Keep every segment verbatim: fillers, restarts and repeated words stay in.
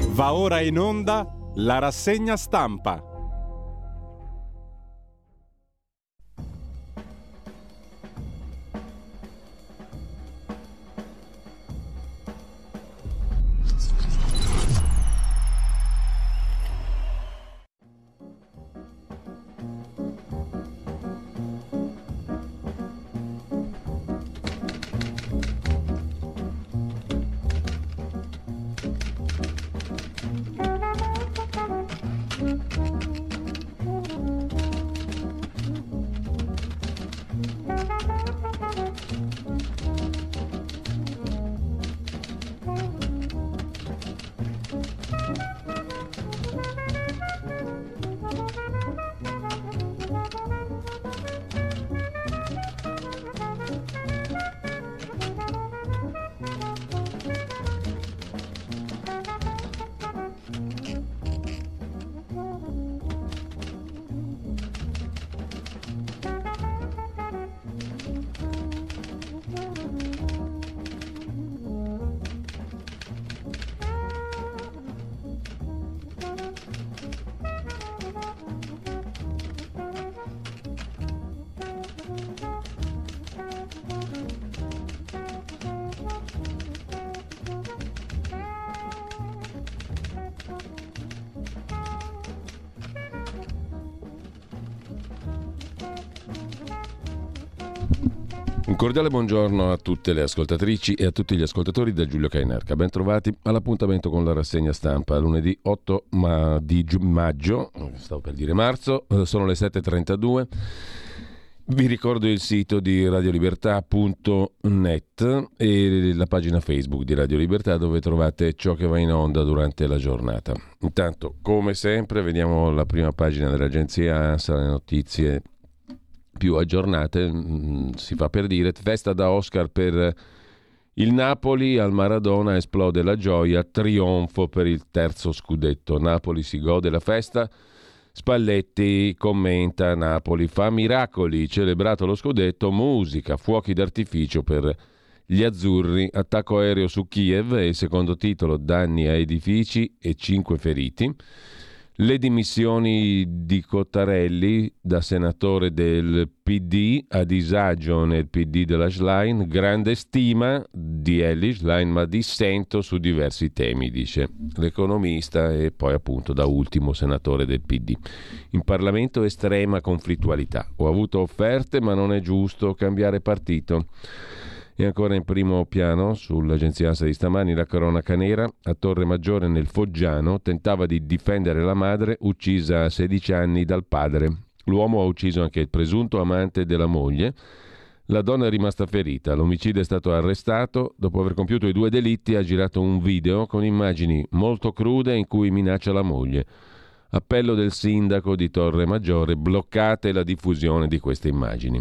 Va ora in onda la rassegna stampa. Un cordiale buongiorno a tutte le ascoltatrici e a tutti gli ascoltatori da Giulio Cainarca. Ben trovati all'appuntamento con la rassegna stampa. Lunedì otto ma- di gi- maggio, stavo per dire marzo, sono le sette e trentadue. Vi ricordo il sito di radiolibertà punto net e la pagina Facebook di Radio Libertà, dove trovate ciò che va in onda durante la giornata. Intanto, come sempre, vediamo la prima pagina dell'agenzia ANSA, le notizie più aggiornate. Si fa per dire: festa da Oscar per il Napoli, al Maradona esplode la gioia, trionfo per il terzo scudetto. Napoli si gode la festa. Spalletti commenta: Napoli fa miracoli, celebrato lo scudetto, musica, fuochi d'artificio per gli azzurri, attacco aereo su Kiev e il secondo titolo, danni a edifici e cinque feriti. Le dimissioni di Cottarelli da senatore del P D, a disagio nel P D della Schlein, grande stima di Elly Schlein ma dissento su diversi temi, dice l'economista e poi appunto da ultimo senatore del P D. In Parlamento estrema conflittualità, ho avuto offerte ma non è giusto cambiare partito. E ancora in primo piano, sull'agenzia ANSA di stamani, la cronaca nera. A Torre Maggiore nel Foggiano tentava di difendere la madre, uccisa a sedici anni dal padre. L'uomo ha ucciso anche il presunto amante della moglie. La donna è rimasta ferita. L'omicida è stato arrestato. Dopo aver compiuto i due delitti ha girato un video con immagini molto crude in cui minaccia la moglie. Appello del sindaco di Torre Maggiore: bloccate la diffusione di queste immagini.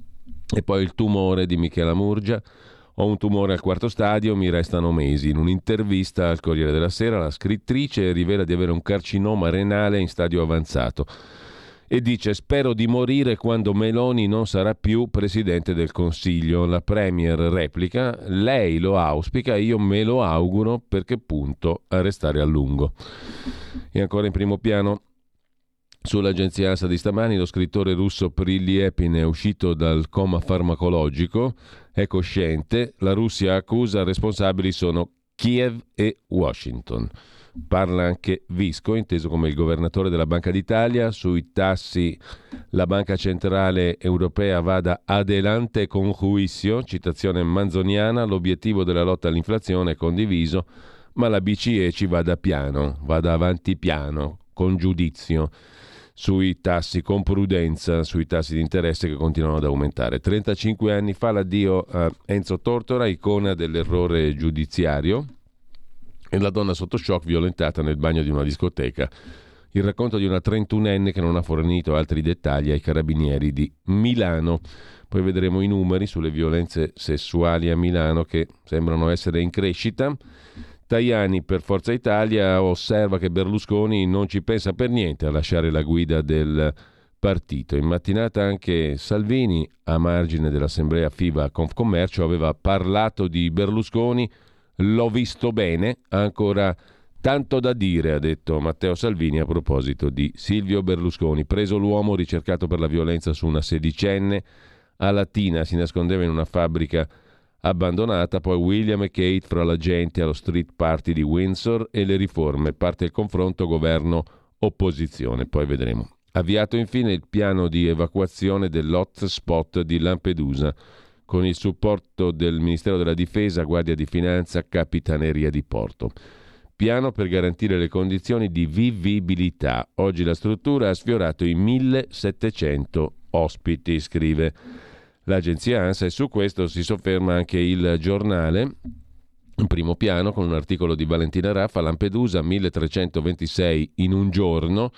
E poi il tumore di Michela Murgia. Ho un tumore al quarto stadio, mi restano mesi. In un'intervista al Corriere della Sera la scrittrice rivela di avere un carcinoma renale in stadio avanzato e dice: spero di morire quando Meloni non sarà più Presidente del Consiglio. La Premier replica: lei lo auspica, io me lo auguro, perché punto a restare a lungo. E ancora in primo piano, sull'agenzia ANSA di stamani, lo scrittore russo Prilyepin è uscito dal coma farmacologico, è cosciente, la Russia accusa, responsabili sono Kiev e Washington. Parla anche Visco, inteso come il governatore della Banca d'Italia. Sui tassi la Banca Centrale Europea vada adelante con juicio, citazione manzoniana, l'obiettivo della lotta all'inflazione è condiviso, ma la B C E ci vada piano, vada avanti piano, con giudizio. Sui tassi, con prudenza, sui tassi di interesse che continuano ad aumentare. trentacinque anni fa l'addio a Enzo Tortora, icona dell'errore giudiziario, e la donna sotto shock violentata nel bagno di una discoteca. Il racconto di una trentunenne che non ha fornito altri dettagli ai carabinieri di Milano. Poi vedremo i numeri sulle violenze sessuali a Milano, che sembrano essere in crescita. Tajani per Forza Italia osserva che Berlusconi non ci pensa per niente a lasciare la guida del partito. In mattinata anche Salvini, a margine dell'assemblea FIBA Confcommercio, aveva parlato di Berlusconi, l'ho visto bene, ha ancora Tanto da dire, ha detto Matteo Salvini a proposito di Silvio Berlusconi. Preso l'uomo ricercato per la violenza su una sedicenne a Latina, si nascondeva in una fabbrica abbandonata, poi William e Kate fra la gente allo street party di Windsor e le riforme. Parte il confronto governo-opposizione, poi vedremo. Avviato infine il piano di evacuazione dell'hotspot di Lampedusa, con il supporto del Ministero della Difesa, Guardia di Finanza, Capitaneria di Porto. Piano per garantire le condizioni di vivibilità. Oggi la struttura ha sfiorato i millesettecento ospiti, scrive l'agenzia ANSA, e su questo si sofferma anche il giornale. In primo piano con un articolo di Valentina Raffa: Lampedusa, milletrecentoventisei in un giorno.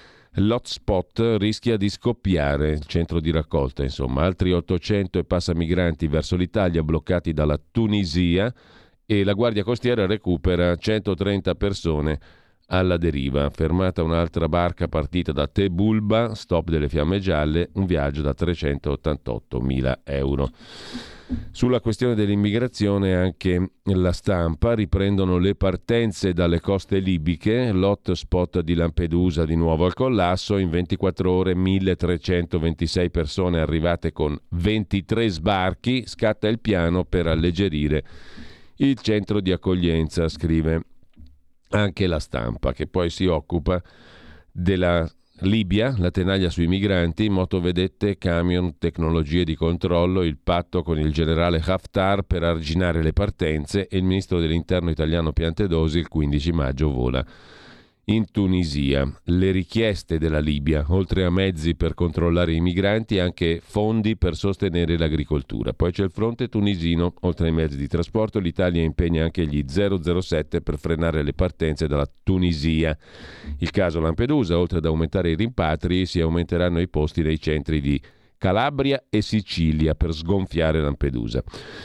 L'hotspot rischia di scoppiare, il centro di raccolta, insomma. Altri ottocento e passa migranti verso l'Italia bloccati dalla Tunisia, e la Guardia Costiera recupera centotrenta persone alla deriva. Fermata un'altra barca partita da Tebulba, stop delle Fiamme Gialle, un viaggio da trecentottantottomila euro. Sulla questione dell'immigrazione anche La Stampa: riprendono le partenze dalle coste libiche, l'hotspot di Lampedusa di nuovo al collasso, in ventiquattro ore milletrecentoventisei persone arrivate con ventitré sbarchi, scatta il piano per alleggerire il centro di accoglienza, scrive anche La Stampa, che poi si occupa della Libia, la tenaglia sui migranti, motovedette, camion, tecnologie di controllo, il patto con il generale Haftar per arginare le partenze, e il ministro dell'interno italiano Piantedosi il quindici maggio vola in Tunisia. Le richieste della Libia: oltre a mezzi per controllare i migranti, anche fondi per sostenere l'agricoltura. Poi c'è il fronte tunisino: oltre ai mezzi di trasporto, l'Italia impegna anche gli zero zero sette per frenare le partenze dalla Tunisia. Il caso Lampedusa: oltre ad aumentare i rimpatri, si aumenteranno i posti nei centri di Calabria e Sicilia per sgonfiare Lampedusa.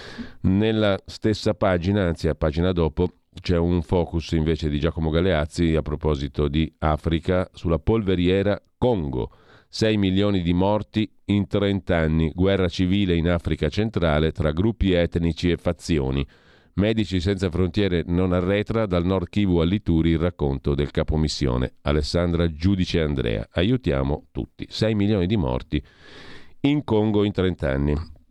Nella stessa pagina, anzi a pagina dopo, c'è un focus invece di Giacomo Galeazzi a proposito di Africa, sulla polveriera Congo. sei milioni di morti in trenta anni, guerra civile in Africa centrale tra gruppi etnici e fazioni. Medici Senza Frontiere non arretra, dal Nord Kivu all'Ituri, il racconto del capomissione Alessandra Giudice Andrea. Aiutiamo tutti. sei milioni di morti in Congo in trenta anni.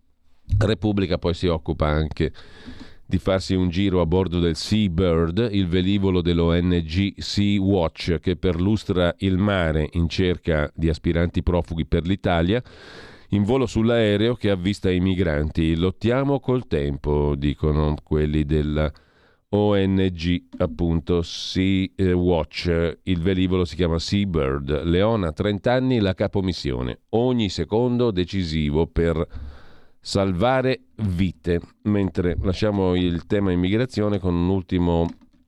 Repubblica poi si occupa anche di farsi un giro a bordo del Seabird, il velivolo dell'O N G Sea Watch, che perlustra il mare in cerca di aspiranti profughi per l'Italia. In volo sull'aereo che avvista i migranti. Lottiamo col tempo, dicono quelli della O N G, appunto, Sea Watch. Il velivolo si chiama Seabird. Leona, trenta anni, la capomissione. Ogni secondo decisivo per salvare vite. Mentre lasciamo il tema immigrazione con un ultimo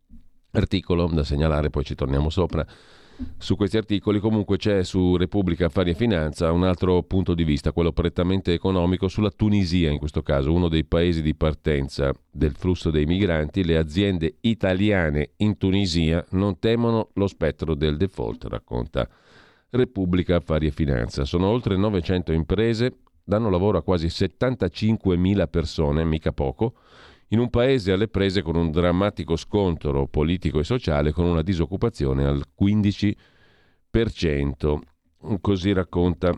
articolo da segnalare, poi ci torniamo sopra su questi articoli. Comunque c'è su Repubblica Affari e Finanza un altro punto di vista, quello prettamente economico, sulla Tunisia, in questo caso uno dei paesi di partenza del flusso dei migranti. Le aziende italiane in Tunisia non temono lo spettro del default, racconta Repubblica Affari e Finanza. Sono oltre novecento imprese, danno lavoro a quasi settantacinquemila persone, mica poco, in un paese alle prese con un drammatico scontro politico e sociale, con una disoccupazione al quindici per cento. Così racconta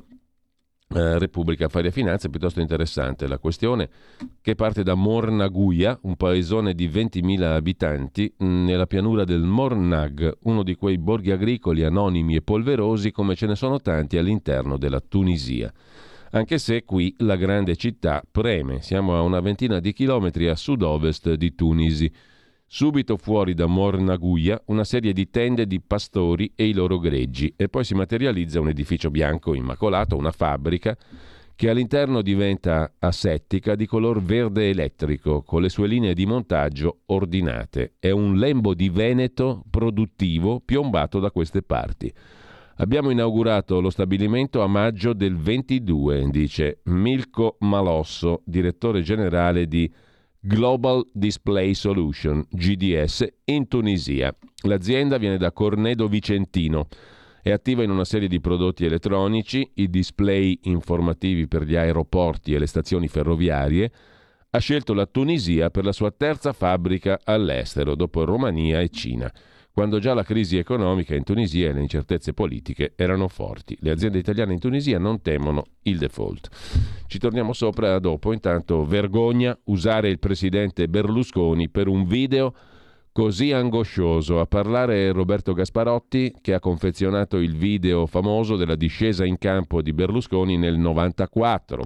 eh, Repubblica Affari e Finanza. È piuttosto interessante la questione, che parte da Mornaguia, un paesone di ventimila abitanti nella pianura del Mornag, uno di quei borghi agricoli anonimi e polverosi come ce ne sono tanti all'interno della Tunisia. Anche se qui la grande città preme. Siamo a una ventina di chilometri a sud-ovest di Tunisi. Subito fuori da Mornaguia una serie di tende di pastori e i loro greggi, e poi si materializza un edificio bianco immacolato, una fabbrica che all'interno diventa asettica, di color verde elettrico, con le sue linee di montaggio ordinate. È un lembo di Veneto produttivo piombato da queste parti. Abbiamo inaugurato lo stabilimento a maggio del ventidue, dice Milko Malosso, direttore generale di Global Display Solution, G D S, in Tunisia. L'azienda viene da Cornedo Vicentino, è attiva in una serie di prodotti elettronici, i display informativi per gli aeroporti e le stazioni ferroviarie. Ha scelto la Tunisia per la sua terza fabbrica all'estero, dopo Romania e Cina. quando già la crisi economica in Tunisia e le incertezze politiche erano forti. Le aziende italiane in Tunisia non temono il default. Ci torniamo sopra dopo. Intanto, vergogna usare il presidente Berlusconi per un video così angoscioso. A parlare Roberto Gasparotti, che ha confezionato il video famoso della discesa in campo di Berlusconi nel novantaquattro.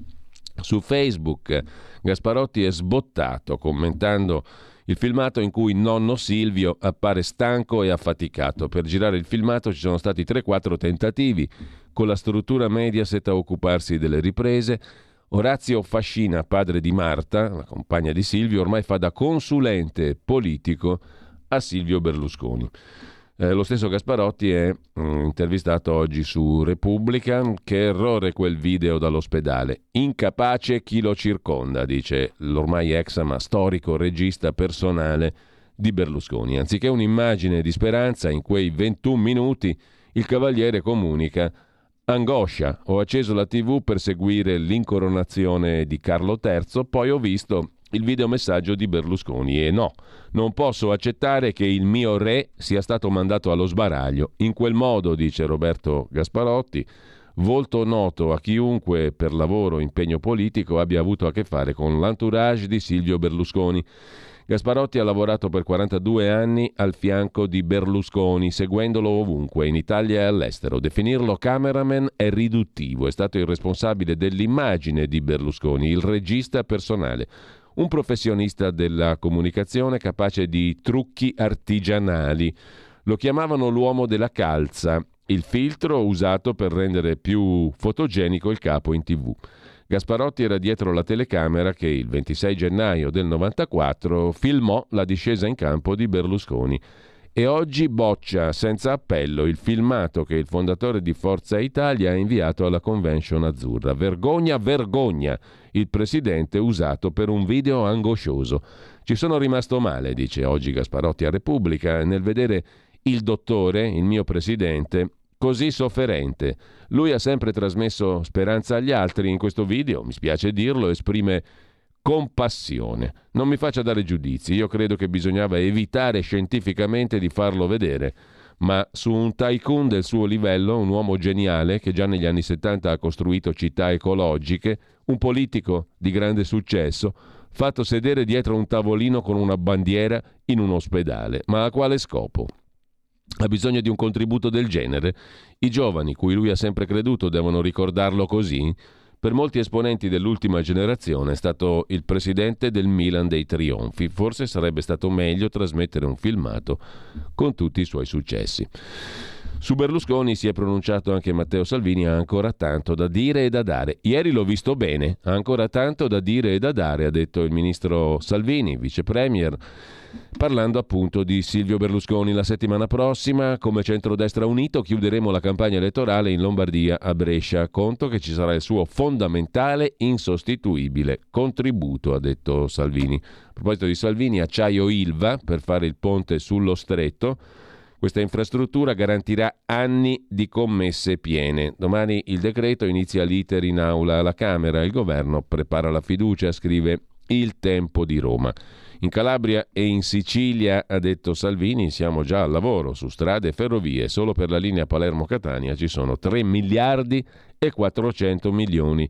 Su Facebook Gasparotti è sbottato commentando il filmato in cui nonno Silvio appare stanco e affaticato. Per girare il filmato ci sono stati tre quattro tentativi, con la struttura Mediaset a occuparsi delle riprese. Orazio Fascina, padre di Marta, la compagna di Silvio, ormai fa da consulente politico a Silvio Berlusconi. Eh, lo stesso Gasparotti è mm, intervistato oggi su Repubblica. Che errore quel video dall'ospedale. Incapace chi lo circonda, dice l'ormai ex ma storico regista personale di Berlusconi. Anziché un'immagine di speranza, in quei ventuno minuti il Cavaliere comunica: angoscia, ho acceso la tivù per seguire l'incoronazione di Carlo terzo, poi ho visto il videomessaggio di Berlusconi e no, non posso accettare che il mio re sia stato mandato allo sbaraglio. In quel modo, dice Roberto Gasparotti, volto noto a chiunque per lavoro o impegno politico abbia avuto a che fare con l'entourage di Silvio Berlusconi. Gasparotti ha lavorato per quarantadue anni al fianco di Berlusconi, seguendolo ovunque, in Italia e all'estero. Definirlo cameraman è riduttivo, è stato il responsabile dell'immagine di Berlusconi, il regista personale. Un professionista della comunicazione capace di trucchi artigianali. Lo chiamavano l'uomo della calza, il filtro usato per rendere più fotogenico il capo in tivù. Gasparotti era dietro la telecamera che il ventisei gennaio del novantaquattro filmò la discesa in campo di Berlusconi e oggi boccia senza appello il filmato che il fondatore di Forza Italia ha inviato alla Convention Azzurra. Vergogna, vergogna, il presidente usato per un video angoscioso. Ci sono rimasto male, dice oggi Gasparotti a Repubblica, nel vedere il dottore, il mio presidente, così sofferente. Lui ha sempre trasmesso speranza agli altri. In questo video, mi spiace dirlo, esprime compassione. Non mi faccia dare giudizi, io credo che bisognava evitare scientificamente di farlo vedere, ma su un tycoon del suo livello, un uomo geniale che già negli anni settanta ha costruito città ecologiche, un politico di grande successo, fatto sedere dietro un tavolino con una bandiera in un ospedale. Ma a quale scopo? Ha bisogno di un contributo del genere? I giovani, cui lui ha sempre creduto, devono ricordarlo così? Per molti esponenti dell'ultima generazione è stato il presidente del Milan dei trionfi. Forse sarebbe stato meglio trasmettere un filmato con tutti i suoi successi. Su Berlusconi si è pronunciato anche Matteo Salvini, ha ancora tanto da dire e da dare. Ieri l'ho visto bene, ha ancora tanto da dire e da dare, ha detto il ministro Salvini, vice premier, parlando appunto di Silvio Berlusconi. La settimana prossima, come centrodestra unito, chiuderemo la campagna elettorale in Lombardia, a Brescia. Conto che ci sarà il suo fondamentale, insostituibile contributo, ha detto Salvini. A proposito di Salvini, acciaio Ilva per fare il ponte sullo Stretto. Questa infrastruttura garantirà anni di commesse piene. Domani il decreto inizia l'iter in aula alla Camera. Il governo prepara la fiducia, scrive Il Tempo di Roma. In Calabria e in Sicilia, ha detto Salvini, siamo già al lavoro su strade e ferrovie. Solo per la linea Palermo-Catania ci sono tre miliardi e quattrocento milioni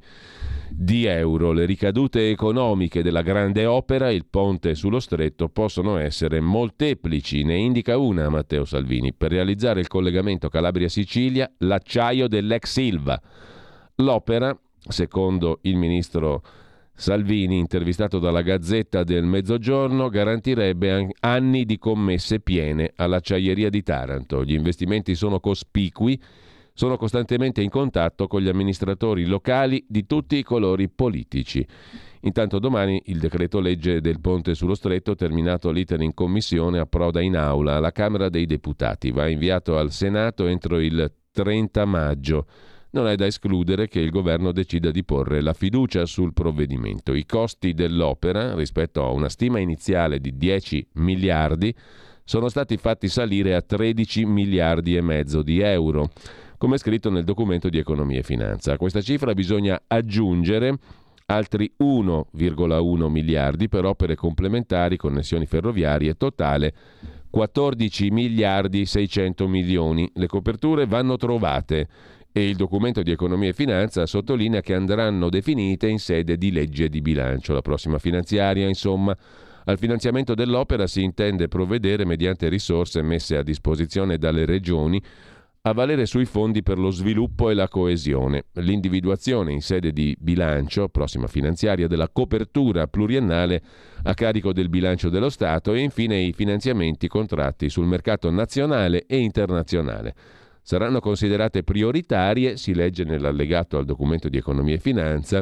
di euro. Le ricadute economiche della grande opera, il ponte sullo Stretto, possono essere molteplici. Ne indica una Matteo Salvini: per realizzare il collegamento Calabria-Sicilia, l'acciaio dell'ex Ilva. L'opera, secondo il ministro Salvini, intervistato dalla Gazzetta del Mezzogiorno, garantirebbe anni di commesse piene all'acciaieria di Taranto. Gli investimenti sono cospicui, sono costantemente in contatto con gli amministratori locali di tutti i colori politici. Intanto domani il decreto legge del ponte sullo Stretto, terminato l'iter in commissione, approda in aula alla Camera dei Deputati. Va inviato al Senato entro il trenta maggio. Non è da escludere che il governo decida di porre la fiducia sul provvedimento. I costi dell'opera, rispetto a una stima iniziale di dieci miliardi, sono stati fatti salire a tredici miliardi e mezzo di euro, come scritto nel documento di Economia e Finanza. A questa cifra bisogna aggiungere altri uno virgola uno miliardi per opere complementari, connessioni ferroviarie, totale quattordici miliardi seicento milioni. Le coperture vanno trovate e il documento di economia e finanza sottolinea che andranno definite in sede di legge di bilancio, la prossima finanziaria, insomma. Al finanziamento dell'opera si intende provvedere mediante risorse messe a disposizione dalle regioni a valere sui fondi per lo sviluppo e la coesione. L'individuazione in sede di bilancio, prossima finanziaria, della copertura pluriennale a carico del bilancio dello Stato e infine i finanziamenti contratti sul mercato nazionale e internazionale. Saranno considerate prioritarie, si legge nell'allegato al documento di economia e finanza,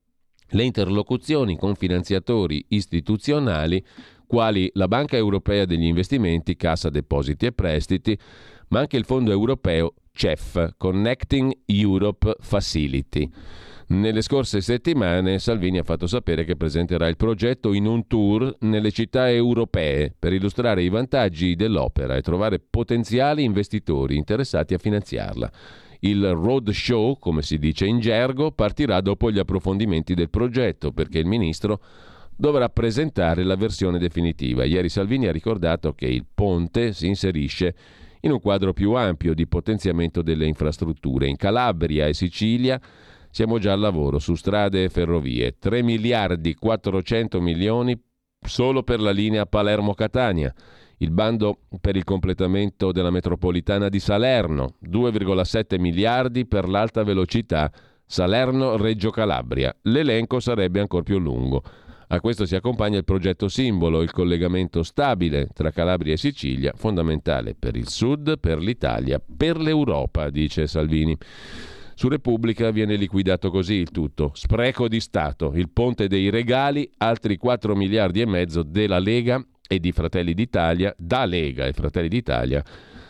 le interlocuzioni con finanziatori istituzionali quali la Banca Europea degli Investimenti, Cassa Depositi e Prestiti, ma anche il Fondo Europeo C E F, Connecting Europe Facility. Nelle scorse settimane Salvini ha fatto sapere che presenterà il progetto in un tour nelle città europee per illustrare i vantaggi dell'opera e trovare potenziali investitori interessati a finanziarla. Il road show, come si dice in gergo, partirà dopo gli approfondimenti del progetto, perché il ministro dovrà presentare la versione definitiva. Ieri Salvini ha ricordato che il ponte si inserisce in un quadro più ampio di potenziamento delle infrastrutture. In Calabria e Sicilia siamo già al lavoro su strade e ferrovie. tre miliardi quattrocento milioni solo per la linea Palermo-Catania. Il bando per il completamento della metropolitana di Salerno, due virgola sette miliardi per l'alta velocità Salerno-Reggio Calabria. L'elenco sarebbe ancora più lungo. A questo si accompagna il progetto simbolo, il collegamento stabile tra Calabria e Sicilia, fondamentale per il Sud, per l'Italia, per l'Europa, dice Salvini. Su Repubblica viene liquidato così il tutto. Spreco di Stato, il ponte dei regali, altri quattro miliardi e mezzo della Lega e di Fratelli d'Italia, da Lega e Fratelli d'Italia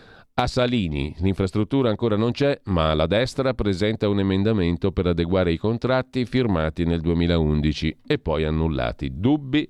a Salini. L'infrastruttura ancora non c'è, ma la destra presenta un emendamento per adeguare i contratti firmati nel duemilaundici e poi annullati. Dubbi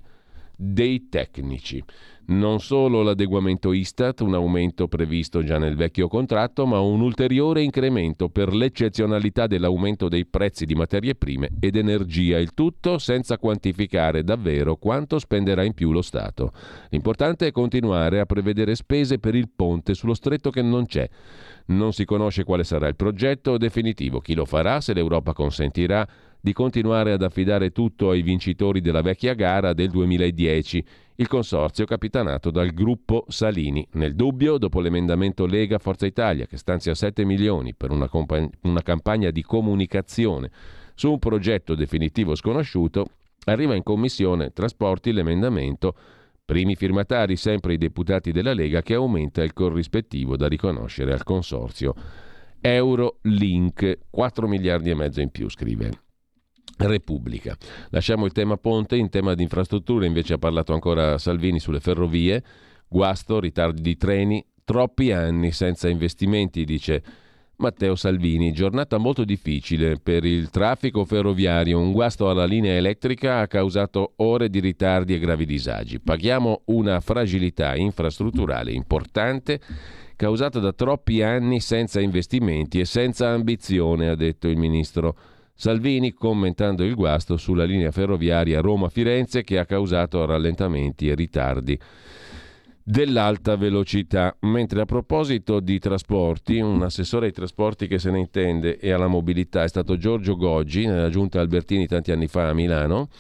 dei tecnici. Non solo l'adeguamento Istat, un aumento previsto già nel vecchio contratto, ma un ulteriore incremento per l'eccezionalità dell'aumento dei prezzi di materie prime ed energia, il tutto senza quantificare davvero quanto spenderà in più lo Stato. L'importante è continuare a prevedere spese per il ponte sullo stretto che non c'è. Non si conosce quale sarà il progetto definitivo, chi lo farà, se l'Europa consentirà di continuare ad affidare tutto ai vincitori della vecchia gara del duemiladieci, il consorzio capitanato dal gruppo Salini. Nel dubbio, dopo l'emendamento Lega Forza Italia che stanzia sette milioni per una, compa- una campagna di comunicazione su un progetto definitivo sconosciuto, arriva in commissione trasporti l'emendamento, primi firmatari sempre i deputati della Lega, che aumenta il corrispettivo da riconoscere al consorzio Eurolink, quattro miliardi e mezzo in più, scrive Repubblica. Lasciamo il tema ponte. In tema di infrastrutture invece ha parlato ancora Salvini sulle ferrovie. Guasto, ritardi di treni, troppi anni senza investimenti, dice Matteo Salvini. Giornata molto difficile per il traffico ferroviario. Un guasto alla linea elettrica ha causato ore di ritardi e gravi disagi. Paghiamo una fragilità infrastrutturale importante causata da troppi anni senza investimenti e senza ambizione, ha detto il ministro Salvini, commentando il guasto sulla linea ferroviaria Roma-Firenze che ha causato rallentamenti e ritardi dell'alta velocità. Mentre a proposito di trasporti, un assessore ai trasporti che se ne intende e alla mobilità è stato Giorgio Goggi, nella giunta Albertini tanti anni fa a Milano,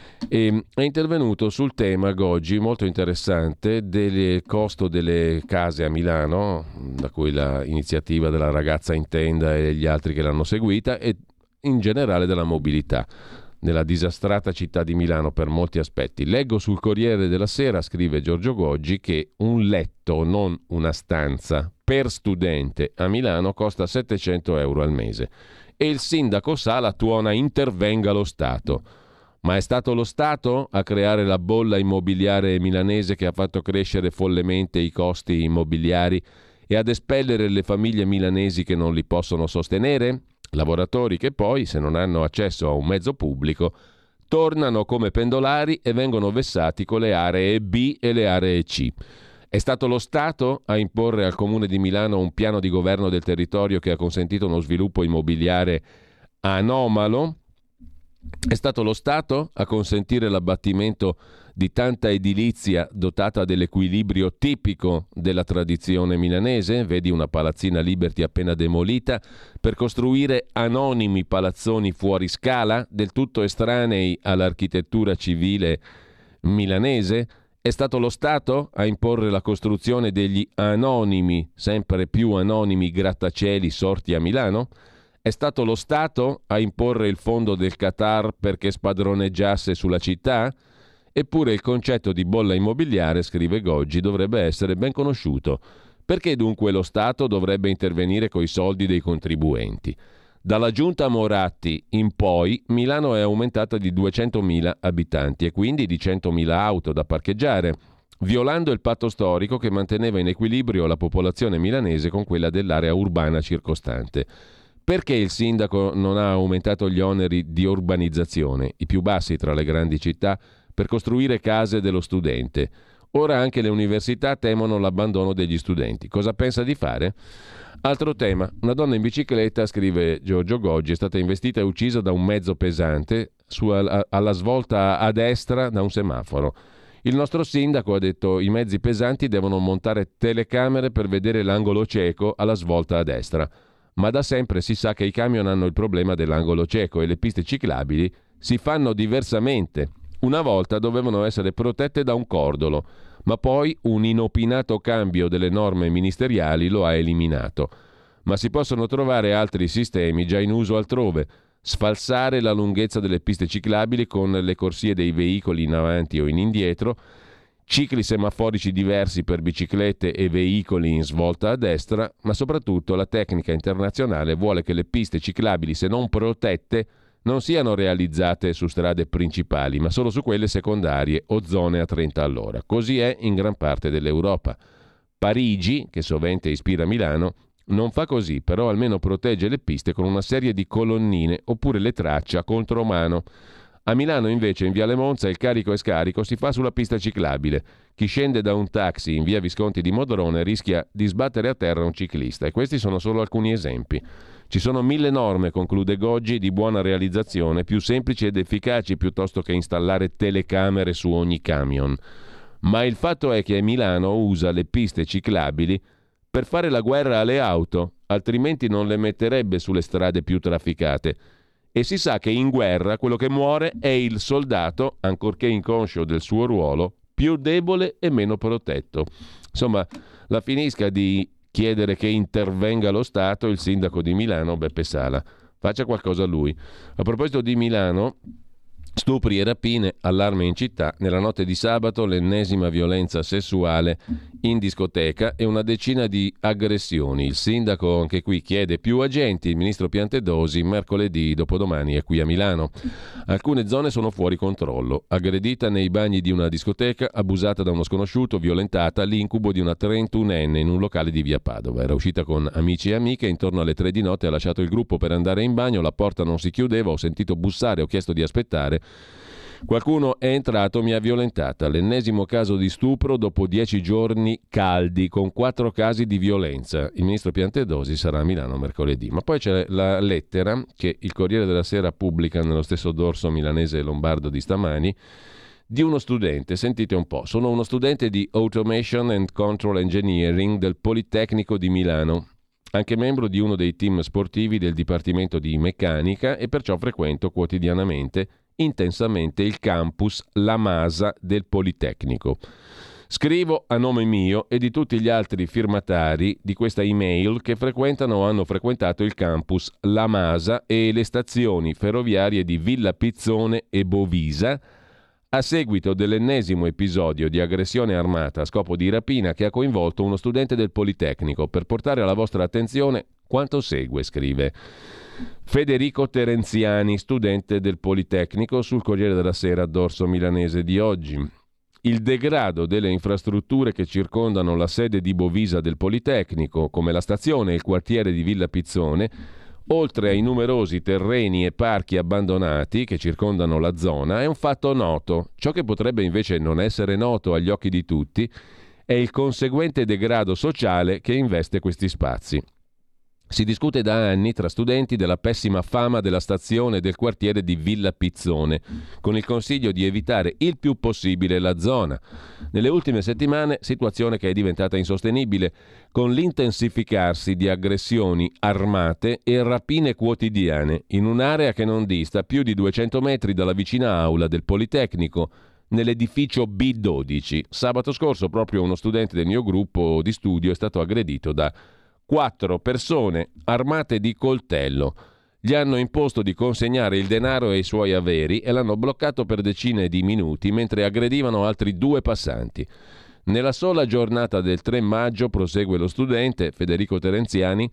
e è intervenuto sul tema Goggi molto interessante del costo delle case a Milano, da cui l'iniziativa della ragazza in tenda e gli altri che l'hanno seguita, e in generale della mobilità nella disastrata città di Milano per molti aspetti. Leggo sul Corriere della Sera, scrive Giorgio Goggi, che un letto, non una stanza, per studente a Milano costa settecento euro al mese e il sindaco Sala tuona intervenga lo Stato. Ma è stato lo Stato a creare la bolla immobiliare milanese che ha fatto crescere follemente i costi immobiliari e ad espellere le famiglie milanesi che non li possono sostenere? Lavoratori che poi, se non hanno accesso a un mezzo pubblico, tornano come pendolari e vengono vessati con le aree B e le aree C. È stato lo Stato a imporre al Comune di Milano un piano di governo del territorio che ha consentito uno sviluppo immobiliare anomalo? È stato lo Stato a consentire l'abbattimento di tanta edilizia dotata dell'equilibrio tipico della tradizione milanese, vedi una palazzina Liberty appena demolita, per costruire anonimi palazzoni fuori scala, del tutto estranei all'architettura civile milanese? È stato lo Stato a imporre la costruzione degli anonimi, sempre più anonimi grattacieli sorti a Milano? È stato lo Stato a imporre il fondo del Qatar perché spadroneggiasse sulla città? Eppure il concetto di bolla immobiliare, scrive Goggi, dovrebbe essere ben conosciuto. Perché dunque lo Stato dovrebbe intervenire coi soldi dei contribuenti? Dalla giunta Moratti in poi Milano è aumentata di duecentomila abitanti e quindi di centomila auto da parcheggiare, violando il patto storico che manteneva in equilibrio la popolazione milanese con quella dell'area urbana circostante. Perché il sindaco non ha aumentato gli oneri di urbanizzazione, i più bassi tra le grandi città, per costruire case dello studente? Ora anche le università temono l'abbandono degli studenti. Cosa pensa di fare? Altro tema. Una donna in bicicletta, scrive Giorgio Goggi, è stata investita e uccisa da un mezzo pesante su, a, alla svolta a destra da un semaforo. Il nostro sindaco ha detto i mezzi pesanti devono montare telecamere per vedere l'angolo cieco alla svolta a destra. Ma da sempre si sa che i camion hanno il problema dell'angolo cieco e le piste ciclabili si fanno diversamente. Una volta dovevano essere protette da un cordolo, ma poi un inopinato cambio delle norme ministeriali lo ha eliminato. Ma si possono trovare altri sistemi già in uso altrove. Sfalsare la lunghezza delle piste ciclabili con le corsie dei veicoli in avanti o in indietro, cicli semaforici diversi per biciclette e veicoli in svolta a destra, ma soprattutto la tecnica internazionale vuole che le piste ciclabili, se non protette, non siano realizzate su strade principali, ma solo su quelle secondarie o zone a trenta all'ora. Così è in gran parte dell'Europa. Parigi, che sovente ispira Milano, non fa così, però almeno protegge le piste con una serie di colonnine oppure le traccia a contromano. A Milano invece in Viale Monza il carico e scarico si fa sulla pista ciclabile. Chi scende da un taxi in via Visconti di Modrone rischia di sbattere a terra un ciclista, e questi sono solo alcuni esempi. Ci sono mille norme, conclude Goggi, di buona realizzazione, più semplici ed efficaci piuttosto che installare telecamere su ogni camion. Ma il fatto è che Milano usa le piste ciclabili per fare la guerra alle auto, altrimenti non le metterebbe sulle strade più trafficate. E si sa che in guerra quello che muore è il soldato, ancorché inconscio del suo ruolo, più debole e meno protetto. Insomma, la finisca di chiedere che intervenga lo Stato il sindaco di Milano, Beppe Sala. Faccia qualcosa lui. A proposito di Milano, stupri e rapine, allarme in città. Nella notte di sabato l'ennesima violenza sessuale in discoteca e una decina di aggressioni. Il sindaco anche qui chiede più agenti. Il ministro Piantedosi mercoledì dopodomani è qui a Milano. Alcune zone sono fuori controllo. Aggredita nei bagni di una discoteca, abusata da uno sconosciuto, violentata, l'incubo di una trentunenne in un locale di via Padova. Era uscita con amici e amiche, intorno alle tre di notte ha lasciato il gruppo per andare in bagno, la porta non si chiudeva, ho sentito bussare, ho chiesto di aspettare. Qualcuno è entrato, mi ha violentata. L'ennesimo caso di stupro dopo dieci giorni caldi, con quattro casi di violenza. Il ministro Piantedosi sarà a Milano mercoledì. Ma poi c'è la lettera che il Corriere della Sera pubblica nello stesso dorso milanese e lombardo di stamani, di uno studente. Sentite un po'. Sono uno studente di Automation and Control Engineering del Politecnico di Milano, anche membro di uno dei team sportivi del Dipartimento di Meccanica, e perciò frequento quotidianamente intensamente il campus La Masa del Politecnico. Scrivo a nome mio e di tutti gli altri firmatari di questa email che frequentano o hanno frequentato il campus La Masa e le stazioni ferroviarie di Villa Pizzone e Bovisa a seguito dell'ennesimo episodio di aggressione armata a scopo di rapina che ha coinvolto uno studente del Politecnico. Per portare alla vostra attenzione quanto segue, scrive Federico Terenziani, studente del Politecnico, sul Corriere della Sera, dorso milanese di oggi. Il degrado delle infrastrutture che circondano la sede di Bovisa del Politecnico, come la stazione e il quartiere di Villa Pizzone, oltre ai numerosi terreni e parchi abbandonati che circondano la zona, è un fatto noto. Ciò che potrebbe invece non essere noto agli occhi di tutti è il conseguente degrado sociale che investe questi spazi. Si discute da anni tra studenti della pessima fama della stazione del quartiere di Villa Pizzone, con il consiglio di evitare il più possibile la zona. Nelle ultime settimane, situazione che è diventata insostenibile, con l'intensificarsi di aggressioni armate e rapine quotidiane in un'area che non dista più di duecento metri dalla vicina aula del Politecnico, nell'edificio B dodici. Sabato scorso proprio uno studente del mio gruppo di studio è stato aggredito da quattro persone armate di coltello. Gli hanno imposto di consegnare il denaro e i suoi averi e l'hanno bloccato per decine di minuti mentre aggredivano altri due passanti. Nella sola giornata del tre maggio, prosegue lo studente Federico Terenziani,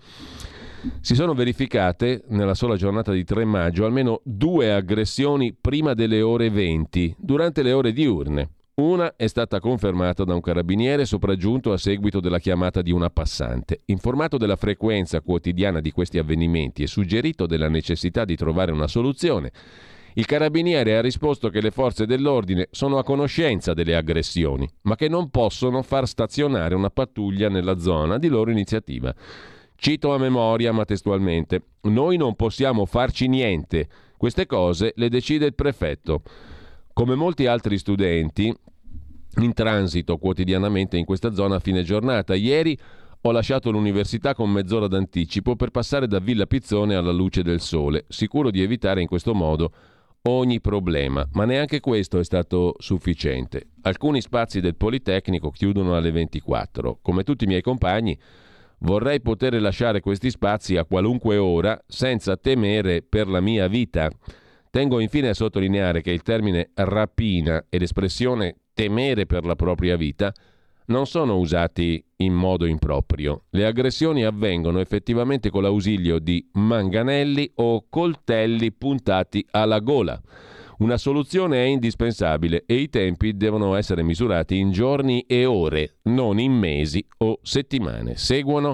si sono verificate nella sola giornata di tre maggio almeno due aggressioni prima delle ore venti, durante le ore diurne. Una è stata confermata da un carabiniere sopraggiunto a seguito della chiamata di una passante. Informato della frequenza quotidiana di questi avvenimenti e suggerito della necessità di trovare una soluzione, il carabiniere ha risposto che le forze dell'ordine sono a conoscenza delle aggressioni, ma che non possono far stazionare una pattuglia nella zona di loro iniziativa. Cito a memoria, ma testualmente: «Noi non possiamo farci niente. Queste cose le decide il prefetto». Come molti altri studenti in transito quotidianamente in questa zona a fine giornata, ieri ho lasciato l'università con mezz'ora d'anticipo per passare da Villa Pizzone alla luce del sole, sicuro di evitare in questo modo ogni problema, ma neanche questo è stato sufficiente. Alcuni spazi del Politecnico chiudono alle ventiquattro. Come tutti i miei compagni, vorrei poter lasciare questi spazi a qualunque ora senza temere per la mia vita. Tengo infine a sottolineare che il termine rapina e l'espressione temere per la propria vita non sono usati in modo improprio. Le aggressioni avvengono effettivamente con l'ausilio di manganelli o coltelli puntati alla gola. Una soluzione è indispensabile e i tempi devono essere misurati in giorni e ore, non in mesi o settimane. Seguono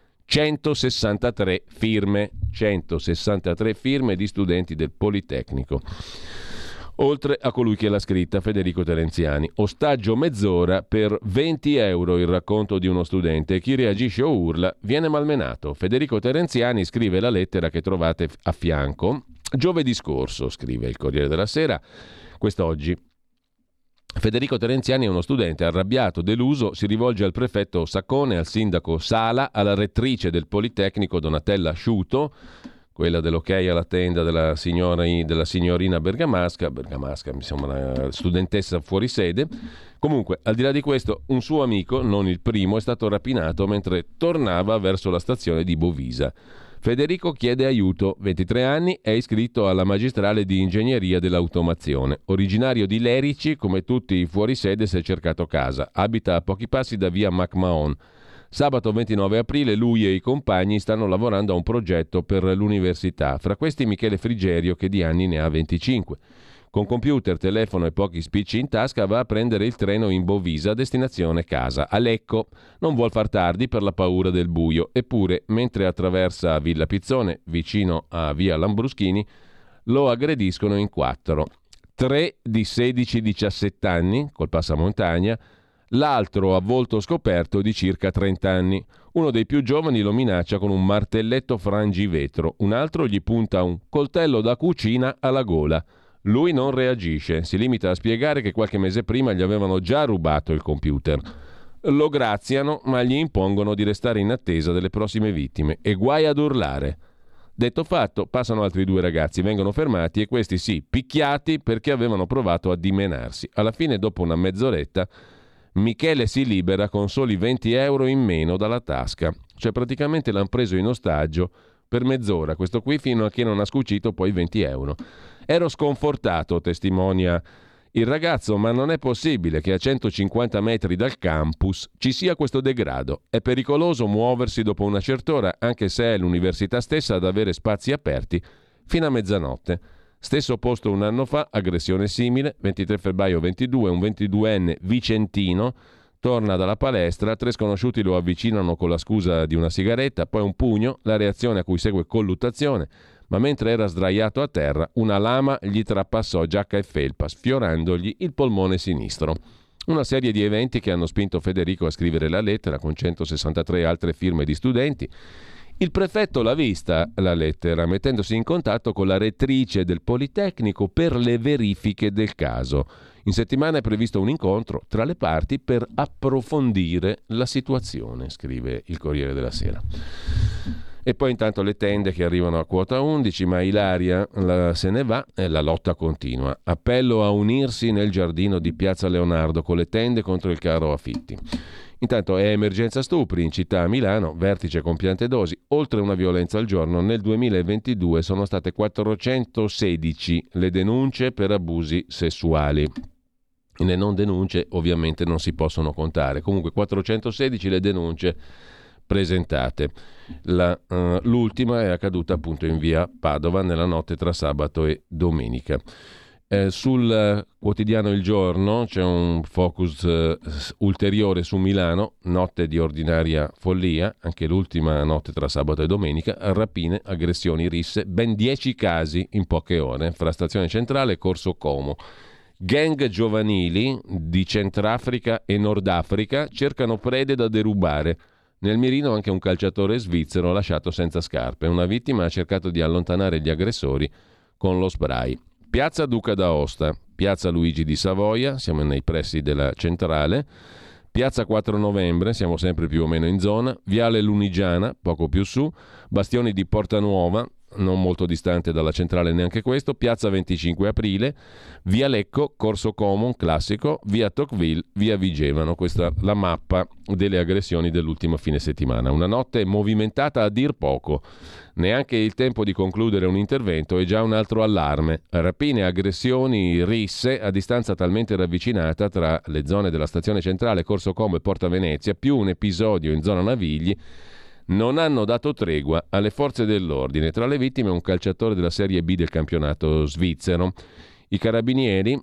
centosessantatré firme, centosessantatré firme di studenti del Politecnico. Oltre a colui che l'ha scritta, Federico Terenziani. Ostaggio mezz'ora per venti euro il racconto di uno studente. Chi reagisce o urla viene malmenato. Federico Terenziani scrive la lettera che trovate a fianco. Giovedì scorso, scrive il Corriere della Sera, quest'oggi. Federico Terenziani è uno studente arrabbiato, deluso, si rivolge al prefetto Saccone, al sindaco Sala, alla rettrice del Politecnico Donatella Asciuto, quella dell'ok alla tenda della, signora, della signorina Bergamasca, Bergamasca mi sembra una studentessa fuori sede. Comunque, al di là di questo, un suo amico, non il primo, è stato rapinato mentre tornava verso la stazione di Bovisa. Federico chiede aiuto, ventitré anni, è iscritto alla magistrale di ingegneria dell'automazione. Originario di Lerici, come tutti i fuorisede si è cercato casa. Abita a pochi passi da via MacMahon. Sabato ventinove aprile lui e i compagni stanno lavorando a un progetto per l'università. Fra questi Michele Frigerio, che di anni ne ha venticinque. Con computer, telefono e pochi spicci in tasca va a prendere il treno in Bovisa, destinazione casa, a Lecco. Non vuol far tardi per la paura del buio. Eppure, mentre attraversa Villa Pizzone, vicino a via Lambruschini, lo aggrediscono in quattro. Tre di sedici diciassette anni, col passamontagna, l'altro a volto scoperto di circa trenta anni. Uno dei più giovani lo minaccia con un martelletto frangivetro, un altro gli punta un coltello da cucina alla gola. Lui non reagisce, si limita a spiegare che qualche mese prima gli avevano già rubato il computer. Lo graziano, ma gli impongono di restare in attesa delle prossime vittime e guai ad urlare. Detto fatto, passano altri due ragazzi, vengono fermati e questi sì, picchiati perché avevano provato a dimenarsi. Alla fine, dopo una mezz'oretta, Michele si libera con soli venti euro in meno dalla tasca. Cioè praticamente l'hanno preso in ostaggio per mezz'ora, questo qui, fino a che non ha scucito poi venti euro. Ero sconfortato, testimonia il ragazzo, ma non è possibile che a centocinquanta metri dal campus ci sia questo degrado. È pericoloso muoversi dopo una certa ora, anche se è l'università stessa ad avere spazi aperti fino a mezzanotte. Stesso posto un anno fa, aggressione simile, ventitré febbraio ventidue, un ventiduenne vicentino torna dalla palestra, tre sconosciuti lo avvicinano con la scusa di una sigaretta, poi un pugno, la reazione a cui segue colluttazione, ma mentre era sdraiato a terra una lama gli trapassò giacca e felpa, sfiorandogli il polmone sinistro. Una serie di eventi che hanno spinto Federico a scrivere la lettera con centosessantatré altre firme di studenti. Il prefetto l'ha vista la lettera, mettendosi in contatto con la rettrice del Politecnico per le verifiche del caso. In settimana è previsto un incontro tra le parti per approfondire la situazione, scrive il Corriere della Sera. E poi intanto le tende che arrivano a quota undici, ma Ilaria la, se ne va e la lotta continua. Appello a unirsi nel giardino di Piazza Leonardo con le tende contro il caro affitti. Intanto è emergenza stupri in città a Milano, vertice con Piantedosi. Oltre una violenza al giorno, nel duemilaventidue sono state quattrocentosedici le denunce per abusi sessuali. Le non denunce ovviamente non si possono contare. Comunque quattrocentosedici le denunce presentate. La, uh, l'ultima è accaduta appunto in via Padova nella notte tra sabato e domenica. Eh, sul uh, quotidiano Il Giorno c'è un focus uh, ulteriore su Milano, notte di ordinaria follia, anche l'ultima notte tra sabato e domenica, rapine, aggressioni, risse, ben dieci casi in poche ore, fra Stazione Centrale e Corso Como. Gang giovanili di Centrafrica e Nordafrica cercano prede da derubare. Nel mirino anche un calciatore svizzero lasciato senza scarpe. Una vittima ha cercato di allontanare gli aggressori con lo spray. Piazza Duca d'Aosta, Piazza Luigi di Savoia, siamo nei pressi della centrale, Piazza quattro novembre, siamo sempre più o meno in zona, Viale Lunigiana, poco più su, Bastioni di Porta Nuova, non molto distante dalla centrale neanche questo, Piazza venticinque aprile, Via Lecco, Corso Como, un classico, Via Tocqueville, Via Vigevano. Questa è la mappa delle aggressioni dell'ultimo fine settimana. Una notte movimentata a dir poco. Neanche il tempo di concludere un intervento e già un altro allarme. Rapine, aggressioni, risse a distanza talmente ravvicinata tra le zone della stazione centrale, Corso Como e Porta Venezia, più un episodio in zona Navigli, non hanno dato tregua alle forze dell'ordine. Tra le vittime un calciatore della Serie B del campionato svizzero. I carabinieri,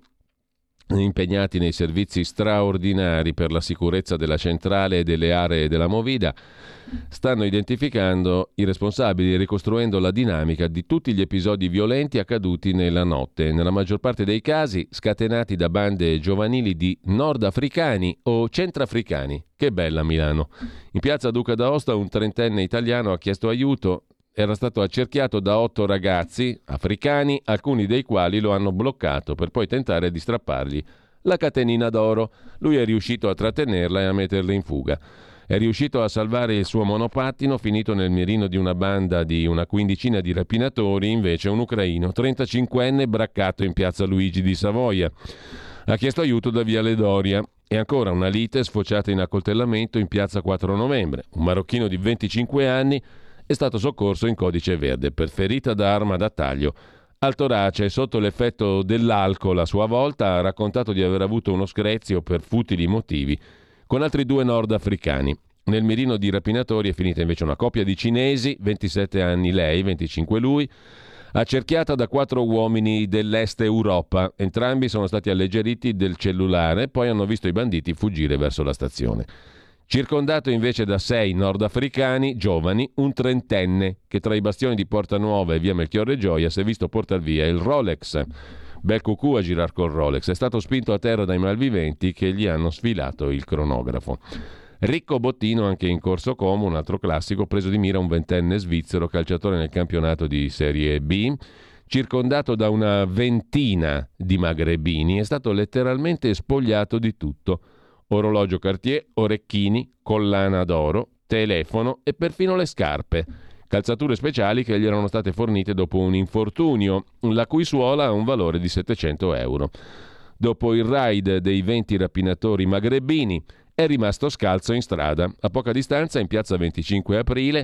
impegnati nei servizi straordinari per la sicurezza della centrale e delle aree della Movida, stanno identificando i responsabili e ricostruendo la dinamica di tutti gli episodi violenti accaduti nella notte, nella maggior parte dei casi scatenati da bande giovanili di nordafricani o centrafricani. Che bella Milano! In piazza Duca d'Aosta un trentenne italiano ha chiesto aiuto. Era stato accerchiato da otto ragazzi africani, alcuni dei quali lo hanno bloccato per poi tentare di strappargli la catenina d'oro. Lui è riuscito a trattenerla e a metterla in fuga. È riuscito a salvare il suo monopattino, finito nel mirino di una banda di una quindicina di rapinatori, invece un ucraino, trentacinquenne, braccato in piazza Luigi di Savoia. Ha chiesto aiuto da Viale Doria. E ancora una lite sfociata in accoltellamento in piazza quattro novembre. Un marocchino di venticinque anni è stato soccorso in codice verde per ferita da arma da taglio al torace. Sotto l'effetto dell'alcol a sua volta ha raccontato di aver avuto uno screzio per futili motivi con altri due nordafricani. Nel mirino di rapinatori è finita invece una coppia di cinesi, ventisette anni lei, venticinque lui, accerchiata da quattro uomini dell'est Europa. Entrambi sono stati alleggeriti del cellulare, poi hanno visto i banditi fuggire verso la stazione. Circondato invece da sei nordafricani giovani, un trentenne che tra i bastioni di Porta Nuova e via Melchiorre Gioia si è visto portar via il Rolex. Bel cucù a girar col Rolex. È stato spinto a terra dai malviventi che gli hanno sfilato il cronografo. Ricco bottino anche in Corso Como, un altro classico, preso di mira un ventenne svizzero, calciatore nel campionato di Serie B. Circondato da una ventina di magrebini, è stato letteralmente spogliato di tutto. Orologio Cartier, orecchini, collana d'oro, telefono e perfino le scarpe. Calzature speciali che gli erano state fornite dopo un infortunio, la cui suola ha un valore di settecento euro. Dopo il raid dei venti rapinatori magrebini, è rimasto scalzo in strada. A poca distanza, in piazza venticinque aprile,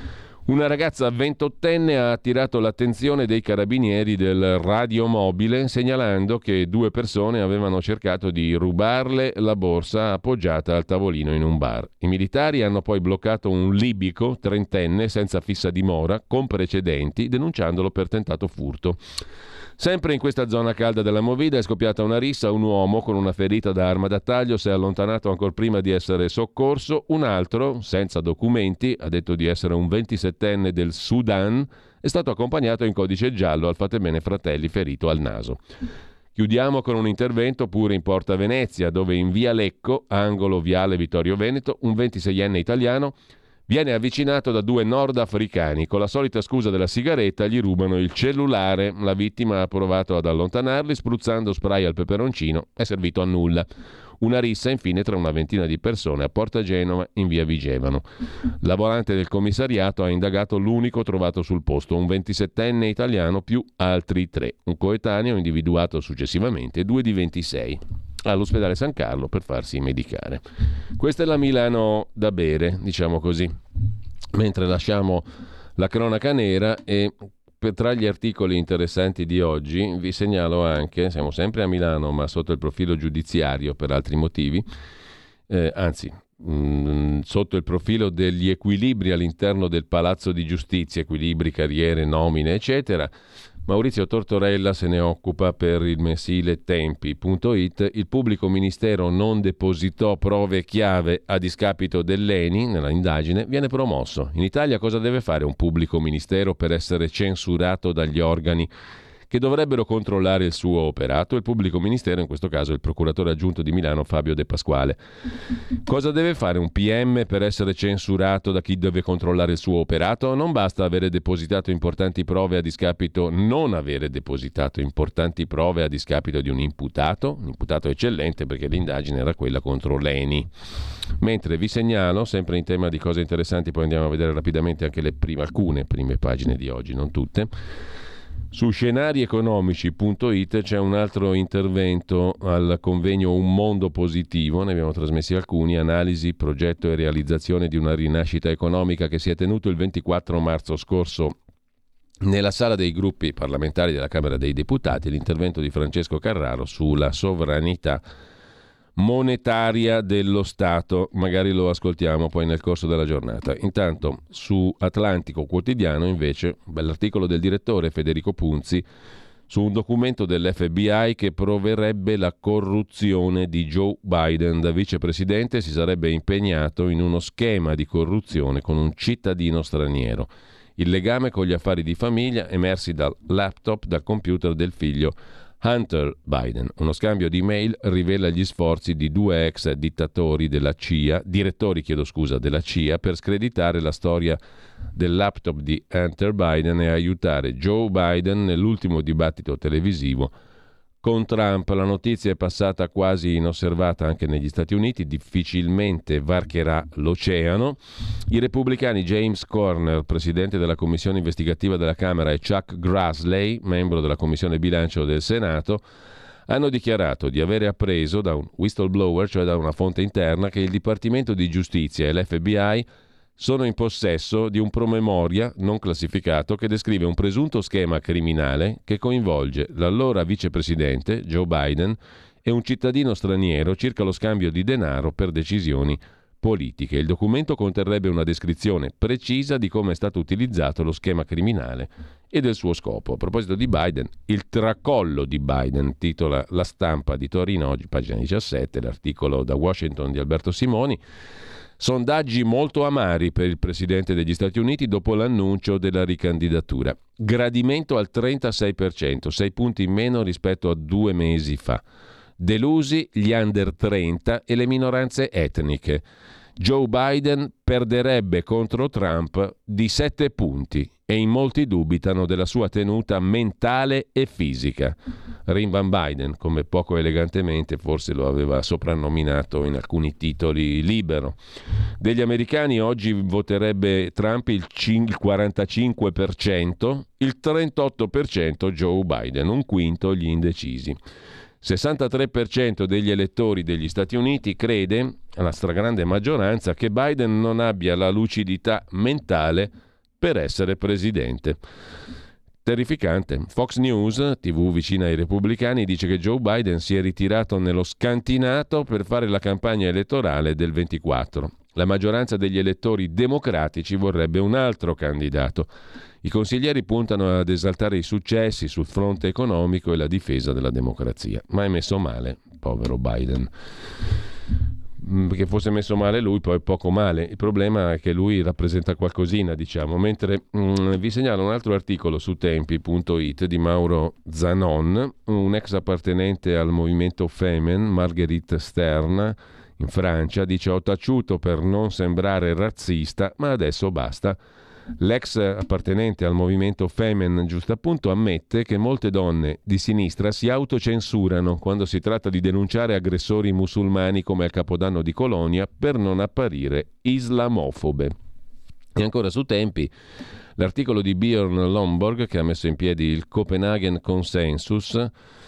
una ragazza ventottenne ha attirato l'attenzione dei carabinieri del radiomobile segnalando che due persone avevano cercato di rubarle la borsa appoggiata al tavolino in un bar. I militari hanno poi bloccato un libico trentenne senza fissa dimora con precedenti, denunciandolo per tentato furto. Sempre in questa zona calda della Movida è scoppiata una rissa, un uomo con una ferita da arma da taglio si è allontanato ancora prima di essere soccorso, un altro, senza documenti, ha detto di essere un ventisettenne del Sudan, è stato accompagnato in codice giallo al Fatemene Fratelli ferito al naso. Chiudiamo con un intervento pure in Porta Venezia, dove in via Lecco, angolo viale Vittorio Veneto, un ventiseienne italiano Viene avvicinato da due nordafricani. Con la solita scusa della sigaretta gli rubano il cellulare. La vittima ha provato ad allontanarli spruzzando spray al peperoncino. È servito a nulla. Una rissa infine tra una ventina di persone a Porta Genova in via Vigevano. La volante del commissariato ha indagato l'unico trovato sul posto, un ventisettenne italiano più altri tre. Un coetaneo individuato successivamente, due di ventisei, all'ospedale San Carlo per farsi medicare. Questa è la Milano da bere, diciamo così. Mentre lasciamo la cronaca nera e per tra gli articoli interessanti di oggi vi segnalo anche, siamo sempre a Milano ma sotto il profilo giudiziario per altri motivi, eh, anzi mh, sotto il profilo degli equilibri all'interno del Palazzo di Giustizia, equilibri, carriere, nomine eccetera. Maurizio Tortorella se ne occupa per il mensile tempi punto it. Il pubblico ministero non depositò prove chiave a discapito dell'E N I nella indagine, viene promosso. In Italia cosa deve fare un pubblico ministero per essere censurato dagli organi che dovrebbero controllare il suo operato? Il pubblico ministero, in questo caso il procuratore aggiunto di Milano Fabio De Pasquale. Cosa deve fare un P M per essere censurato da chi deve controllare il suo operato? Non basta avere depositato importanti prove a discapito, non avere depositato importanti prove a discapito di un imputato, un imputato eccellente perché l'indagine era quella contro l'E N I. Mentre vi segnalo, sempre in tema di cose interessanti, poi andiamo a vedere rapidamente anche le prime, alcune prime pagine di oggi, non tutte. Su scenarieconomici punto it c'è un altro intervento al convegno Un Mondo Positivo, ne abbiamo trasmessi alcuni, analisi, progetto e realizzazione di una rinascita economica, che si è tenuto il ventiquattro marzo scorso nella sala dei gruppi parlamentari della Camera dei Deputati. L'intervento di Francesco Carraro sulla sovranità monetaria dello Stato, magari lo ascoltiamo poi nel corso della giornata. Intanto su Atlantico Quotidiano invece bell'articolo del direttore Federico Punzi su un documento dell'F B I che proverebbe la corruzione di Joe Biden. Da vicepresidente si sarebbe impegnato in uno schema di corruzione con un cittadino straniero. Il legame con gli affari di famiglia emersi dal laptop, dal computer del figlio Hunter Biden. Uno scambio di mail rivela gli sforzi di due ex dittatori della C I A, direttori, chiedo scusa, della C I A, per screditare la storia del laptop di Hunter Biden e aiutare Joe Biden nell'ultimo dibattito televisivo con Trump. La notizia è passata quasi inosservata anche negli Stati Uniti, difficilmente varcherà l'oceano. I repubblicani James Corner, presidente della commissione investigativa della Camera, e Chuck Grassley, membro della commissione bilancio del Senato, hanno dichiarato di avere appreso da un whistleblower, cioè da una fonte interna, che il Dipartimento di Giustizia e l'F B I sono in possesso di un promemoria non classificato che descrive un presunto schema criminale che coinvolge l'allora vicepresidente Joe Biden e un cittadino straniero circa lo scambio di denaro per decisioni politiche. Il documento conterrebbe una descrizione precisa di come è stato utilizzato lo schema criminale e del suo scopo. A proposito di Biden, il tracollo di Biden, titola La Stampa di Torino oggi, pagina diciassette, l'articolo da Washington di Alberto Simoni. Sondaggi molto amari per il presidente degli Stati Uniti dopo l'annuncio della ricandidatura. Gradimento al trentasei per cento, sei punti in meno rispetto a due mesi fa. Delusi gli under trenta e le minoranze etniche. Joe Biden perderebbe contro Trump di sette punti e in molti dubitano della sua tenuta mentale e fisica. Rin Van Biden, come poco elegantemente forse lo aveva soprannominato in alcuni titoli Libero. Degli americani oggi voterebbe Trump il quarantacinque per cento, il trentotto per cento Joe Biden, un quinto gli indecisi. sessantatré per cento degli elettori degli Stati Uniti crede, alla stragrande maggioranza, che Biden non abbia la lucidità mentale per essere presidente. Terrificante. Fox News, tivù vicina ai repubblicani, dice che Joe Biden si è ritirato nello scantinato per fare la campagna elettorale del ventiquattro. La maggioranza degli elettori democratici vorrebbe un altro candidato. I consiglieri puntano ad esaltare i successi sul fronte economico e la difesa della democrazia. Ma è messo male, povero Biden. Che fosse messo male lui, poi poco male. Il problema è che lui rappresenta qualcosina, diciamo. Mentre mh, vi segnalo un altro articolo su tempi punto it di Mauro Zanon, un ex appartenente al movimento Femen, Marguerite Stern, in Francia, dice: ho taciuto per non sembrare razzista, ma adesso basta. L'ex appartenente al movimento Femen, giusto appunto, ammette che molte donne di sinistra si autocensurano quando si tratta di denunciare aggressori musulmani come al Capodanno di Colonia per non apparire islamofobe. E ancora su Tempi, l'articolo di Björn Lomborg, che ha messo in piedi il Copenhagen Consensus,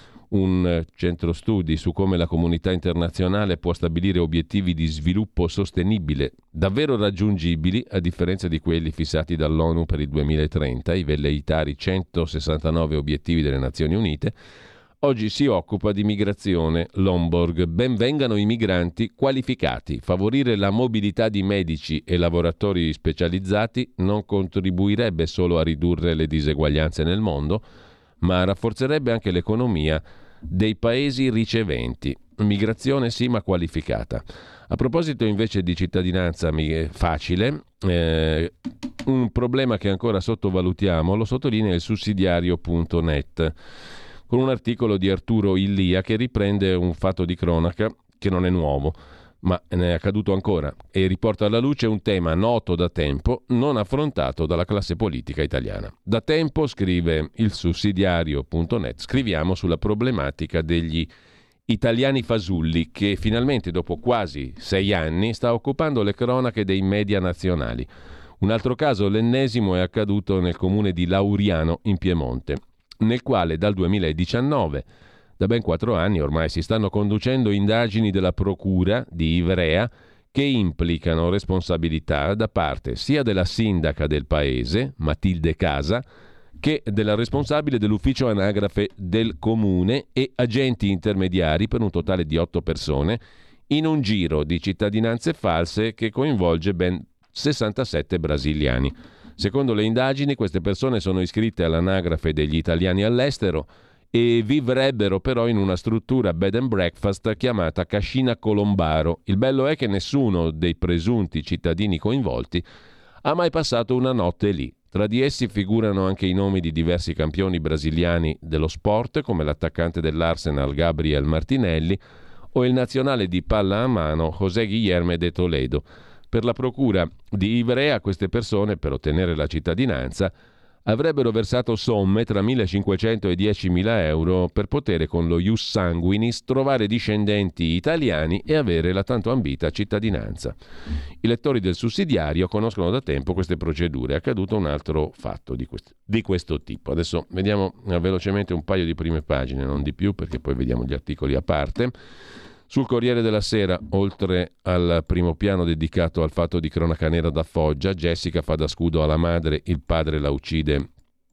un centro studi su come la comunità internazionale può stabilire obiettivi di sviluppo sostenibile davvero raggiungibili, a differenza di quelli fissati dall'ONU per il duemilatrenta, i velleitari centosessantanove obiettivi delle Nazioni Unite. Oggi si occupa di migrazione. Lomborg: ben vengano i migranti qualificati. Favorire la mobilità di medici e lavoratori specializzati non contribuirebbe solo a ridurre le diseguaglianze nel mondo, ma rafforzerebbe anche l'economia dei paesi riceventi. Migrazione sì, ma qualificata. A proposito invece di cittadinanza facile, eh, un problema che ancora sottovalutiamo lo sottolinea il sussidiario punto net, con un articolo di Arturo Illia che riprende un fatto di cronaca che non è nuovo, ma ne è accaduto ancora, e riporta alla luce un tema noto da tempo, non affrontato dalla classe politica italiana. Da tempo, scrive il sussidiario punto net, scriviamo sulla problematica degli italiani fasulli, che finalmente dopo quasi sei anni sta occupando le cronache dei media nazionali. Un altro caso, l'ennesimo, è accaduto nel comune di Lauriano in Piemonte, nel quale dal duemiladiciannove, da ben quattro anni ormai, si stanno conducendo indagini della procura di Ivrea che implicano responsabilità da parte sia della sindaca del paese, Matilde Casa, che della responsabile dell'ufficio anagrafe del comune e agenti intermediari, per un totale di otto persone, in un giro di cittadinanze false che coinvolge ben sessantasette brasiliani. Secondo le indagini, queste persone sono iscritte all'anagrafe degli italiani all'estero e vivrebbero però in una struttura bed and breakfast chiamata Cascina Colombaro. Il bello è che nessuno dei presunti cittadini coinvolti ha mai passato una notte lì. Tra di essi figurano anche i nomi di diversi campioni brasiliani dello sport, come l'attaccante dell'Arsenal Gabriel Martinelli o il nazionale di palla a mano José Guilherme de Toledo. Per la procura di Ivrea, queste persone, per ottenere la cittadinanza, avrebbero versato somme tra millecinquecento e diecimila euro per poter con lo ius sanguinis trovare discendenti italiani e avere la tanto ambita cittadinanza. I lettori del sussidiario conoscono da tempo queste procedure. È accaduto un altro fatto di questo, di questo tipo. Adesso vediamo velocemente un paio di prime pagine, non di più, perché poi vediamo gli articoli a parte. Sul Corriere della Sera, oltre al primo piano dedicato al fatto di cronaca nera da Foggia, Jessica fa da scudo alla madre, il padre la uccide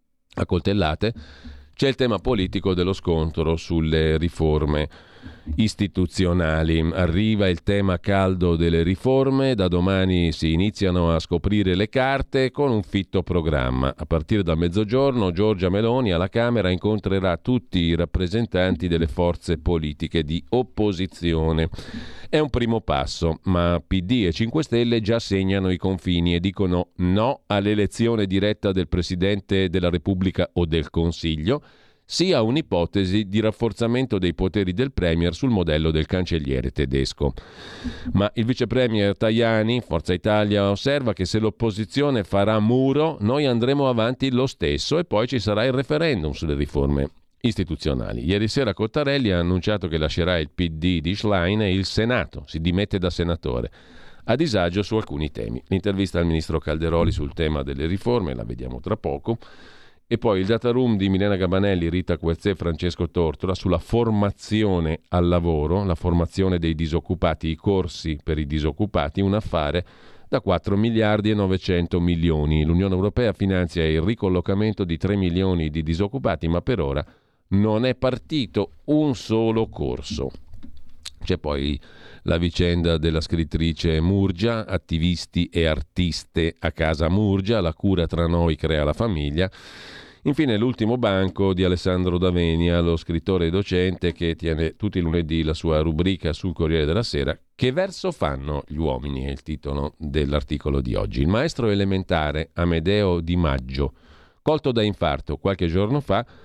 a coltellate, c'è il tema politico dello scontro sulle riforme istituzionali. Arriva il tema caldo delle riforme, da domani si iniziano a scoprire le carte con un fitto programma. A partire da mezzogiorno Giorgia Meloni alla Camera incontrerà tutti i rappresentanti delle forze politiche di opposizione. È un primo passo, ma P D e cinque Stelle già segnano i confini e dicono no all'elezione diretta del Presidente della Repubblica o del Consiglio, sia un'ipotesi di rafforzamento dei poteri del Premier sul modello del cancelliere tedesco. Ma il vice Premier Tajani, Forza Italia, osserva che se l'opposizione farà muro, noi andremo avanti lo stesso e poi ci sarà il referendum sulle riforme istituzionali. Ieri sera Cottarelli ha annunciato che lascerà il P D di Schlein e il Senato, si dimette da senatore, a disagio su alcuni temi. L'intervista al ministro Calderoli sul tema delle riforme la vediamo tra poco. E poi il data room di Milena Gabanelli, Rita Querzè e Francesco Tortora sulla formazione al lavoro, la formazione dei disoccupati, i corsi per i disoccupati, un affare da quattro miliardi e novecento milioni. L'Unione Europea finanzia il ricollocamento di tre milioni di disoccupati, ma per ora non è partito un solo corso. C'è poi la vicenda della scrittrice Murgia, attivisti e artiste a casa Murgia, la cura tra noi crea la famiglia. Infine l'ultimo banco di Alessandro D'Avenia, lo scrittore e docente che tiene tutti i lunedì la sua rubrica sul Corriere della Sera. Che verso fanno gli uomini è il titolo dell'articolo di oggi. Il maestro elementare Amedeo Di Maggio, colto da infarto qualche giorno fa,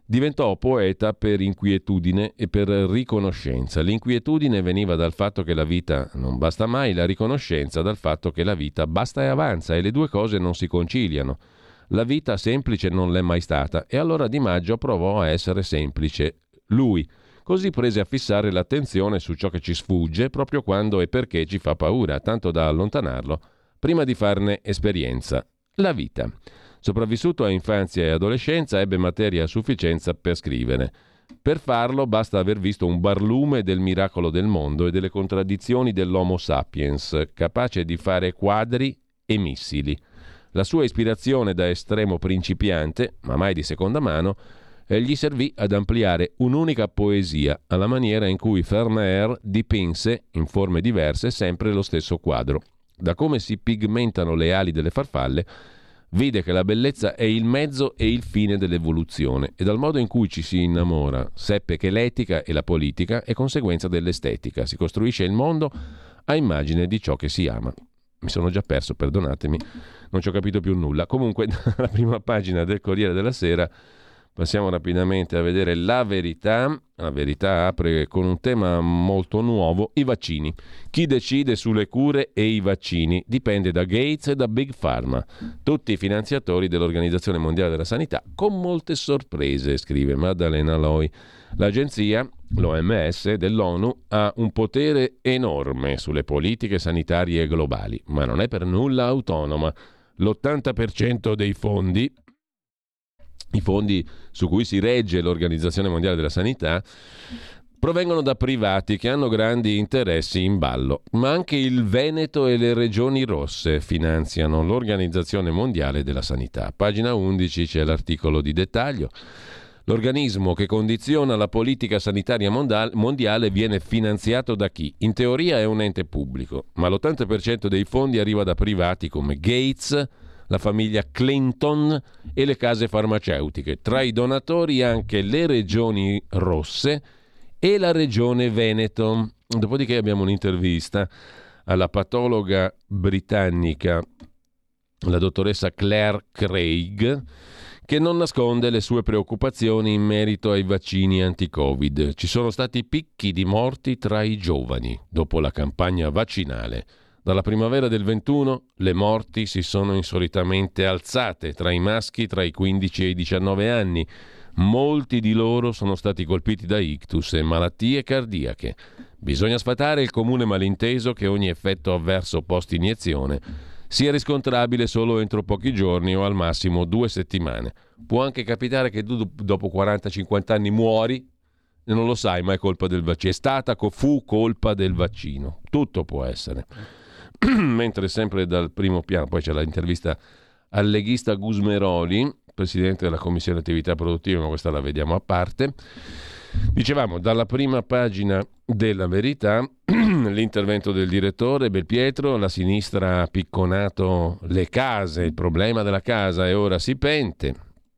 Diventò poeta per inquietudine e per riconoscenza. L'inquietudine veniva dal fatto che la vita non basta mai, la riconoscenza dal fatto che la vita basta e avanza, e le due cose non si conciliano. La vita semplice non l'è mai stata, e allora Di Maggio provò a essere semplice lui. Così prese a fissare l'attenzione su ciò che ci sfugge proprio quando e perché ci fa paura, tanto da allontanarlo prima di farne esperienza. La vita. Sopravvissuto a infanzia e adolescenza, ebbe materia a sufficienza per scrivere. Per farlo basta aver visto un barlume del miracolo del mondo e delle contraddizioni dell'Homo sapiens, capace di fare quadri e missili. La sua ispirazione da estremo principiante, ma mai di seconda mano, gli servì ad ampliare un'unica poesia, alla maniera in cui Vermeer dipinse, in forme diverse, sempre lo stesso quadro. Da come si pigmentano le ali delle farfalle, vide che la bellezza è il mezzo e il fine dell'evoluzione, e dal modo in cui ci si innamora seppe che l'etica e la politica è conseguenza dell'estetica. Si costruisce il mondo a immagine di ciò che si ama. Mi sono già perso, perdonatemi, non ci ho capito più nulla. Comunque, dalla prima pagina del Corriere della Sera passiamo rapidamente a vedere La Verità. La Verità apre con un tema molto nuovo: i vaccini. Chi decide sulle cure e i vaccini? Dipende da Gates e da Big Pharma, tutti i finanziatori dell'Organizzazione Mondiale della Sanità, con molte sorprese, scrive Maddalena Loi. L'agenzia, l'O M S dell'ONU, ha un potere enorme sulle politiche sanitarie globali, ma non è per nulla autonoma. L'ottanta per cento dei fondi I fondi su cui si regge l'Organizzazione Mondiale della Sanità provengono da privati che hanno grandi interessi in ballo, ma anche il Veneto e le regioni rosse finanziano l'Organizzazione Mondiale della Sanità. Pagina undici c'è l'articolo di dettaglio. L'organismo che condiziona la politica sanitaria mondiale viene finanziato da chi? In teoria è un ente pubblico, ma l'ottanta per cento dei fondi arriva da privati come Gates, la famiglia Clinton e le case farmaceutiche. Tra i donatori anche le regioni rosse e la regione Veneto. Dopodiché abbiamo un'intervista alla patologa britannica, la dottoressa Claire Craig, che non nasconde le sue preoccupazioni in merito ai vaccini anti-Covid. Ci sono stati picchi di morti tra i giovani dopo la campagna vaccinale. Dalla primavera del ventuno le morti si sono insolitamente alzate tra i maschi tra i quindici e i diciannove anni. Molti di loro sono stati colpiti da ictus e malattie cardiache. Bisogna sfatare il comune malinteso che ogni effetto avverso post-iniezione sia riscontrabile solo entro pochi giorni o al massimo due settimane. Può anche capitare che tu dopo quaranta cinquanta anni muori e non lo sai, ma è colpa del vaccino. È stata, fu colpa del vaccino. Tutto può essere. Mentre sempre dal primo piano, poi c'è l'intervista al leghista Gusmeroli, presidente della Commissione Attività Produttive, ma questa la vediamo a parte. Dicevamo, dalla prima pagina della Verità, l'intervento del direttore Belpietro: la sinistra ha picconato le case, il problema della casa, e ora si pente.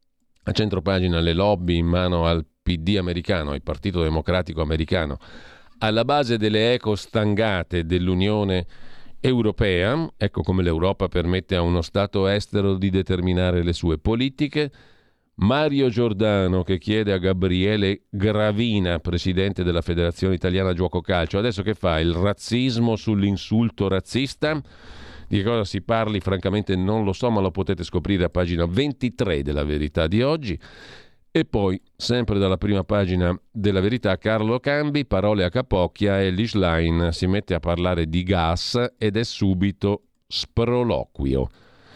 A centropagina le lobby in mano al P D americano, al Partito Democratico americano, alla base delle ecostangate dell'Unione Europea. Ecco come l'Europa permette a uno Stato estero di determinare le sue politiche. Mario Giordano che chiede a Gabriele Gravina, presidente della Federazione Italiana Giuoco Calcio: adesso che fa? Il razzismo sull'insulto razzista? Di cosa si parli francamente non lo so, ma lo potete scoprire a pagina ventitré della Verità di oggi. E poi, sempre dalla prima pagina della Verità, Carlo Cambi, parole a capocchia, e Lee Schlein si mette a parlare di gas ed è subito sproloquio.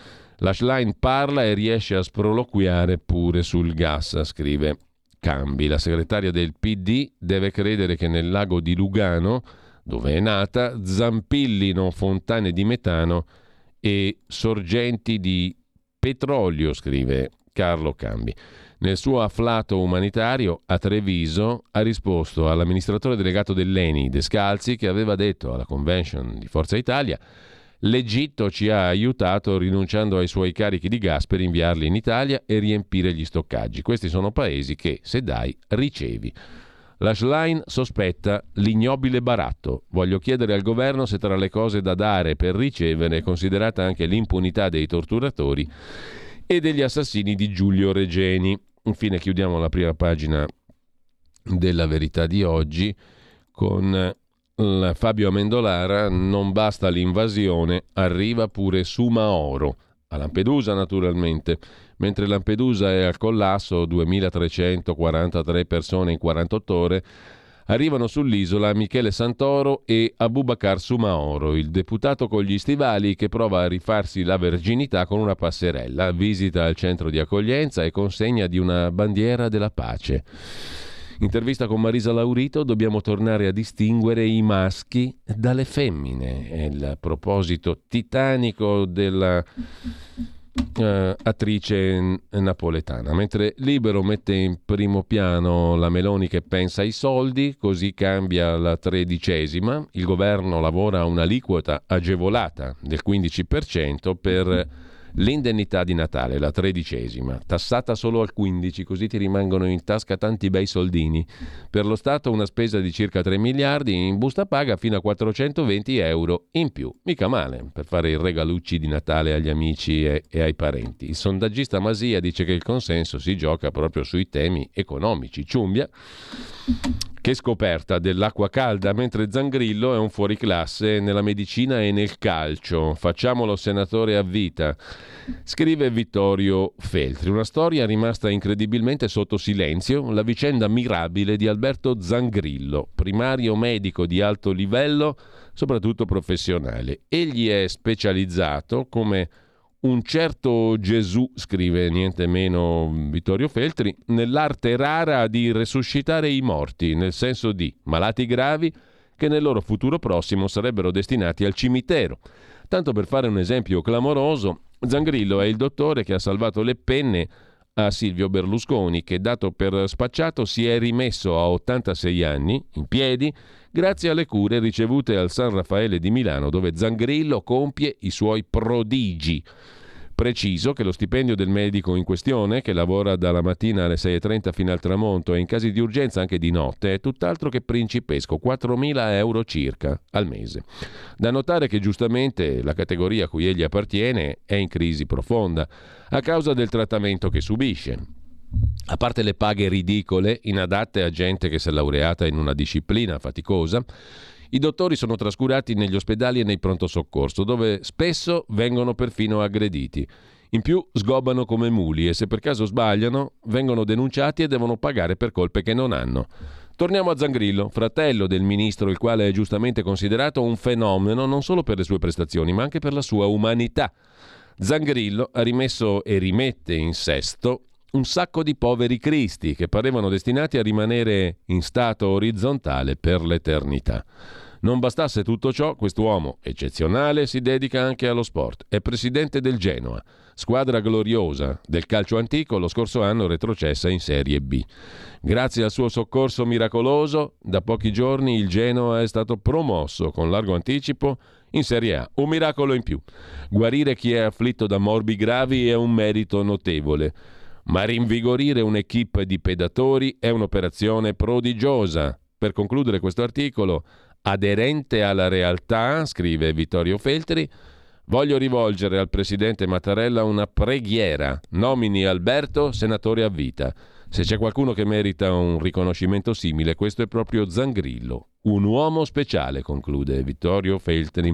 La Schlein parla e riesce a sproloquiare pure sul gas, scrive Cambi. La segretaria del P D deve credere che nel lago di Lugano, dove è nata, zampillino fontane di metano e sorgenti di petrolio, scrive Carlo Cambi. Nel suo afflato umanitario a Treviso ha risposto all'amministratore delegato dell'Eni Descalzi, che aveva detto alla convention di Forza Italia: l'Egitto ci ha aiutato rinunciando ai suoi carichi di gas per inviarli in Italia e riempire gli stoccaggi. Questi sono paesi che, se dai, ricevi. La Schlein sospetta l'ignobile baratto. Voglio chiedere al governo se tra le cose da dare per ricevere è considerata anche l'impunità dei torturatori e degli assassini di Giulio Regeni. Infine chiudiamo la prima pagina della Verità di oggi con Fabio Amendolara: non basta l'invasione, arriva pure Sumaoro, a Lampedusa naturalmente. Mentre Lampedusa è al collasso, duemilatrecentoquarantatré persone in quarantotto ore, arrivano sull'isola Michele Santoro e Abubakar Sumaoro, il deputato con gli stivali che prova a rifarsi la verginità con una passerella, visita al centro di accoglienza e consegna di una bandiera della pace. Intervista con Marisa Laurito: dobbiamo tornare a distinguere i maschi dalle femmine. È il proposito titanico della uh, attrice napoletana. Mentre Libero mette in primo piano la Meloni che pensa ai soldi, così cambia la tredicesima. Il governo lavora a un'aliquota agevolata del quindici per cento per l'indennità di Natale, la tredicesima, tassata solo al quindici, così ti rimangono in tasca tanti bei soldini. Per lo Stato una spesa di circa tre miliardi, in busta paga fino a quattrocentoventi euro in più. Mica male per fare i regalucci di Natale agli amici e, e ai parenti. Il sondaggista Masia dice che il consenso si gioca proprio sui temi economici. Ciumbia, che scoperta dell'acqua calda, mentre Zangrillo è un fuoriclasse nella medicina e nel calcio. Facciamolo senatore a vita, scrive Vittorio Feltri. Una storia rimasta incredibilmente sotto silenzio, la vicenda mirabile di Alberto Zangrillo, primario medico di alto livello, soprattutto professionale. Egli è specializzato come un certo Gesù, scrive niente meno Vittorio Feltri, nell'arte rara di resuscitare i morti, nel senso di malati gravi che nel loro futuro prossimo sarebbero destinati al cimitero. Tanto per fare un esempio clamoroso, Zangrillo è il dottore che ha salvato le penne a Silvio Berlusconi, che dato per spacciato si è rimesso a ottantasei anni in piedi grazie alle cure ricevute al San Raffaele di Milano, dove Zangrillo compie i suoi prodigi. Preciso che lo stipendio del medico in questione, che lavora dalla mattina alle sei e trenta fino al tramonto e in casi di urgenza anche di notte, è tutt'altro che principesco, quattromila euro circa al mese. Da notare che giustamente la categoria a cui egli appartiene è in crisi profonda a causa del trattamento che subisce. A parte le paghe ridicole, inadatte a gente che si è laureata in una disciplina faticosa, i dottori sono trascurati negli ospedali e nei pronto soccorso, dove spesso vengono perfino aggrediti. In più sgobbano come muli e se per caso sbagliano vengono denunciati e devono pagare per colpe che non hanno. Torniamo a Zangrillo, fratello del ministro, il quale è giustamente considerato un fenomeno non solo per le sue prestazioni ma anche per la sua umanità. Zangrillo ha rimesso e rimette in sesto un sacco di poveri cristi che parevano destinati a rimanere in stato orizzontale per l'eternità. Non bastasse tutto ciò, quest'uomo eccezionale si dedica anche allo sport. È presidente del Genoa, squadra gloriosa del calcio antico, lo scorso anno retrocessa in Serie B. Grazie al suo soccorso miracoloso, da pochi giorni il Genoa è stato promosso con largo anticipo in Serie A. Un miracolo in più. Guarire chi è afflitto da morbi gravi è un merito notevole. Ma rinvigorire un'equipe di pedatori è un'operazione prodigiosa. Per concludere questo articolo, aderente alla realtà, scrive Vittorio Feltri, voglio rivolgere al presidente Mattarella una preghiera. Nomini Alberto senatore a vita. Se c'è qualcuno che merita un riconoscimento simile, questo è proprio Zangrillo. Un uomo speciale, conclude Vittorio Feltri.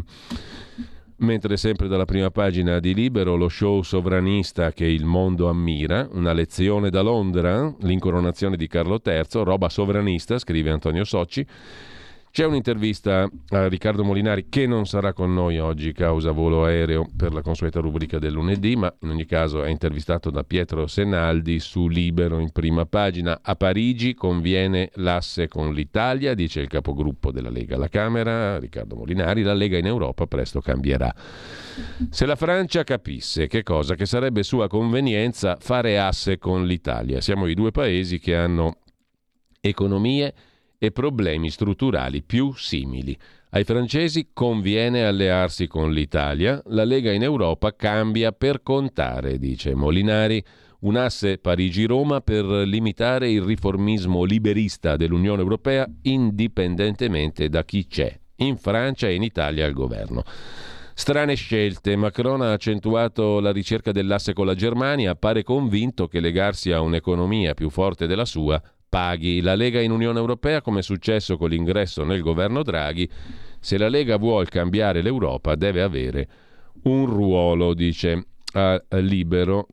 Mentre sempre dalla prima pagina di Libero, lo show sovranista che il mondo ammira, una lezione da Londra, l'incoronazione di Carlo terzo, roba sovranista, scrive Antonio Socci. C'è un'intervista a Riccardo Molinari che non sarà con noi oggi causa volo aereo per la consueta rubrica del lunedì, ma in ogni caso è intervistato da Pietro Senaldi su Libero in prima pagina. A Parigi conviene l'asse con l'Italia, dice il capogruppo della Lega alla Camera, Riccardo Molinari, la Lega in Europa presto cambierà. Se la Francia capisse che cosa che sarebbe sua convenienza fare asse con l'Italia, siamo i due paesi che hanno economie e problemi strutturali più simili. Ai francesi conviene allearsi con l'Italia, la Lega in Europa cambia per contare, dice Molinari, un asse Parigi-Roma per limitare il riformismo liberista dell'Unione Europea indipendentemente da chi c'è, in Francia e in Italia al governo. Strane scelte. Macron ha accentuato la ricerca dell'asse con la Germania, appare convinto che legarsi a un'economia più forte della sua paghi. La Lega in Unione Europea, come è successo con l'ingresso nel governo Draghi, se la Lega vuol cambiare l'Europa deve avere un ruolo, dice a Libero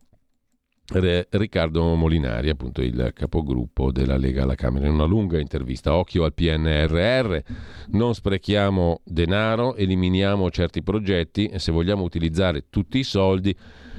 Riccardo Molinari, appunto il capogruppo della Lega alla Camera, in una lunga intervista. Occhio al P N R R, non sprechiamo denaro, eliminiamo certi progetti e se vogliamo utilizzare tutti i soldi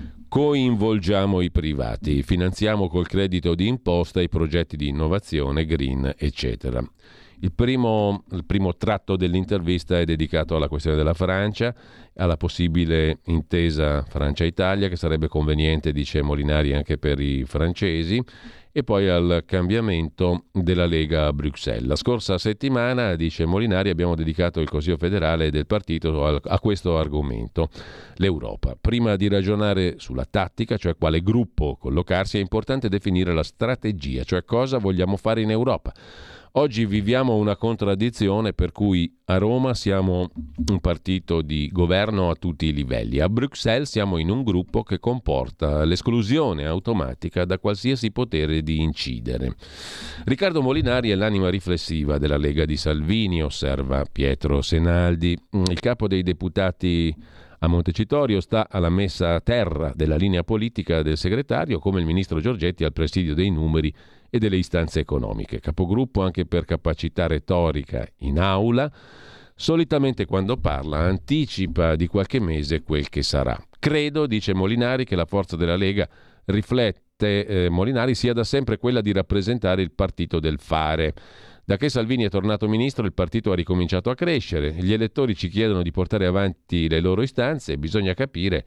coinvolgiamo i privati, finanziamo col credito di imposta i progetti di innovazione, green, eccetera. Il primo, il primo tratto dell'intervista è dedicato alla questione della Francia, alla possibile intesa Francia-Italia, che sarebbe conveniente, dice Molinari, anche per i francesi, e poi al cambiamento della Lega a Bruxelles. La scorsa settimana, dice Molinari, abbiamo dedicato il Consiglio federale del partito a, a questo argomento, l'Europa. Prima di ragionare sulla tattica, cioè quale gruppo collocarsi, è importante definire la strategia, cioè cosa vogliamo fare in Europa. Oggi viviamo una contraddizione per cui a Roma siamo un partito di governo a tutti i livelli, a Bruxelles siamo in un gruppo che comporta l'esclusione automatica da qualsiasi potere di incidere. Riccardo Molinari è l'anima riflessiva della Lega di Salvini, osserva Pietro Senaldi. Il capo dei deputati a Montecitorio sta alla messa a terra della linea politica del segretario, come il ministro Giorgetti al presidio dei numeri e delle istanze economiche. Capogruppo anche per capacità retorica in aula, solitamente quando parla anticipa di qualche mese quel che sarà. Credo, dice Molinari, che la forza della Lega riflette eh, Molinari sia da sempre quella di rappresentare il partito del fare. Da che Salvini è tornato ministro il partito ha ricominciato a crescere, gli elettori ci chiedono di portare avanti le loro istanze e bisogna capire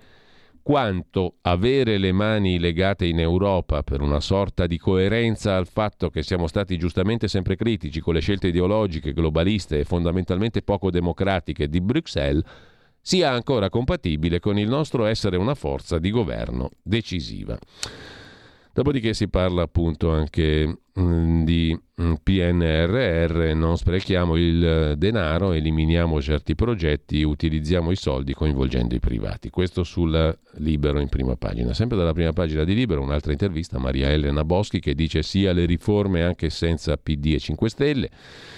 quanto avere le mani legate in Europa per una sorta di coerenza al fatto che siamo stati giustamente sempre critici con le scelte ideologiche, globaliste e fondamentalmente poco democratiche di Bruxelles sia ancora compatibile con il nostro essere una forza di governo decisiva. Dopodiché si parla appunto anche mh, di mh, P N R R, non sprechiamo il denaro, eliminiamo certi progetti, utilizziamo i soldi coinvolgendo i privati. Questo sul Libero in prima pagina. Sempre dalla prima pagina di Libero un'altra intervista a Maria Elena Boschi che dice sì alle riforme anche senza P D e cinque Stelle.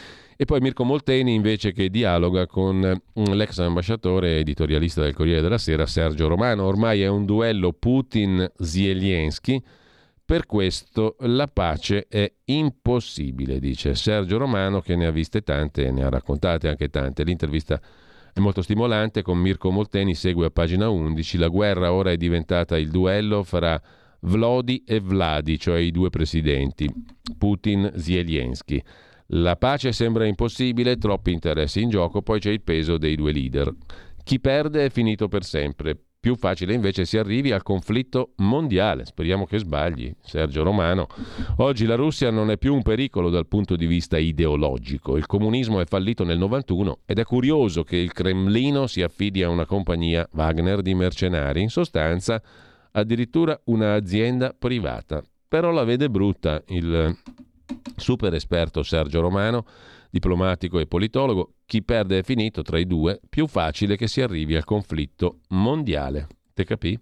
E poi Mirko Molteni invece che dialoga con l'ex ambasciatore editorialista del Corriere della Sera Sergio Romano. Ormai è un duello Putin-Zelensky. Per questo la pace è impossibile, dice Sergio Romano, che ne ha viste tante e ne ha raccontate anche tante. L'intervista è molto stimolante, con Mirko Molteni segue a pagina undici. La guerra ora è diventata il duello fra Vlodi e Vladi, cioè i due presidenti, Putin-Zelensky. La pace sembra impossibile, troppi interessi in gioco, poi c'è il peso dei due leader. Chi perde è finito per sempre. Più facile invece si arrivi al conflitto mondiale. Speriamo che sbagli Sergio Romano. Oggi la Russia non è più un pericolo dal punto di vista ideologico. Il comunismo è fallito nel novantuno ed è curioso che il Cremlino si affidi a una compagnia Wagner di mercenari, in sostanza addirittura un'azienda privata. Però la vede brutta il super esperto Sergio Romano, diplomatico e politologo. Chi perde è finito tra i due, più facile che si arrivi al conflitto mondiale. Te capì?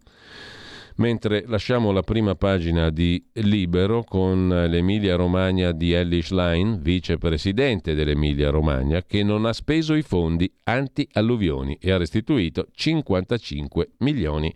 Mentre lasciamo la prima pagina di Libero con l'Emilia Romagna di Elly Schlein, vicepresidente dell'Emilia Romagna, che non ha speso i fondi anti-alluvioni e ha restituito cinquantacinque milioni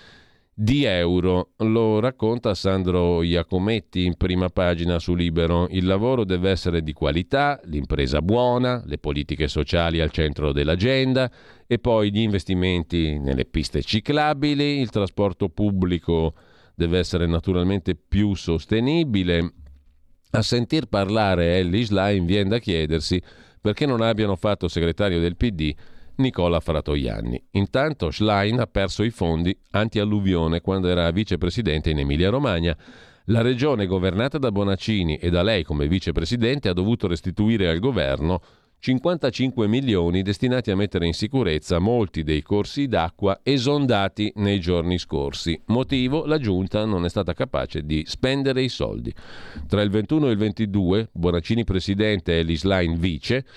di euro. Lo racconta Sandro Iacometti in prima pagina su Libero. Il lavoro deve essere di qualità, l'impresa buona, le politiche sociali al centro dell'agenda e poi gli investimenti nelle piste ciclabili, il trasporto pubblico deve essere naturalmente più sostenibile. A sentir parlare Elly Schlein viene da chiedersi perché non abbiano fatto segretario del P D Nicola Fratoianni. Intanto Schlein ha perso i fondi anti-alluvione quando era vicepresidente in Emilia-Romagna. La regione governata da Bonaccini e da lei come vicepresidente ha dovuto restituire al governo cinquantacinque milioni destinati a mettere in sicurezza molti dei corsi d'acqua esondati nei giorni scorsi. Motivo: la giunta non è stata capace di spendere i soldi. Tra il ventuno e il ventidue, Bonaccini presidente e Elly Schlein vice,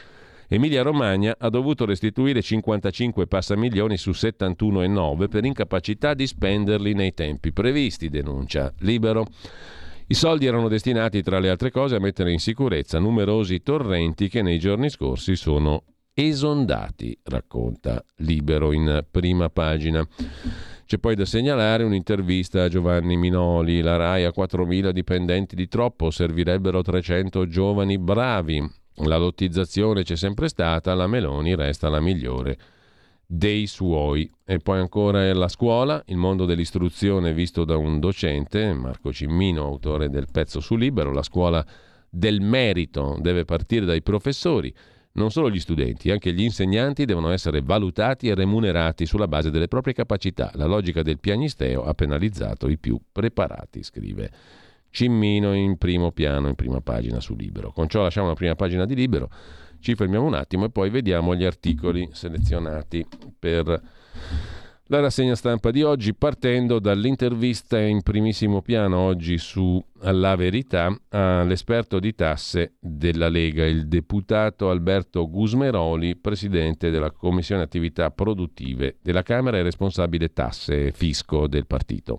Emilia-Romagna ha dovuto restituire cinquantacinque passamilioni su settantuno virgola nove per incapacità di spenderli nei tempi previsti, denuncia Libero. I soldi erano destinati, tra le altre cose, a mettere in sicurezza numerosi torrenti che nei giorni scorsi sono esondati, racconta Libero in prima pagina. C'è poi da segnalare un'intervista a Giovanni Minoli. La RAI ha quattromila dipendenti di troppo, servirebbero trecento giovani bravi. La lottizzazione c'è sempre stata, la Meloni resta la migliore dei suoi. E poi ancora la scuola, il mondo dell'istruzione visto da un docente, Marco Cimmino, autore del pezzo su Libero. La scuola del merito deve partire dai professori. Non solo gli studenti, anche gli insegnanti devono essere valutati e remunerati sulla base delle proprie capacità. La logica del piagnisteo ha penalizzato i più preparati, scrive Cimmino in primo piano, in prima pagina su Libero. Con ciò lasciamo la prima pagina di Libero, ci fermiamo un attimo e poi vediamo gli articoli selezionati per la rassegna stampa di oggi, partendo dall'intervista in primissimo piano oggi su La Verità all'esperto di tasse della Lega, il deputato Alberto Gusmeroli, presidente della Commissione Attività Produttive della Camera e responsabile tasse e fisco del partito.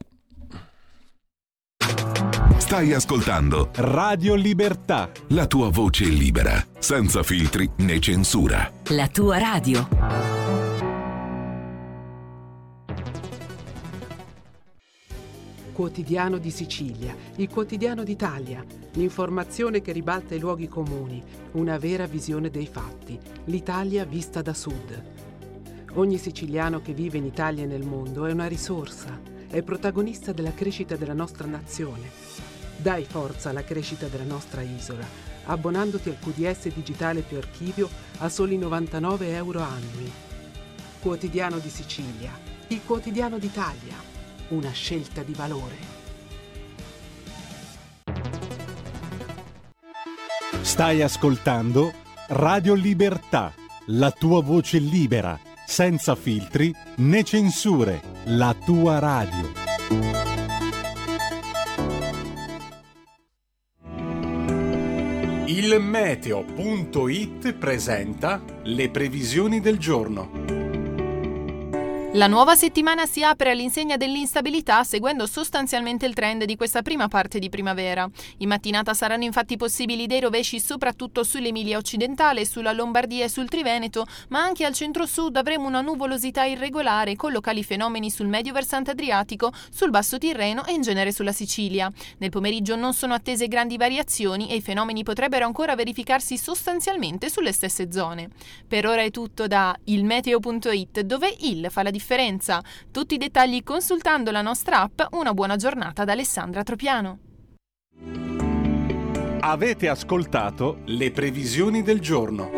Stai ascoltando Radio Libertà, la tua voce libera, senza filtri né censura. La tua radio. Quotidiano di Sicilia, il quotidiano d'Italia, l'informazione che ribalta i luoghi comuni, una vera visione dei fatti, l'Italia vista da sud. Ogni siciliano che vive in Italia e nel mondo è una risorsa, è protagonista della crescita della nostra nazione. Dai forza alla crescita della nostra isola, abbonandoti al Q D S digitale più archivio a soli novantanove euro annui. Quotidiano di Sicilia, il quotidiano d'Italia, una scelta di valore. stai ascoltando Radio Libertà, la tua voce libera, senza filtri né censure, la tua radio. Il meteo punto it presenta le previsioni del giorno. La nuova settimana si apre all'insegna dell'instabilità, seguendo sostanzialmente il trend di questa prima parte di primavera. In mattinata saranno infatti possibili dei rovesci soprattutto sull'Emilia occidentale, sulla Lombardia e sul Triveneto, ma anche al centro-sud avremo una nuvolosità irregolare con locali fenomeni sul medio versante adriatico, sul basso Tirreno e in genere sulla Sicilia. Nel pomeriggio non sono attese grandi variazioni e i fenomeni potrebbero ancora verificarsi sostanzialmente sulle stesse zone. Per ora è tutto da il meteo punto it, dove il fa la differenza. Tutti i dettagli consultando la nostra app. Una buona giornata da Alessandra Tropiano. Avete ascoltato le previsioni del giorno.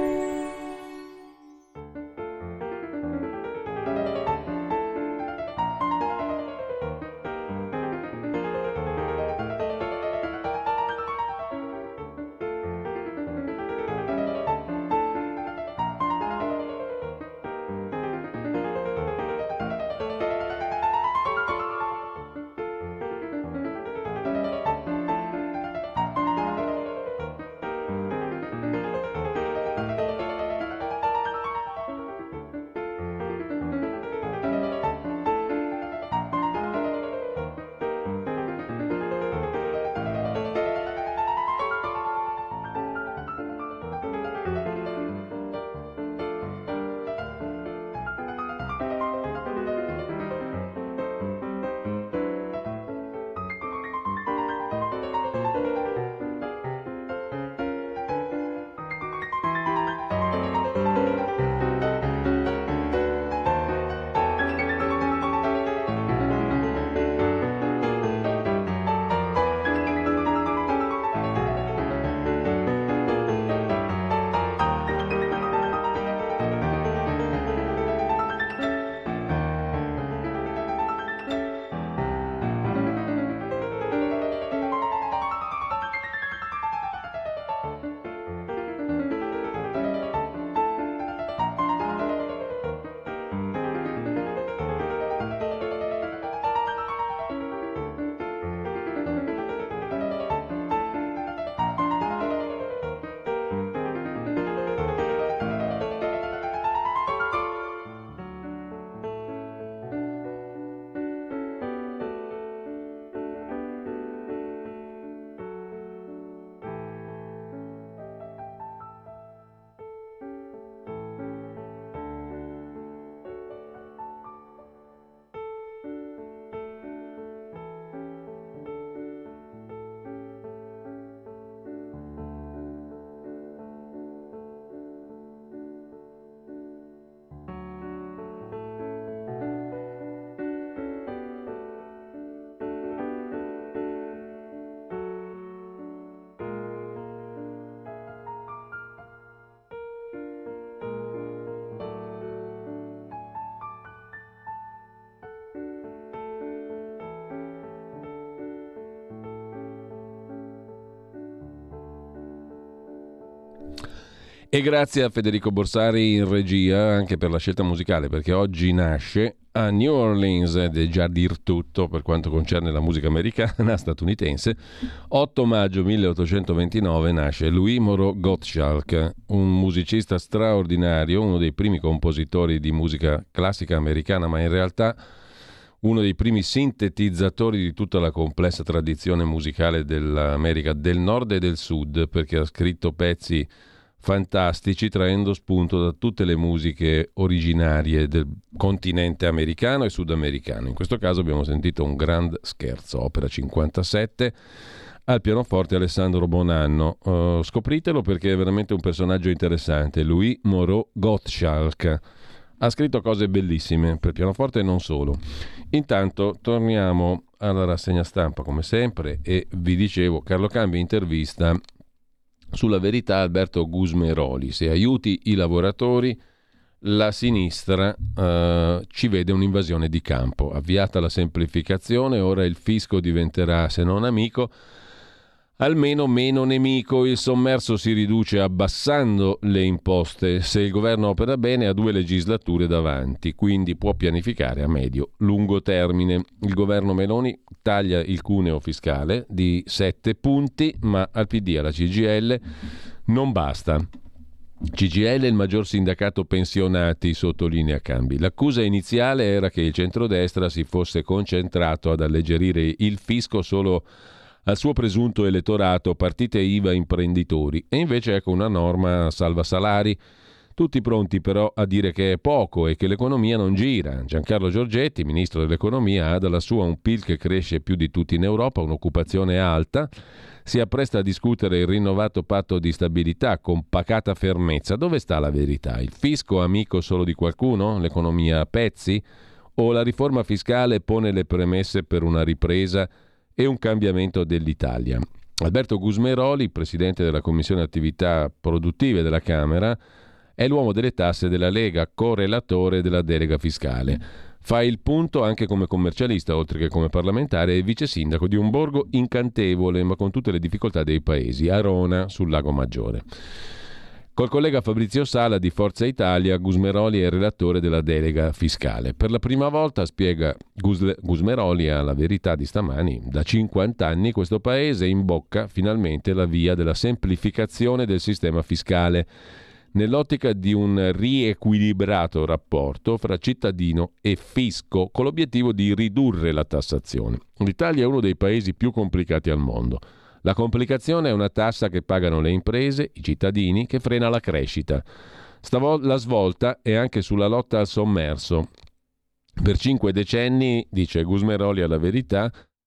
E grazie a Federico Borsari in regia anche per la scelta musicale, perché oggi nasce a New Orleans, ed è già dir tutto per quanto concerne la musica americana statunitense. otto maggio milleottocentoventinove nasce Louis Moreau Gottschalk, un musicista straordinario, uno dei primi compositori di musica classica americana, ma in realtà uno dei primi sintetizzatori di tutta la complessa tradizione musicale dell'America del Nord e del Sud, perché ha scritto pezzi fantastici traendo spunto da tutte le musiche originarie del continente americano e sudamericano. In questo caso abbiamo sentito un grand scherzo, opera cinquantasette, al pianoforte Alessandro Bonanno. Uh, scopritelo perché è veramente un personaggio interessante. Louis Moreau Gottschalk ha scritto cose bellissime per pianoforte e non solo. Intanto torniamo alla rassegna stampa come sempre e vi dicevo, Carlo Cambi intervista sulla Verità Alberto Gusmeroli. Se aiuti i lavoratori, la sinistra uh, ci vede un'invasione di campo. Avviata la semplificazione, ora il fisco diventerà, se non amico, almeno meno nemico. Il sommerso si riduce abbassando le imposte. Se il governo opera bene ha due legislature davanti, quindi può pianificare a medio-lungo termine. Il governo Meloni taglia il cuneo fiscale di sette punti, ma al P D e alla C G I L non basta. C G I L è il maggior sindacato pensionati, sottolinea Cambi. L'accusa iniziale era che il centrodestra si fosse concentrato ad alleggerire il fisco solo al suo presunto elettorato, partite I V A, imprenditori, e invece ecco una norma salva salari, tutti pronti però a dire che è poco e che l'economia non gira. Giancarlo Giorgetti, ministro dell'economia, ha dalla sua un P I L che cresce più di tutti in Europa, un'occupazione alta, si appresta a discutere il rinnovato patto di stabilità con pacata fermezza. Dove sta la verità? Il fisco amico solo di qualcuno? L'economia a pezzi? O la riforma fiscale pone le premesse per una ripresa e un cambiamento dell'Italia? Alberto Gusmeroli, presidente della Commissione Attività Produttive della Camera, è l'uomo delle tasse della Lega, correlatore della delega fiscale. Fa il punto anche come commercialista, oltre che come parlamentare, e vice sindaco di un borgo incantevole, ma con tutte le difficoltà dei paesi, Arona, sul Lago Maggiore. Col collega Fabrizio Sala di Forza Italia, Gusmeroli è il relatore della delega fiscale. Per la prima volta, spiega Gus- Gusmeroli alla Verità di stamani, da cinquanta anni questo paese imbocca finalmente la via della semplificazione del sistema fiscale, nell'ottica di un riequilibrato rapporto fra cittadino e fisco, con l'obiettivo di ridurre la tassazione. L'Italia è uno dei paesi più complicati al mondo. La complicazione è una tassa che pagano le imprese, i cittadini, che frena la crescita. Stavolta la svolta è anche sulla lotta al sommerso. Per cinque decenni, dice Gusmeroli alla Verità,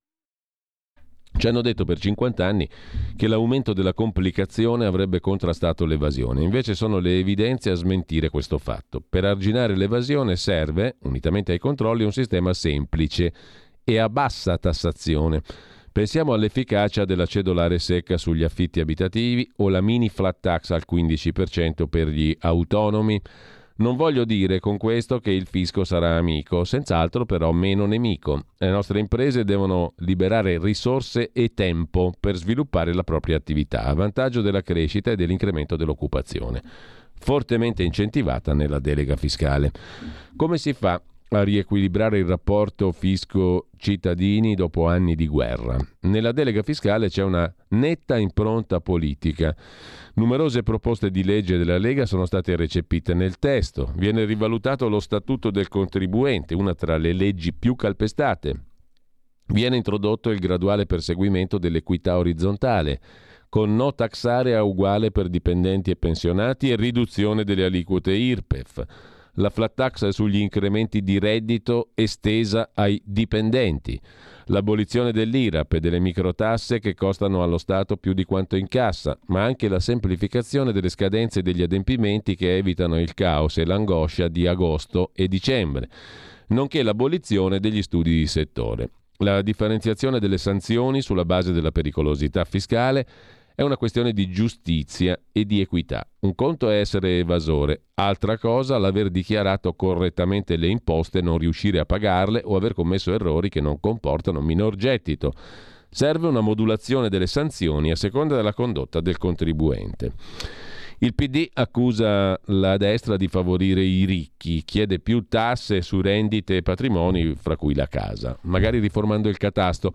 ci hanno detto per cinquanta anni che l'aumento della complicazione avrebbe contrastato l'evasione. Invece sono le evidenze a smentire questo fatto. Per arginare l'evasione serve, unitamente ai controlli, un sistema semplice e a bassa tassazione. Pensiamo all'efficacia della cedolare secca sugli affitti abitativi o la mini flat tax al quindici per cento per gli autonomi. Non voglio dire con questo che il fisco sarà amico, senz'altro però meno nemico. Le nostre imprese devono liberare risorse e tempo per sviluppare la propria attività, a vantaggio della crescita e dell'incremento dell'occupazione, fortemente incentivata nella delega fiscale. Come si fa a riequilibrare il rapporto fisco-cittadini dopo anni di guerra? Nella delega fiscale c'è una netta impronta politica. Numerose proposte di legge della Lega sono state recepite nel testo. Viene rivalutato lo statuto del contribuente, una tra le leggi più calpestate. Viene introdotto il graduale perseguimento dell'equità orizzontale, con no tax area uguale per dipendenti e pensionati e riduzione delle aliquote I R P E F. La flat tax sugli incrementi di reddito estesa ai dipendenti. L'abolizione dell'I R A P e delle microtasse che costano allo Stato più di quanto incassa, ma anche la semplificazione delle scadenze e degli adempimenti che evitano il caos e l'angoscia di agosto e dicembre, nonché l'abolizione degli studi di settore. La differenziazione delle sanzioni sulla base della pericolosità fiscale è una questione di giustizia e di equità. Un conto è essere evasore, altra cosa l'aver dichiarato correttamente le imposte e non riuscire a pagarle o aver commesso errori che non comportano minor gettito. Serve una modulazione delle sanzioni a seconda della condotta del contribuente. Il P D accusa la destra di favorire i ricchi, chiede più tasse su rendite e patrimoni, fra cui la casa, magari riformando il catasto.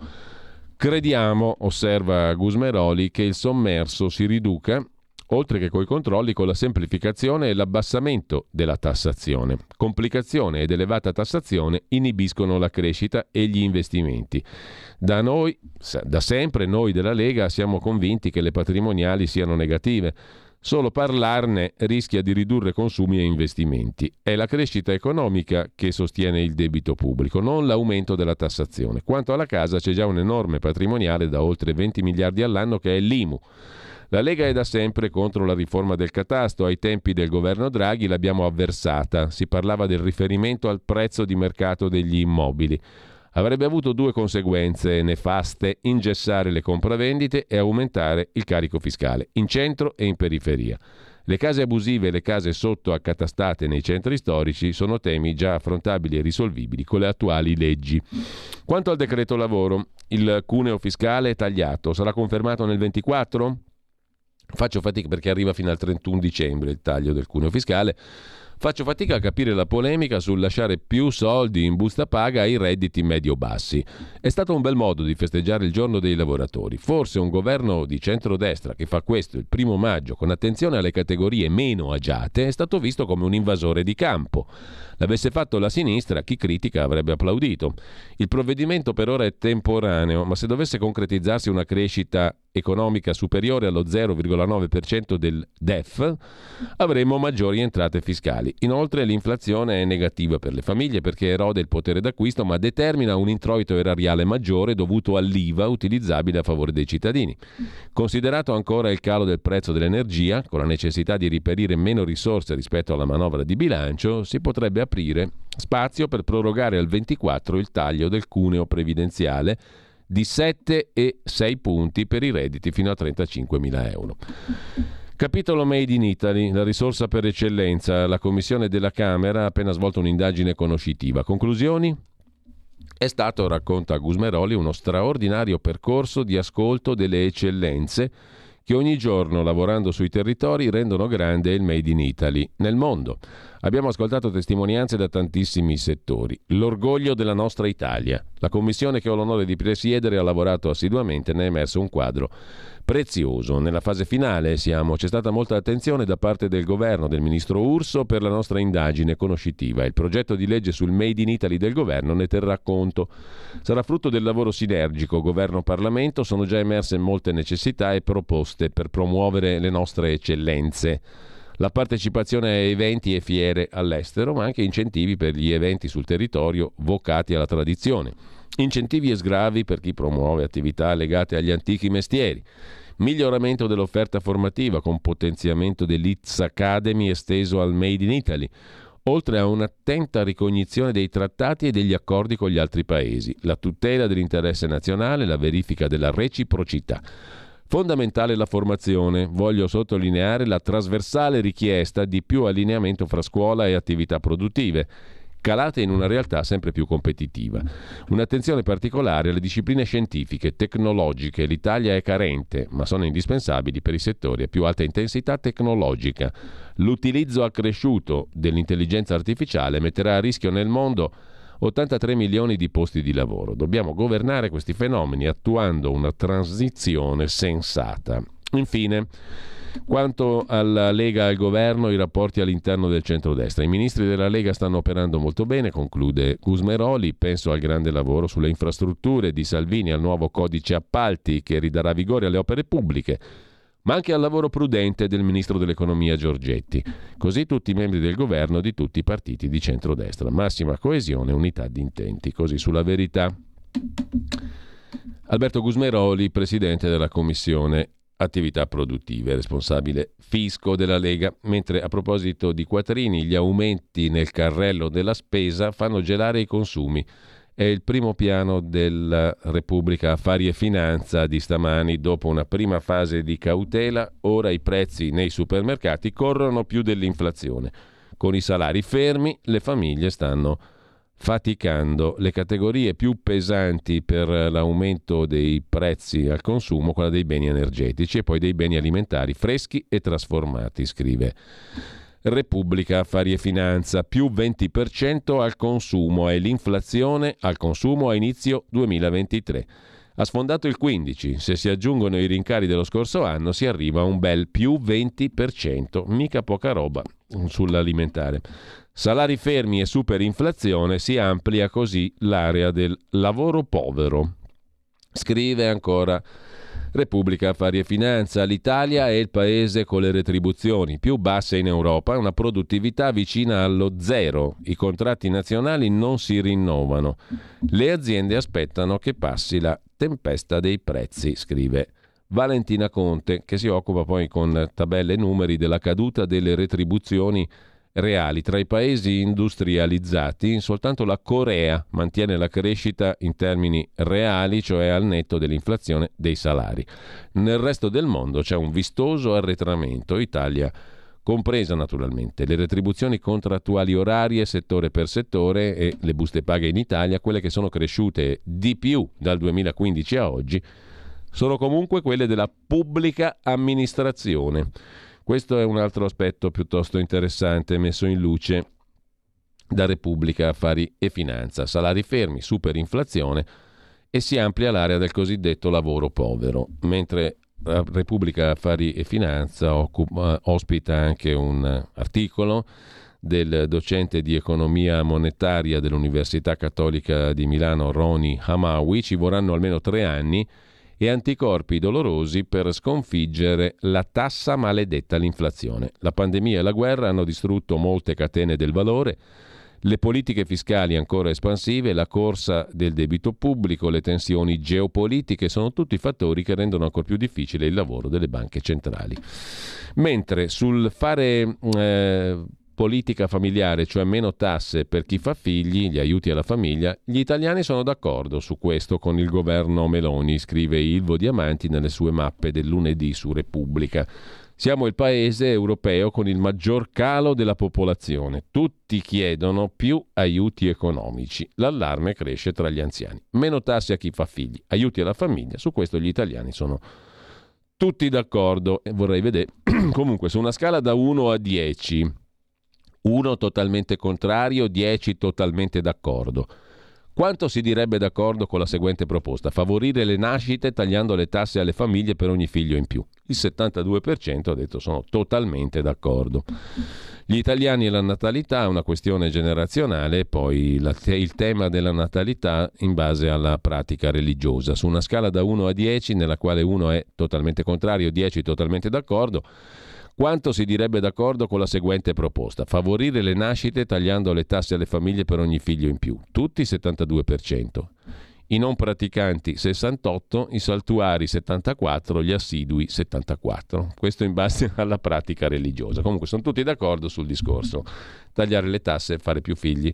Crediamo, osserva Gusmeroli, che il sommerso si riduca, oltre che coi controlli, con la semplificazione e l'abbassamento della tassazione. Complicazione ed elevata tassazione inibiscono la crescita e gli investimenti. Da noi, da sempre, noi della Lega siamo convinti che le patrimoniali siano negative. Solo parlarne rischia di ridurre consumi e investimenti. È la crescita economica che sostiene il debito pubblico, non l'aumento della tassazione. Quanto alla casa, c'è già un enorme patrimoniale da oltre venti miliardi all'anno che è l'I M U. La Lega è da sempre contro la riforma del catasto. Ai tempi del governo Draghi l'abbiamo avversata. Si parlava del riferimento al prezzo di mercato degli immobili. Avrebbe avuto due conseguenze nefaste: ingessare le compravendite e aumentare il carico fiscale, in centro e in periferia. Le case abusive e le case sottoaccatastate nei centri storici sono temi già affrontabili e risolvibili con le attuali leggi. Quanto al decreto lavoro, il cuneo fiscale è tagliato. Sarà confermato nel ventiquattro? Faccio fatica, perché arriva fino al trentuno dicembre il taglio del cuneo fiscale. Faccio fatica a capire la polemica sul lasciare più soldi in busta paga ai redditi medio-bassi. È stato un bel modo di festeggiare il giorno dei lavoratori. Forse un governo di centrodestra che fa questo il primo maggio con attenzione alle categorie meno agiate è stato visto come un invasore di campo. L'avesse fatto la sinistra, chi critica avrebbe applaudito. Il provvedimento per ora è temporaneo, ma se dovesse concretizzarsi una crescita economica superiore allo zero virgola nove per cento del D E F, avremo maggiori entrate fiscali. Inoltre l'inflazione è negativa per le famiglie perché erode il potere d'acquisto, ma determina un introito erariale maggiore dovuto all'I V A utilizzabile a favore dei cittadini. Considerato ancora il calo del prezzo dell'energia, con la necessità di reperire meno risorse rispetto alla manovra di bilancio, si potrebbe aprire spazio per prorogare al ventiquattro il taglio del cuneo previdenziale di sette e sei punti per i redditi fino a trentacinquemila euro. Capitolo Made in Italy, la risorsa per eccellenza. La Commissione della Camera ha appena svolto un'indagine conoscitiva. Conclusioni? È stato, racconta Gusmeroli, uno straordinario percorso di ascolto delle eccellenze che ogni giorno, lavorando sui territori, rendono grande il Made in Italy nel mondo. Abbiamo ascoltato testimonianze da tantissimi settori. L'orgoglio della nostra Italia. La commissione che ho l'onore di presiedere ha lavorato assiduamente, ne è emerso un quadro prezioso. Nella fase finale siamo. C'è stata molta attenzione da parte del governo, del ministro Urso, per la nostra indagine conoscitiva. Il progetto di legge sul Made in Italy del governo ne terrà conto. Sarà frutto del lavoro sinergico governo-Parlamento. Sono già emerse molte necessità e proposte per promuovere le nostre eccellenze. La partecipazione a eventi e fiere all'estero, ma anche incentivi per gli eventi sul territorio vocati alla tradizione. Incentivi e sgravi per chi promuove attività legate agli antichi mestieri. Miglioramento dell'offerta formativa con potenziamento dell'I T S Academy esteso al Made in Italy, oltre a un'attenta ricognizione dei trattati e degli accordi con gli altri paesi, la tutela dell'interesse nazionale, la verifica della reciprocità. Fondamentale la formazione. Voglio sottolineare la trasversale richiesta di più allineamento fra scuola e attività produttive, calate in una realtà sempre più competitiva. Un'attenzione particolare alle discipline scientifiche, tecnologiche. L'Italia è carente, ma sono indispensabili per i settori a più alta intensità tecnologica. L'utilizzo accresciuto dell'intelligenza artificiale metterà a rischio nel mondo ottantatré milioni di posti di lavoro. Dobbiamo governare questi fenomeni attuando una transizione sensata. Infine, quanto alla Lega e al governo, i rapporti all'interno del centrodestra. I ministri della Lega stanno operando molto bene, conclude Gusmeroli. Penso al grande lavoro sulle infrastrutture di Salvini, al nuovo codice appalti che ridarà vigore alle opere pubbliche, ma anche al lavoro prudente del ministro dell'economia Giorgetti. Così tutti i membri del governo di tutti i partiti di centrodestra. Massima coesione e unità di intenti. Così sulla Verità. Alberto Gusmeroli, presidente della Commissione Attività Produttive, responsabile fisco della Lega. Mentre a proposito di quattrini, gli aumenti nel carrello della spesa fanno gelare i consumi. È il primo piano della Repubblica Affari e Finanza di stamani. Dopo una prima fase di cautela, ora i prezzi nei supermercati corrono più dell'inflazione. Con i salari fermi, le famiglie stanno faticando. Le categorie più pesanti per l'aumento dei prezzi al consumo, quella dei beni energetici e poi dei beni alimentari freschi e trasformati, scrive Repubblica Affari e Finanza. Più venti per cento al consumo, e l'inflazione al consumo a inizio duemilaventitré. Ha sfondato il quindici, se si aggiungono i rincari dello scorso anno si arriva a un bel più venti per cento, mica poca roba sull'alimentare. Salari fermi e superinflazione, si amplia così l'area del lavoro povero. Scrive ancora Repubblica Affari e Finanza: l'Italia è il paese con le retribuzioni più basse in Europa, una produttività vicina allo zero, i contratti nazionali non si rinnovano, le aziende aspettano che passi la tempesta dei prezzi, scrive Valentina Conte, che si occupa poi con tabelle e numeri della caduta delle retribuzioni reali. Tra i paesi industrializzati soltanto la Corea mantiene la crescita in termini reali, cioè al netto dell'inflazione dei salari. Nel resto del mondo c'è un vistoso arretramento, Italia compresa naturalmente. Le retribuzioni contrattuali orarie settore per settore e le buste paga in Italia, quelle che sono cresciute di più dal duemilaquindici a oggi, sono comunque quelle della pubblica amministrazione. Questo è un altro aspetto piuttosto interessante messo in luce da Repubblica Affari e Finanza. Salari fermi, superinflazione, e si amplia l'area del cosiddetto lavoro povero. Mentre la Repubblica Affari e Finanza occupa, ospita anche un articolo del docente di economia monetaria dell'Università Cattolica di Milano Roni Hamawi. Ci vorranno almeno tre anni e anticorpi dolorosi per sconfiggere la tassa maledetta, l'inflazione. La pandemia e la guerra hanno distrutto molte catene del valore, le politiche fiscali ancora espansive, la corsa del debito pubblico, le tensioni geopolitiche sono tutti fattori che rendono ancora più difficile il lavoro delle banche centrali. Mentre sul fare eh, politica familiare, cioè meno tasse per chi fa figli, gli aiuti alla famiglia, gli italiani sono d'accordo su questo con il governo Meloni, scrive Ilvo Diamanti nelle sue mappe del lunedì su Repubblica. Siamo il paese europeo con il maggior calo della popolazione. Tutti chiedono più aiuti economici. L'allarme cresce tra gli anziani. Meno tasse a chi fa figli, aiuti alla famiglia. Su questo gli italiani sono tutti d'accordo. E vorrei vedere, comunque, su una scala da uno a dieci, uno totalmente contrario, dieci totalmente d'accordo. Quanto si direbbe d'accordo con la seguente proposta? Favorire le nascite tagliando le tasse alle famiglie per ogni figlio in più. Il settantadue per cento ha detto sono totalmente d'accordo. Gli italiani e la natalità è una questione generazionale, poi la, il tema della natalità in base alla pratica religiosa. Su una scala da uno a dieci, nella quale uno è totalmente contrario, dieci totalmente d'accordo, quanto si direbbe d'accordo con la seguente proposta? Favorire le nascite tagliando le tasse alle famiglie per ogni figlio in più. Tutti settantadue per cento. I non praticanti sessantotto, i saltuari settantaquattro, gli assidui settantaquattro. Questo in base alla pratica religiosa. Comunque sono tutti d'accordo sul discorso. Tagliare le tasse, fare più figli,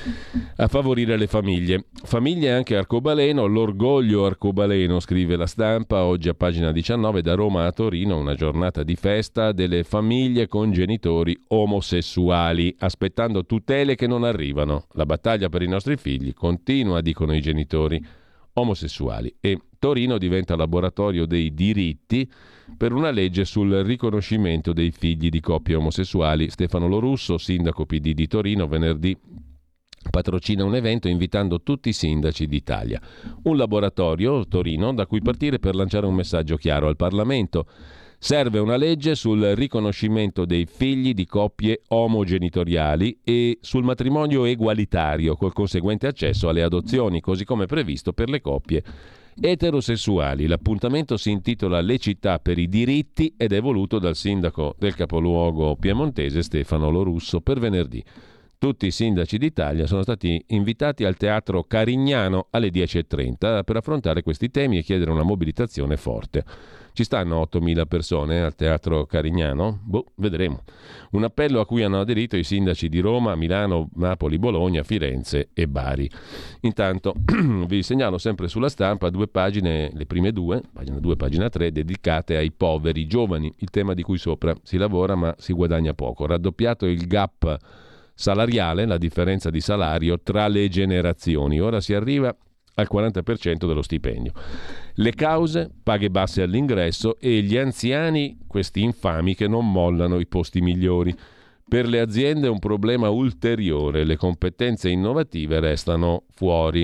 a favorire le famiglie. Famiglie anche arcobaleno, l'orgoglio arcobaleno, scrive La Stampa, oggi a pagina diciannove, da Roma a Torino, una giornata di festa delle famiglie con genitori omosessuali, aspettando tutele che non arrivano. La battaglia per i nostri figli continua, dicono i genitori omosessuali, e Torino diventa laboratorio dei diritti per una legge sul riconoscimento dei figli di coppie omosessuali. Stefano Lorusso, sindaco P D di Torino, venerdì patrocina un evento invitando tutti i sindaci d'Italia. Un laboratorio, Torino, da cui partire per lanciare un messaggio chiaro al Parlamento. Serve una legge sul riconoscimento dei figli di coppie omogenitoriali e sul matrimonio egualitario, col conseguente accesso alle adozioni, così come previsto per le coppie eterosessuali. L'appuntamento si intitola Le città per i diritti ed è voluto dal sindaco del capoluogo piemontese Stefano Lorusso per venerdì. Tutti i sindaci d'Italia sono stati invitati al Teatro Carignano alle dieci e trenta per affrontare questi temi e chiedere una mobilitazione forte. Ci stanno ottomila persone al Teatro Carignano? Boh, vedremo. Un appello a cui hanno aderito i sindaci di Roma, Milano, Napoli, Bologna, Firenze e Bari. Intanto vi segnalo sempre sulla Stampa due pagine, le prime due, pagina due, pagina tre, dedicate ai poveri giovani, il tema di cui sopra si lavora ma si guadagna poco. Raddoppiato il gap salariale, la differenza di salario tra le generazioni. Ora si arriva al quaranta per cento dello stipendio. Le cause, paghe basse all'ingresso e gli anziani, questi infami che non mollano i posti migliori. Per le aziende un problema ulteriore, le competenze innovative restano fuori.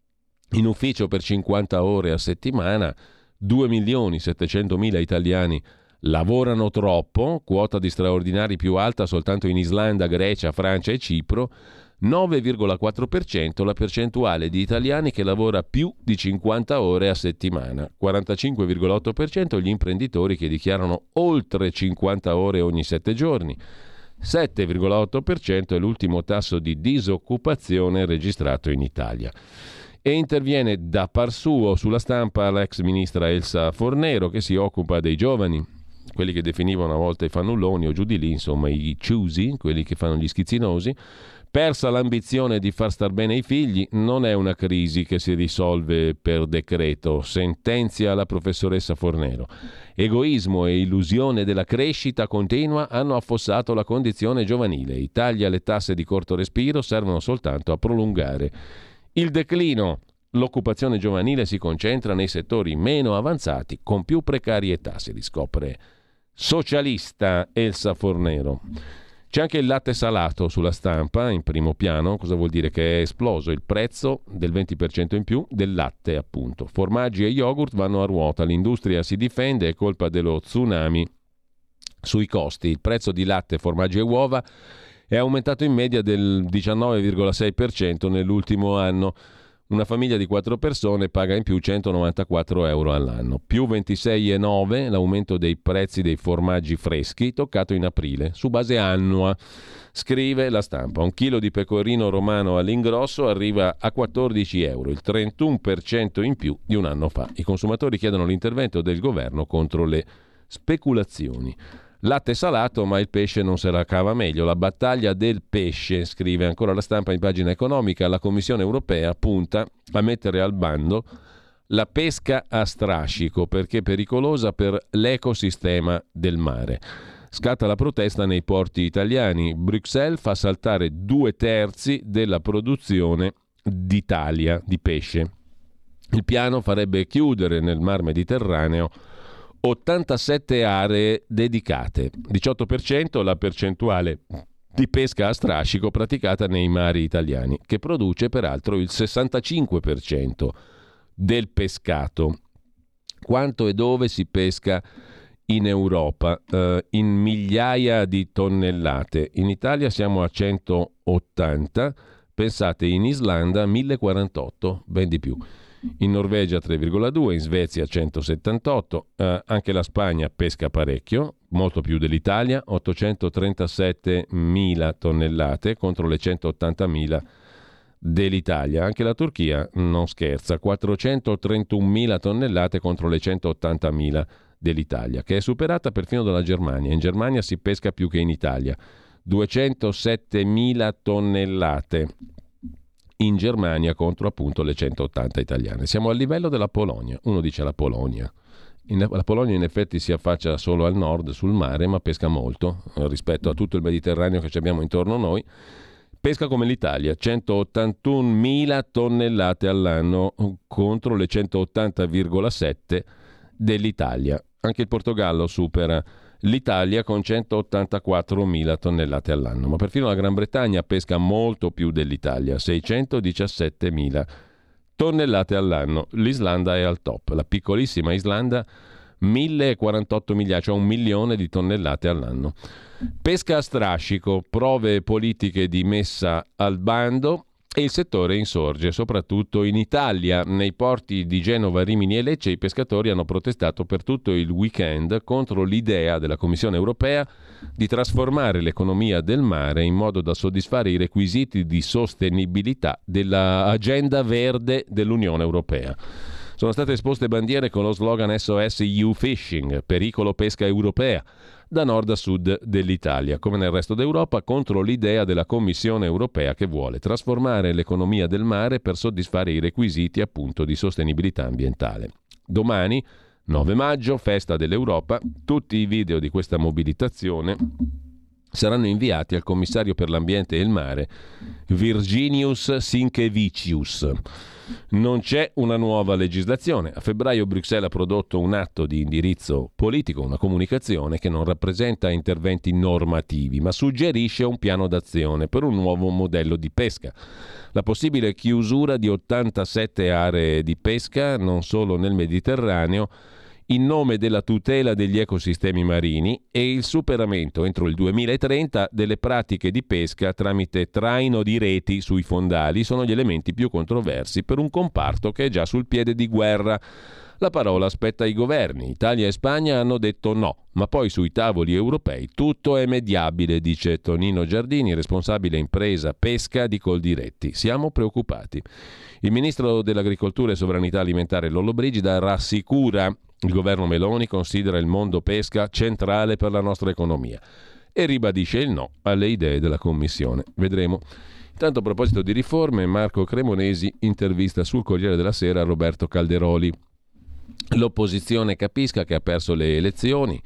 In ufficio per cinquanta ore a settimana, due milioni settecentomila italiani lavorano troppo, quota di straordinari più alta soltanto in Islanda, Grecia, Francia e Cipro, nove virgola quattro per cento la percentuale di italiani che lavora più di cinquanta ore a settimana, quarantacinque virgola otto per cento gli imprenditori che dichiarano oltre cinquanta ore ogni sette giorni, sette virgola otto per cento è l'ultimo tasso di disoccupazione registrato in Italia. E interviene da par suo sulla Stampa l'ex ministra Elsa Fornero, che si occupa dei giovani, quelli che definivano a volte i fannulloni o giù di lì, insomma i chiusi, quelli che fanno gli schizzinosi. Persa l'ambizione di far star bene i figli, non è una crisi che si risolve per decreto, sentenzia la professoressa Fornero. Egoismo e illusione della crescita continua hanno affossato la condizione giovanile. I tagli alle tasse di corto respiro servono soltanto a prolungare il declino. L'occupazione giovanile si concentra nei settori meno avanzati, con più precarietà, si riscopre socialista Elsa Fornero. C'è anche il latte salato sulla Stampa, in primo piano. Cosa vuol dire? Che è esploso il prezzo del venti per cento in più del latte, appunto. Formaggi e yogurt vanno a ruota, l'industria si difende, è colpa dello tsunami sui costi. Il prezzo di latte, formaggi e uova è aumentato in media del diciannove virgola sei per cento nell'ultimo anno. Una famiglia di quattro persone paga in più centonovantaquattro euro all'anno, più ventisei virgola nove l'aumento dei prezzi dei formaggi freschi, toccato in aprile, su base annua, scrive la Stampa. Un chilo di pecorino romano all'ingrosso arriva a quattordici euro, il trentuno per cento in più di un anno fa. I consumatori chiedono l'intervento del governo contro le speculazioni. Latte salato, ma il pesce non se la cava meglio. La battaglia del pesce, scrive ancora la Stampa in pagina economica. La Commissione europea punta a mettere al bando la pesca a strascico perché pericolosa per l'ecosistema del mare. Scatta la protesta nei porti italiani. Bruxelles fa saltare due terzi della produzione d'Italia di pesce. Il piano farebbe chiudere nel Mar Mediterraneo ottantasette aree dedicate, diciotto per cento la percentuale di pesca a strascico praticata nei mari italiani, che produce peraltro il sessantacinque per cento del pescato. Quanto e dove si pesca in Europa? Eh, in migliaia di tonnellate. In Italia siamo a centottanta, pensate in Islanda mille quarantotto, ben di più. In Norvegia tre virgola due, in Svezia centosettantotto, eh, anche la Spagna pesca parecchio, molto più dell'Italia, ottocentotrentassettemila tonnellate contro le centottantamila dell'Italia. Anche la Turchia non scherza, quattrocentotrentunomila tonnellate contro le centottantamila dell'Italia, che è superata perfino dalla Germania. In Germania si pesca più che in Italia, duecentosettemila tonnellate. In Germania contro appunto le centottanta italiane. Siamo al livello della Polonia. Uno dice la Polonia. In, la Polonia in effetti si affaccia solo al nord sul mare, ma pesca molto eh, rispetto a tutto il Mediterraneo che abbiamo intorno a noi. Pesca come l'Italia, centottantunomila tonnellate all'anno contro le centottanta virgola sette dell'Italia. Anche il Portogallo supera l'Italia con centottantaquattromila tonnellate all'anno, ma perfino la Gran Bretagna pesca molto più dell'Italia, seicentodiciassettemila tonnellate all'anno. L'Islanda è al top, la piccolissima Islanda mille quarantotto miglia, cioè un milione di tonnellate all'anno. Pesca a strascico, prove politiche di messa al bando e il settore insorge, soprattutto in Italia. Nei porti di Genova, Rimini e Lecce i pescatori hanno protestato per tutto il weekend contro l'idea della Commissione europea di trasformare l'economia del mare in modo da soddisfare i requisiti di sostenibilità dell'agenda verde dell'Unione Europea. Sono state esposte bandiere con lo slogan S O S E U Fishing, pericolo pesca europea, da nord a sud dell'Italia, come nel resto d'Europa, contro l'idea della Commissione europea che vuole trasformare l'economia del mare per soddisfare i requisiti appunto di sostenibilità ambientale. Domani, nove maggio, festa dell'Europa, tutti i video di questa mobilitazione saranno inviati al commissario per l'ambiente e il mare Virginijus Sinkevicius. Non c'è una nuova legislazione. A febbraio Bruxelles ha prodotto un atto di indirizzo politico, una comunicazione che non rappresenta interventi normativi, ma suggerisce un piano d'azione per un nuovo modello di pesca. La possibile chiusura di ottantasette aree di pesca, non solo nel Mediterraneo, in nome della tutela degli ecosistemi marini, e il superamento entro il duemilatrenta delle pratiche di pesca tramite traino di reti sui fondali sono gli elementi più controversi per un comparto che è già sul piede di guerra. La parola spetta ai governi. Italia e Spagna hanno detto no, ma poi sui tavoli europei tutto è mediabile, dice Tonino Giardini, responsabile impresa pesca di Coldiretti. Siamo preoccupati. Il ministro dell'Agricoltura e Sovranità Alimentare Lollobrigida rassicura: il governo Meloni considera il mondo pesca centrale per la nostra economia e ribadisce il no alle idee della Commissione. Vedremo. Intanto, a proposito di riforme, Marco Cremonesi intervista sul Corriere della Sera Roberto Calderoli. L'opposizione capisca che ha perso le elezioni.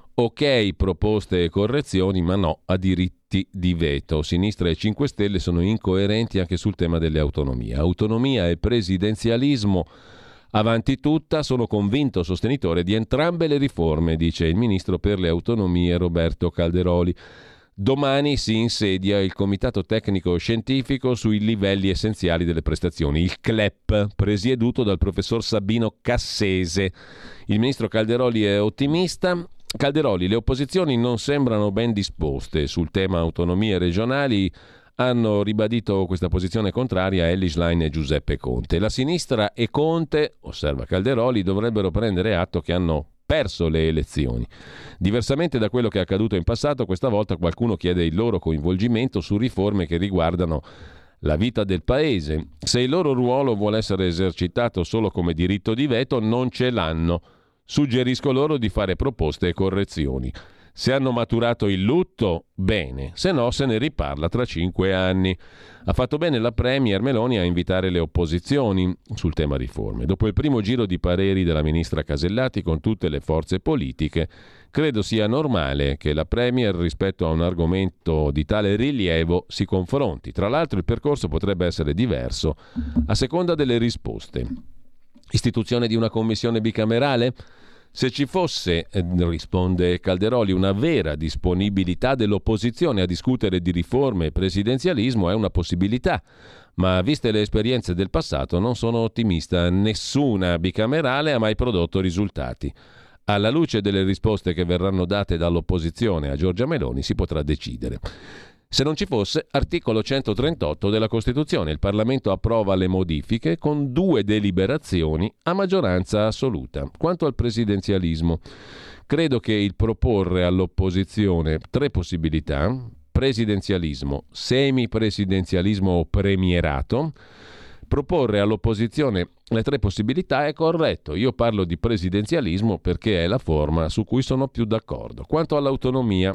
Ok, proposte e correzioni, ma no a diritti di veto. Sinistra e cinque Stelle sono incoerenti anche sul tema delle autonomie. Autonomia e presidenzialismo avanti tutta, sono convinto sostenitore di entrambe le riforme, dice il ministro per le autonomie Roberto Calderoli. Domani si insedia il Comitato Tecnico Scientifico sui livelli essenziali delle prestazioni, il C L E P, presieduto dal professor Sabino Cassese. Il ministro Calderoli è ottimista. Calderoli: le opposizioni non sembrano ben disposte sul tema autonomie regionali. Hanno ribadito questa posizione contraria Elly Schlein e Giuseppe Conte. La sinistra e Conte, osserva Calderoli, dovrebbero prendere atto che hanno perso le elezioni. Diversamente da quello che è accaduto in passato, questa volta qualcuno chiede il loro coinvolgimento su riforme che riguardano la vita del paese. Se il loro ruolo vuole essere esercitato solo come diritto di veto, non ce l'hanno. Suggerisco loro di fare proposte e correzioni. Se hanno maturato il lutto, bene, se no se ne riparla tra cinque anni. Ha fatto bene la Premier Meloni a invitare le opposizioni sul tema riforme. Dopo il primo giro di pareri della ministra Casellati con tutte le forze politiche, credo sia normale che la Premier, rispetto a un argomento di tale rilievo, si confronti. Tra l'altro il percorso potrebbe essere diverso a seconda delle risposte. Istituzione di una commissione bicamerale? Se ci fosse, eh, risponde Calderoli, una vera disponibilità dell'opposizione a discutere di riforme e presidenzialismo, è una possibilità, ma viste le esperienze del passato non sono ottimista. Nessuna bicamerale ha mai prodotto risultati. Alla luce delle risposte che verranno date dall'opposizione a Giorgia Meloni si potrà decidere. Se non ci fosse, articolo centotrentotto della Costituzione, il Parlamento approva le modifiche con due deliberazioni a maggioranza assoluta. Quanto al presidenzialismo, credo che il proporre all'opposizione tre possibilità, presidenzialismo, semipresidenzialismo o premierato, proporre all'opposizione le tre possibilità è corretto. Io parlo di presidenzialismo perché è la forma su cui sono più d'accordo. Quanto all'autonomia,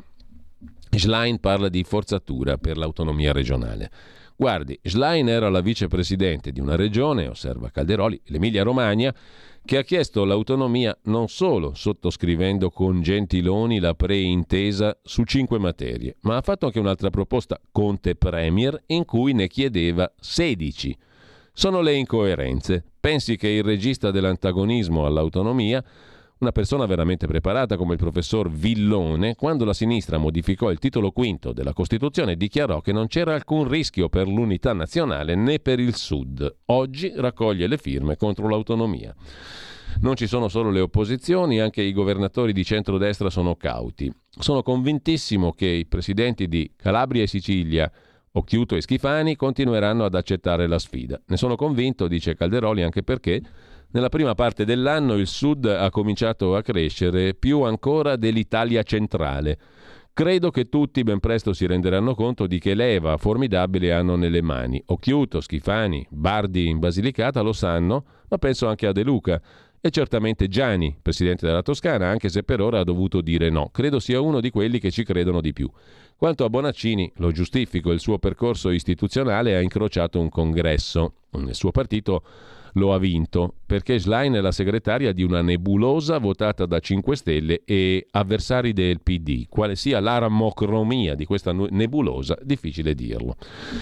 Schlein parla di forzatura per l'autonomia regionale. Guardi, Schlein era la vicepresidente di una regione, osserva Calderoli, l'Emilia-Romagna, che ha chiesto l'autonomia non solo sottoscrivendo con Gentiloni la preintesa su cinque materie, ma ha fatto anche un'altra proposta, Conte Premier, in cui ne chiedeva sedici. Sono le incoerenze. Pensi che il regista dell'antagonismo all'autonomia, una persona veramente preparata come il professor Villone, quando la sinistra modificò il titolo quinto della Costituzione, dichiarò che non c'era alcun rischio per l'unità nazionale né per il Sud. Oggi raccoglie le firme contro l'autonomia. Non ci sono solo le opposizioni, anche i governatori di centrodestra sono cauti. Sono convintissimo che i presidenti di Calabria e Sicilia, Occhiuto e Schifani, continueranno ad accettare la sfida. Ne sono convinto, dice Calderoli, anche perché nella prima parte dell'anno il Sud ha cominciato a crescere più ancora dell'Italia centrale. Credo che tutti ben presto si renderanno conto di che leva formidabile hanno nelle mani. Occhiuto, Schifani, Bardi in Basilicata lo sanno, ma penso anche a De Luca. E certamente Gianni, presidente della Toscana, anche se per ora ha dovuto dire no. Credo sia uno di quelli che ci credono di più. Quanto a Bonaccini, lo giustifico, il suo percorso istituzionale ha incrociato un congresso. Nel suo partito lo ha vinto, perché Schlein è la segretaria di una nebulosa votata da cinque Stelle e avversari del P D. Quale sia l'aramocromia di questa nebulosa, difficile dirlo.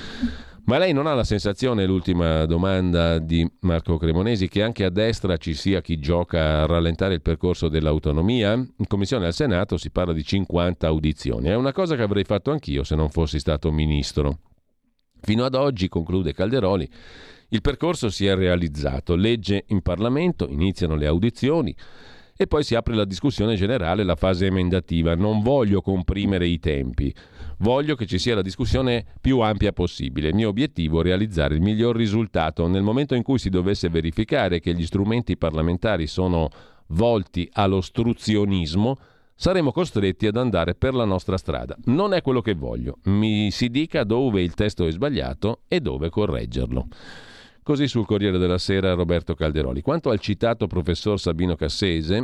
Ma lei non ha la sensazione, l'ultima domanda di Marco Cremonesi, che anche a destra ci sia chi gioca a rallentare il percorso dell'autonomia? In commissione al Senato si parla di cinquanta audizioni. È una cosa che avrei fatto anch'io se non fossi stato ministro. Fino ad oggi, conclude Calderoli, il percorso si è realizzato. Legge in Parlamento, iniziano le audizioni e poi si apre la discussione generale, la fase emendativa. Non voglio comprimere i tempi. Voglio che ci sia la discussione più ampia possibile. Il mio obiettivo è realizzare il miglior risultato. Nel momento in cui si dovesse verificare che gli strumenti parlamentari sono volti all'ostruzionismo, saremo costretti ad andare per la nostra strada. Non è quello che voglio. Mi si dica dove il testo è sbagliato e dove correggerlo. Così sul Corriere della Sera Roberto Calderoli. Quanto al citato professor Sabino Cassese,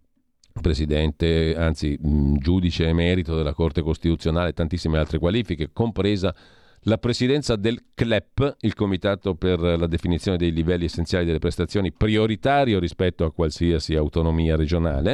presidente, anzi giudice emerito della Corte Costituzionale e tantissime altre qualifiche, compresa la presidenza del C L E P, il Comitato per la definizione dei livelli essenziali delle prestazioni, prioritario rispetto a qualsiasi autonomia regionale.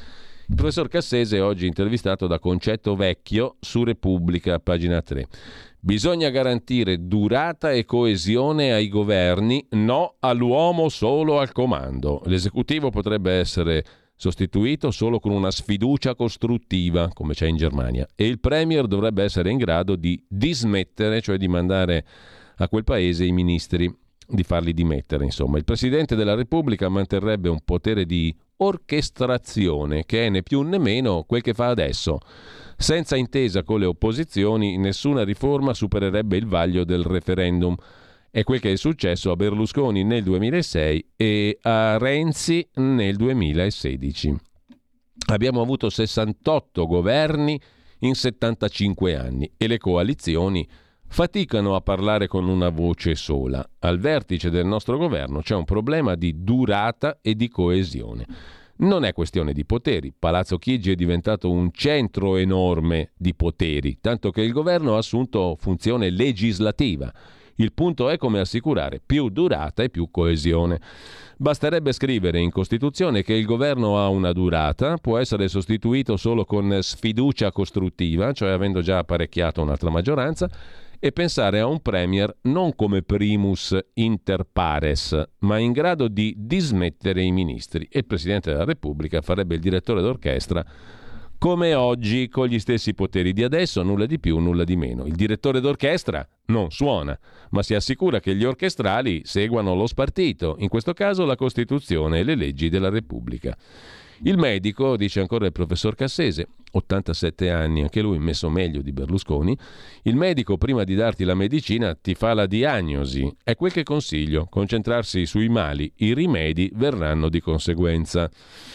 Il professor Cassese è oggi intervistato da Concetto Vecchio su Repubblica, pagina tre. Bisogna garantire durata e coesione ai governi, no all'uomo solo al comando. L'esecutivo potrebbe essere sostituito solo con una sfiducia costruttiva, come c'è in Germania, e il premier dovrebbe essere in grado di dismettere, cioè di mandare a quel paese i ministri, di farli dimettere, insomma. Il Presidente della Repubblica manterrebbe un potere di orchestrazione che è né più né meno quel che fa adesso. Senza intesa con le opposizioni, nessuna riforma supererebbe il vaglio del referendum. È quel che è successo a Berlusconi nel duemilasei e a Renzi nel duemilasedici. Abbiamo avuto sessantotto governi in settantacinque anni e le coalizioni faticano a parlare con una voce sola. Al vertice del nostro governo c'è un problema di durata e di coesione. Non è questione di poteri. Palazzo Chigi è diventato un centro enorme di poteri, tanto che il governo ha assunto funzione legislativa. Il punto è come assicurare più durata e più coesione. Basterebbe scrivere in Costituzione che il governo ha una durata, può essere sostituito solo con sfiducia costruttiva, cioè avendo già apparecchiato un'altra maggioranza, e pensare a un premier non come primus inter pares, ma in grado di dismettere i ministri. E il Presidente della Repubblica farebbe il direttore d'orchestra come oggi, con gli stessi poteri di adesso, nulla di più, nulla di meno. Il direttore d'orchestra non suona, ma si assicura che gli orchestrali seguano lo spartito, in questo caso la Costituzione e le leggi della Repubblica. Il medico, dice ancora il professor Cassese, ottantasette anni, anche lui messo meglio di Berlusconi, il medico prima di darti la medicina ti fa la diagnosi. È quel che consiglio, concentrarsi sui mali, i rimedi verranno di conseguenza.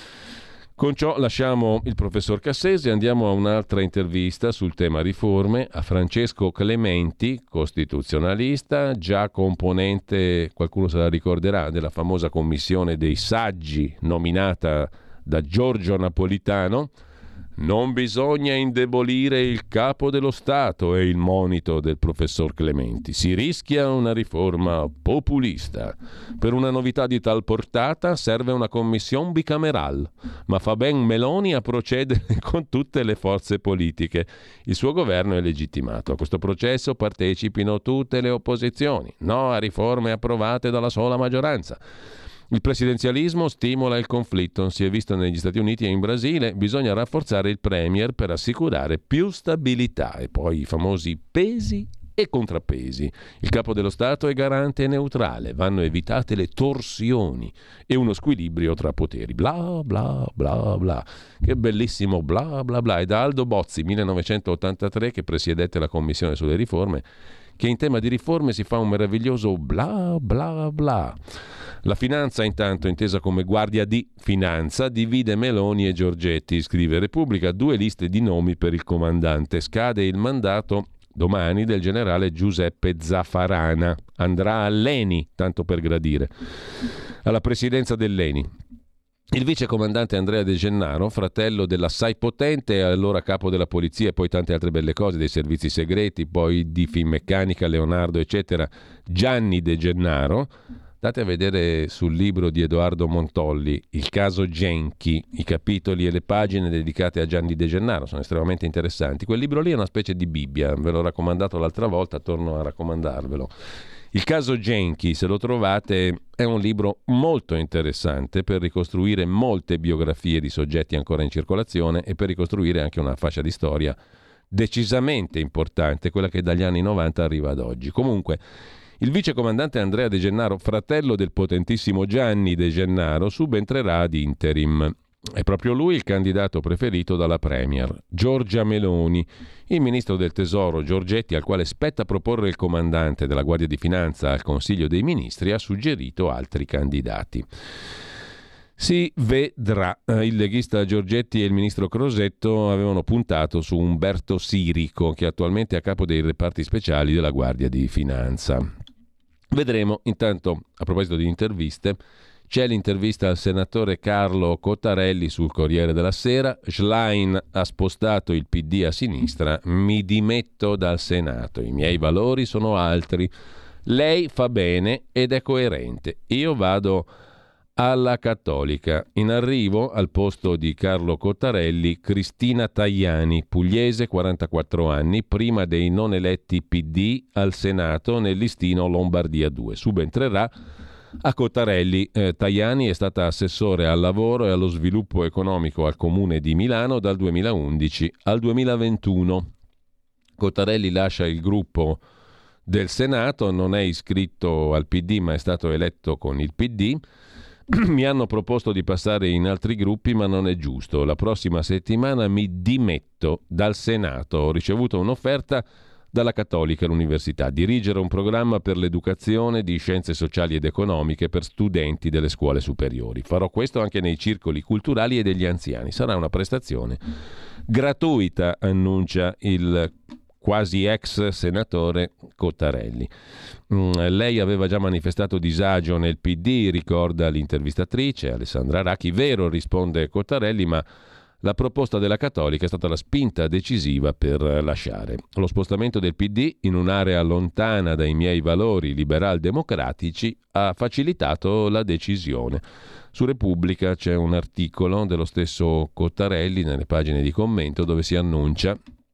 Con ciò lasciamo il professor Cassese e andiamo a un'altra intervista sul tema riforme a Francesco Clementi, costituzionalista, già componente, qualcuno se la ricorderà, della famosa commissione dei saggi nominata da Giorgio Napolitano. Non bisogna indebolire il capo dello Stato, è il monito del professor Clementi. Si rischia una riforma populista. Per una novità di tal portata serve una commissione bicameral, ma fa ben Meloni a procedere con tutte le forze politiche. Il suo governo è legittimato. A questo processo partecipino tutte le opposizioni. No a riforme approvate dalla sola maggioranza. Il presidenzialismo stimola il conflitto, si è visto negli Stati Uniti e in Brasile, bisogna rafforzare il premier per assicurare più stabilità e poi i famosi pesi e contrappesi. Il capo dello Stato è garante e neutrale, vanno evitate le torsioni e uno squilibrio tra poteri. Bla bla bla bla. Che bellissimo bla bla bla. È da Aldo Bozzi, millenovecentottantatré, che presiedette la commissione sulle riforme, che in tema di riforme si fa un meraviglioso bla bla bla. La finanza, intanto, intesa come guardia di finanza, divide Meloni e Giorgetti. Scrive Repubblica, due liste di nomi per il comandante. Scade il mandato domani del generale Giuseppe Zaffarana. Andrà all'Eni, tanto per gradire, alla presidenza dell'Eni. Il vicecomandante Andrea De Gennaro, fratello dell'assai potente e allora capo della polizia e poi tante altre belle cose, dei servizi segreti, poi di Finmeccanica, Leonardo, eccetera, Gianni De Gennaro, Andate a vedere sul libro di Edoardo Montolli, Il caso Genchi, i capitoli e le pagine dedicate a Gianni De Gennaro, sono estremamente interessanti. Quel libro lì è una specie di Bibbia, ve l'ho raccomandato l'altra volta, torno a raccomandarvelo. Il caso Genchi, se lo trovate, è un libro molto interessante per ricostruire molte biografie di soggetti ancora in circolazione e per ricostruire anche una fascia di storia decisamente importante, quella che dagli anni novanta arriva ad oggi. Comunque, il vicecomandante Andrea De Gennaro, fratello del potentissimo Gianni De Gennaro, subentrerà ad interim. È proprio lui il candidato preferito dalla premier, Giorgia Meloni. Il ministro del Tesoro Giorgetti, al quale spetta proporre il comandante della Guardia di Finanza al Consiglio dei Ministri, ha suggerito altri candidati. Si vedrà. Il leghista Giorgetti e il ministro Crosetto avevano puntato su Umberto Sirico, che attualmente è a capo dei reparti speciali della Guardia di Finanza. Vedremo. Intanto, a proposito di interviste, c'è l'intervista al senatore Carlo Cottarelli sul Corriere della Sera. Schlein ha spostato il P D a sinistra, mi dimetto dal Senato, i miei valori sono altri. Lei fa bene ed è coerente, io vado alla Cattolica. In arrivo al posto di Carlo Cottarelli Cristina Tajani, pugliese, quarantaquattro anni, prima dei non eletti P D al Senato nel listino Lombardia due. Subentrerà a Cottarelli. eh, Tajani è stata assessore al lavoro e allo sviluppo economico al Comune di Milano dal duemilaundici al duemilaventuno. Cottarelli lascia il gruppo del Senato, non è iscritto al P D ma è stato eletto con il P D. Mi hanno proposto di passare in altri gruppi, ma non è giusto. La prossima settimana mi dimetto dal Senato. Ho ricevuto un'offerta dalla Cattolica all'università, dirigere un programma per l'educazione di scienze sociali ed economiche per studenti delle scuole superiori. Farò questo anche nei circoli culturali e degli anziani. Sarà una prestazione gratuita, annuncia il quasi ex senatore Cottarelli. Mm, lei aveva già manifestato disagio nel P D, ricorda l'intervistatrice Alessandra Racchi. Vero, risponde Cottarelli, ma la proposta della Cattolica è stata la spinta decisiva per lasciare. Lo spostamento del P D in un'area lontana dai miei valori liberal-democratici ha facilitato la decisione. Su Repubblica c'è un articolo dello stesso Cottarelli nelle pagine di commento dove si annuncia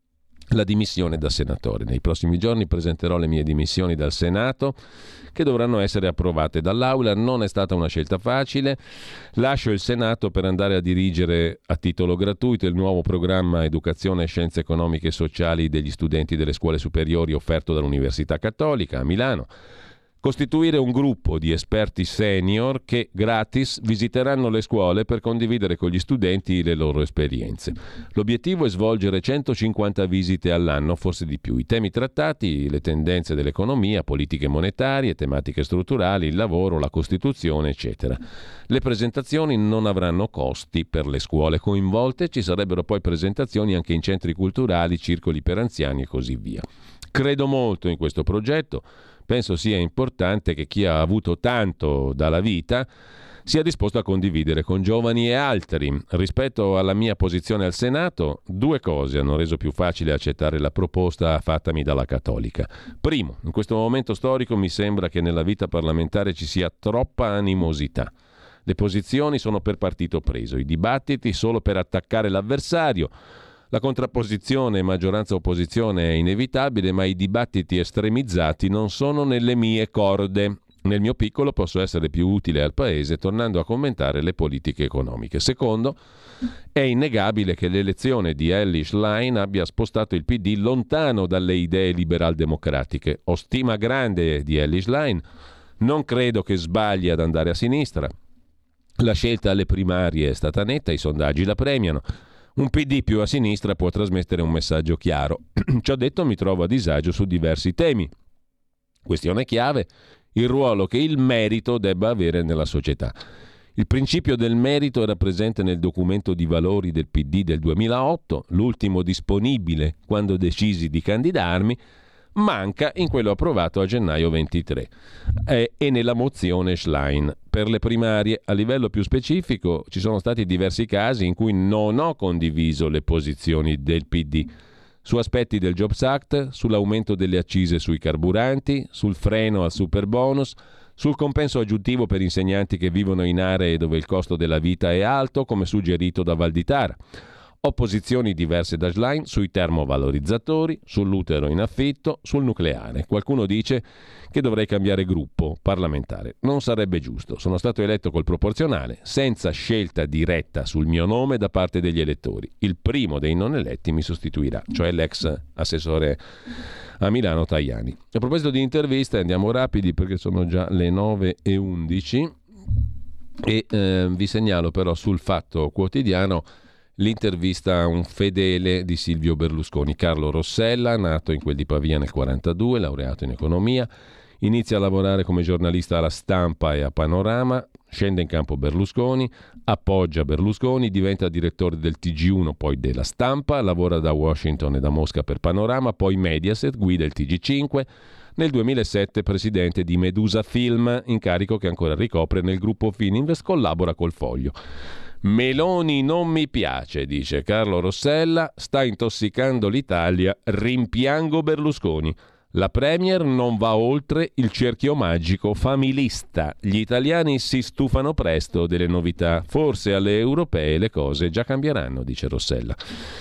la dimissione da senatore. Nei prossimi giorni presenterò le mie dimissioni dal Senato, che dovranno essere approvate dall'Aula. Non è stata una scelta facile. Lascio il Senato per andare a dirigere a titolo gratuito il nuovo programma Educazione e Scienze Economiche e Sociali degli studenti delle scuole superiori offerto dall'Università Cattolica a Milano. Costituire un gruppo di esperti senior che gratis visiteranno le scuole per condividere con gli studenti le loro esperienze. L'obiettivo è svolgere centocinquanta visite all'anno, forse di più. I temi trattati, le tendenze dell'economia, politiche monetarie, tematiche strutturali, il lavoro, la Costituzione, eccetera. Le presentazioni non avranno costi per le scuole coinvolte, ci sarebbero poi presentazioni anche in centri culturali, circoli per anziani e così via. Credo molto in questo progetto. Penso sia importante che chi ha avuto tanto dalla vita sia disposto a condividere con giovani e altri. Rispetto alla mia posizione al Senato, due cose hanno reso più facile accettare la proposta fattami dalla Cattolica. Primo, in questo momento storico mi sembra che nella vita parlamentare ci sia troppa animosità. Le posizioni sono per partito preso, i dibattiti solo per attaccare l'avversario. La contrapposizione maggioranza-opposizione è inevitabile, ma i dibattiti estremizzati non sono nelle mie corde. Nel mio piccolo posso essere più utile al Paese tornando a commentare le politiche economiche. Secondo, è innegabile che l'elezione di Elly Schlein abbia spostato il P D lontano dalle idee liberal-democratiche. Ho stima grande di Elly Schlein, non credo che sbagli ad andare a sinistra. La scelta alle primarie è stata netta, i sondaggi la premiano. Un P D più a sinistra può trasmettere un messaggio chiaro. Ciò detto, mi trovo a disagio su diversi temi. Questione chiave, il ruolo che il merito debba avere nella società. Il principio del merito era presente nel documento di valori del P D del duemilaotto, l'ultimo disponibile quando decisi di candidarmi, manca in quello approvato a gennaio ventitré eh, e nella mozione Schlein. Per le primarie, a livello più specifico, ci sono stati diversi casi in cui non ho condiviso le posizioni del P D su aspetti del Jobs Act, sull'aumento delle accise sui carburanti, sul freno al superbonus, sul compenso aggiuntivo per insegnanti che vivono in aree dove il costo della vita è alto, come suggerito da Valditara. Opposizioni diverse da Schlein sui termovalorizzatori, sull'utero in affitto, sul nucleare. Qualcuno dice che dovrei cambiare gruppo parlamentare. Non sarebbe giusto. Sono stato eletto col proporzionale, senza scelta diretta sul mio nome da parte degli elettori. Il primo dei non eletti mi sostituirà, cioè l'ex assessore a Milano Tajani. A proposito di interviste, andiamo rapidi perché sono già le nove e undici e eh, vi segnalo però sul Fatto Quotidiano l'intervista a un fedele di Silvio Berlusconi, Carlo Rossella, nato in quel di Pavia nel quarantadue, laureato in economia, inizia a lavorare come giornalista alla Stampa e a Panorama, scende in campo Berlusconi, appoggia Berlusconi, diventa direttore del T G uno, poi della Stampa, lavora da Washington e da Mosca per Panorama, poi Mediaset, guida il T G cinque, nel duemilasette presidente di Medusa Film, incarico che ancora ricopre nel gruppo Fininvest, collabora col Foglio. Meloni non mi piace, dice Carlo Rossella, sta intossicando l'Italia, rimpiango Berlusconi. La Premier non va oltre il cerchio magico familista. Gli italiani si stufano presto delle novità. Forse alle europee le cose già cambieranno, dice Rossella.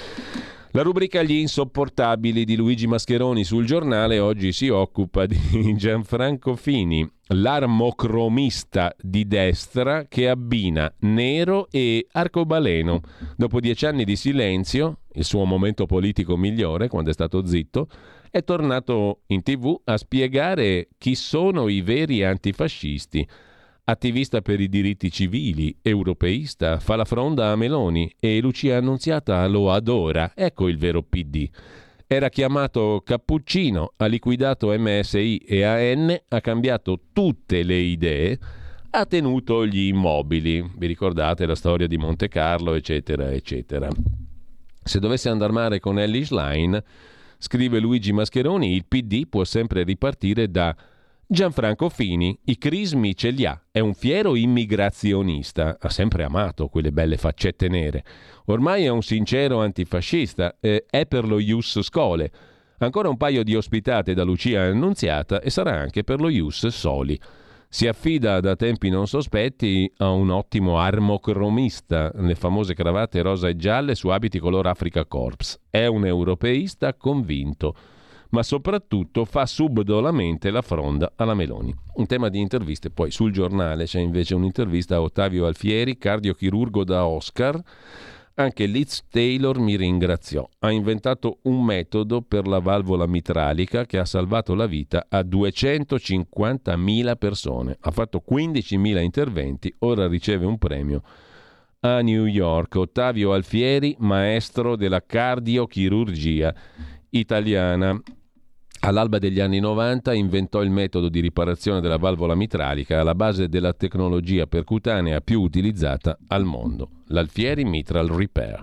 La rubrica Gli insopportabili di Luigi Mascheroni sul Giornale oggi si occupa di Gianfranco Fini, l'armocromista di destra che abbina nero e arcobaleno. Dopo dieci anni di silenzio, il suo momento politico migliore, quando è stato zitto, è tornato in tv a spiegare chi sono i veri antifascisti. Attivista per i diritti civili, europeista, fa la fronda a Meloni e Lucia Annunziata lo adora. Ecco il vero P D. Era chiamato Cappuccino, ha liquidato M S I e A N, ha cambiato tutte le idee, ha tenuto gli immobili. Vi ricordate la storia di Monte Carlo, eccetera, eccetera. Se dovesse andare male con Elly Schlein, scrive Luigi Mascheroni, il P D può sempre ripartire da Gianfranco Fini, i crismi ce li ha, è un fiero immigrazionista, ha sempre amato quelle belle faccette nere, ormai è un sincero antifascista, eh, è per lo Ius Schole, ancora un paio di ospitate da Lucia Annunziata e sarà anche per lo Ius Soli. Si affida da tempi non sospetti a un ottimo armocromista, le famose cravatte rosa e gialle su abiti color Africa Corps, è un europeista convinto, ma soprattutto fa subdolamente la fronda alla Meloni. In tema di interviste, poi sul Giornale c'è invece un'intervista a Ottavio Alfieri, cardiochirurgo da Oscar. Anche Liz Taylor mi ringraziò. Ha inventato un metodo per la valvola mitralica che ha salvato la vita a duecentocinquantamila persone. Ha fatto quindicimila interventi, ora riceve un premio a New York. Ottavio Alfieri, maestro della cardiochirurgia italiana. All'alba degli anni novanta inventò il metodo di riparazione della valvola mitralica alla base della tecnologia percutanea più utilizzata al mondo, l'Alfieri Mitral Repair.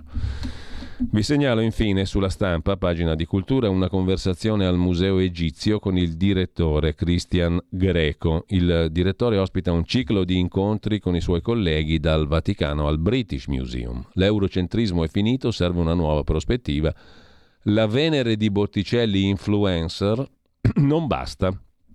Vi segnalo infine sulla Stampa, pagina di cultura, una conversazione al Museo Egizio con il direttore Christian Greco. Il direttore ospita un ciclo di incontri con i suoi colleghi dal Vaticano al British Museum. L'eurocentrismo è finito, serve una nuova prospettiva. La Venere di Botticelli influencer non basta.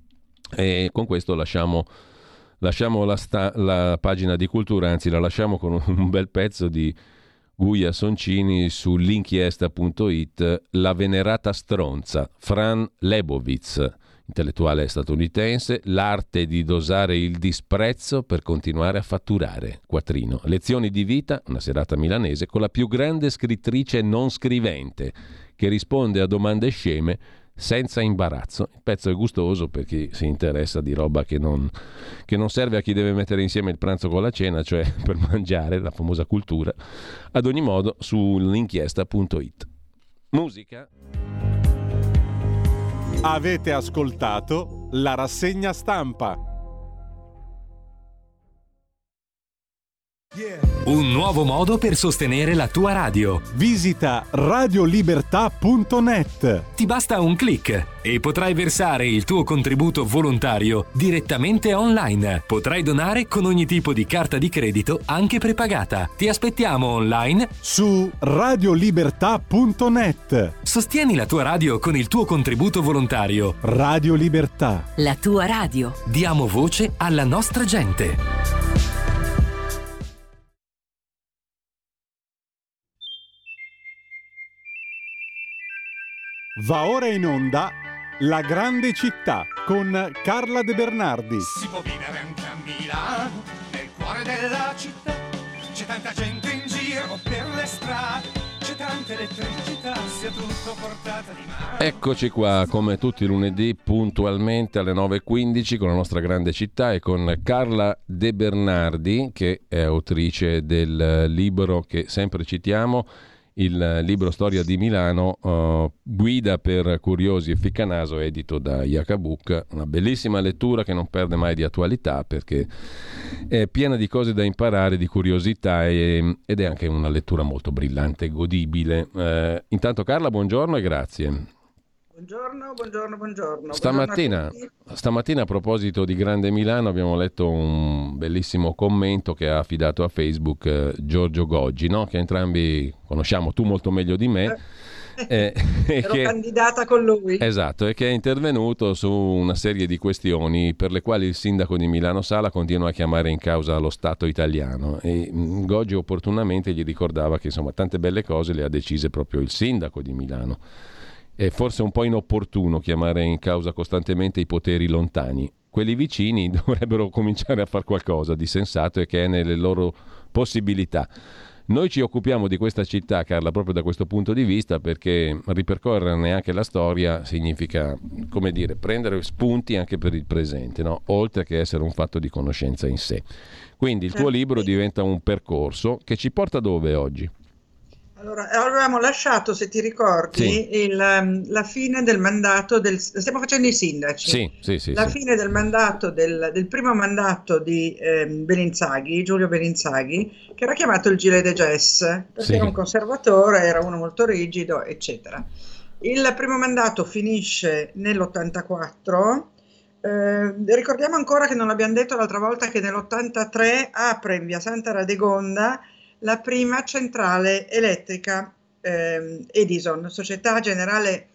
E con questo lasciamo, lasciamo la, sta, la pagina di cultura, anzi la lasciamo con un bel pezzo di Guia Soncini su l'inchiesta punto it, La venerata stronza, Fran Lebowitz, intellettuale statunitense, l'arte di dosare il disprezzo per continuare a fatturare. Quattrino. Lezioni di vita, una serata milanese, con la più grande scrittrice non scrivente, che risponde a domande sceme senza imbarazzo. Il pezzo è gustoso per chi si interessa di roba che non, che non serve a chi deve mettere insieme il pranzo con la cena, cioè per mangiare, la famosa cultura. Ad ogni modo, su l'inchiesta punto it. Musica. Avete ascoltato la rassegna stampa. Un nuovo modo per sostenere la tua radio. Visita radiolibertà punto net. Ti basta un click e potrai versare il tuo contributo volontario direttamente online. Potrai donare con ogni tipo di carta di credito, anche prepagata. Ti aspettiamo online su radiolibertà punto net. Sostieni la tua radio con il tuo contributo volontario. Radio Libertà. La tua radio. Diamo voce alla nostra gente. Va ora in onda La Grande Città con Carla De Bernardi. Si può vivere anche a Milano, nel cuore della città. C'è tanta gente in giro per le strade, c'è tanta elettricità, sia tutto portata di mano. Eccoci qua, come tutti i lunedì, puntualmente alle nove e quindici con la nostra Grande Città e con Carla De Bernardi, che è autrice del libro che sempre citiamo, il libro Storia di Milano, uh, guida per curiosi e ficcanaso, edito da Iacabook, una bellissima lettura che non perde mai di attualità perché è piena di cose da imparare, di curiosità e, ed è anche una lettura molto brillante e godibile. Uh, intanto Carla, buongiorno e grazie. Buongiorno, buongiorno, buongiorno. Stamattina, buongiorno a stamattina a proposito di Grande Milano abbiamo letto un bellissimo commento che ha affidato a Facebook eh, Giorgio Goggi, no? Che entrambi conosciamo, tu molto meglio di me. Eh, eh, ero che, candidata con lui. Esatto, e che è intervenuto su una serie di questioni per le quali il sindaco di Milano Sala continua a chiamare in causa lo Stato italiano e mh, Goggi opportunamente gli ricordava che insomma tante belle cose le ha decise proprio il sindaco di Milano. È forse un po' inopportuno chiamare in causa costantemente i poteri lontani. Quelli vicini dovrebbero cominciare a fare qualcosa di sensato e che è nelle loro possibilità. Noi ci occupiamo di questa città, Carla, proprio da questo punto di vista, perché ripercorrerne anche la storia significa, come dire, prendere spunti anche per il presente, no? Oltre che essere un fatto di conoscenza in sé. Quindi il tuo libro diventa un percorso che ci porta dove oggi? Allora, avevamo lasciato, se ti ricordi, Sì. il, um, la fine del mandato del... Stiamo facendo i sindaci. Sì, sì, sì. La sì. fine del mandato, del, del primo mandato di ehm, Bellinzaghi, Giulio Bellinzaghi, che era chiamato il Gilet de Jazz, perché Sì. era un conservatore, era uno molto rigido, eccetera. Il primo mandato finisce nell'ottantaquattro. Eh, ricordiamo ancora che non l'abbiamo detto l'altra volta che nell'ottantatré apre in via Santa Radegonda la prima centrale elettrica eh, Edison, Società Generale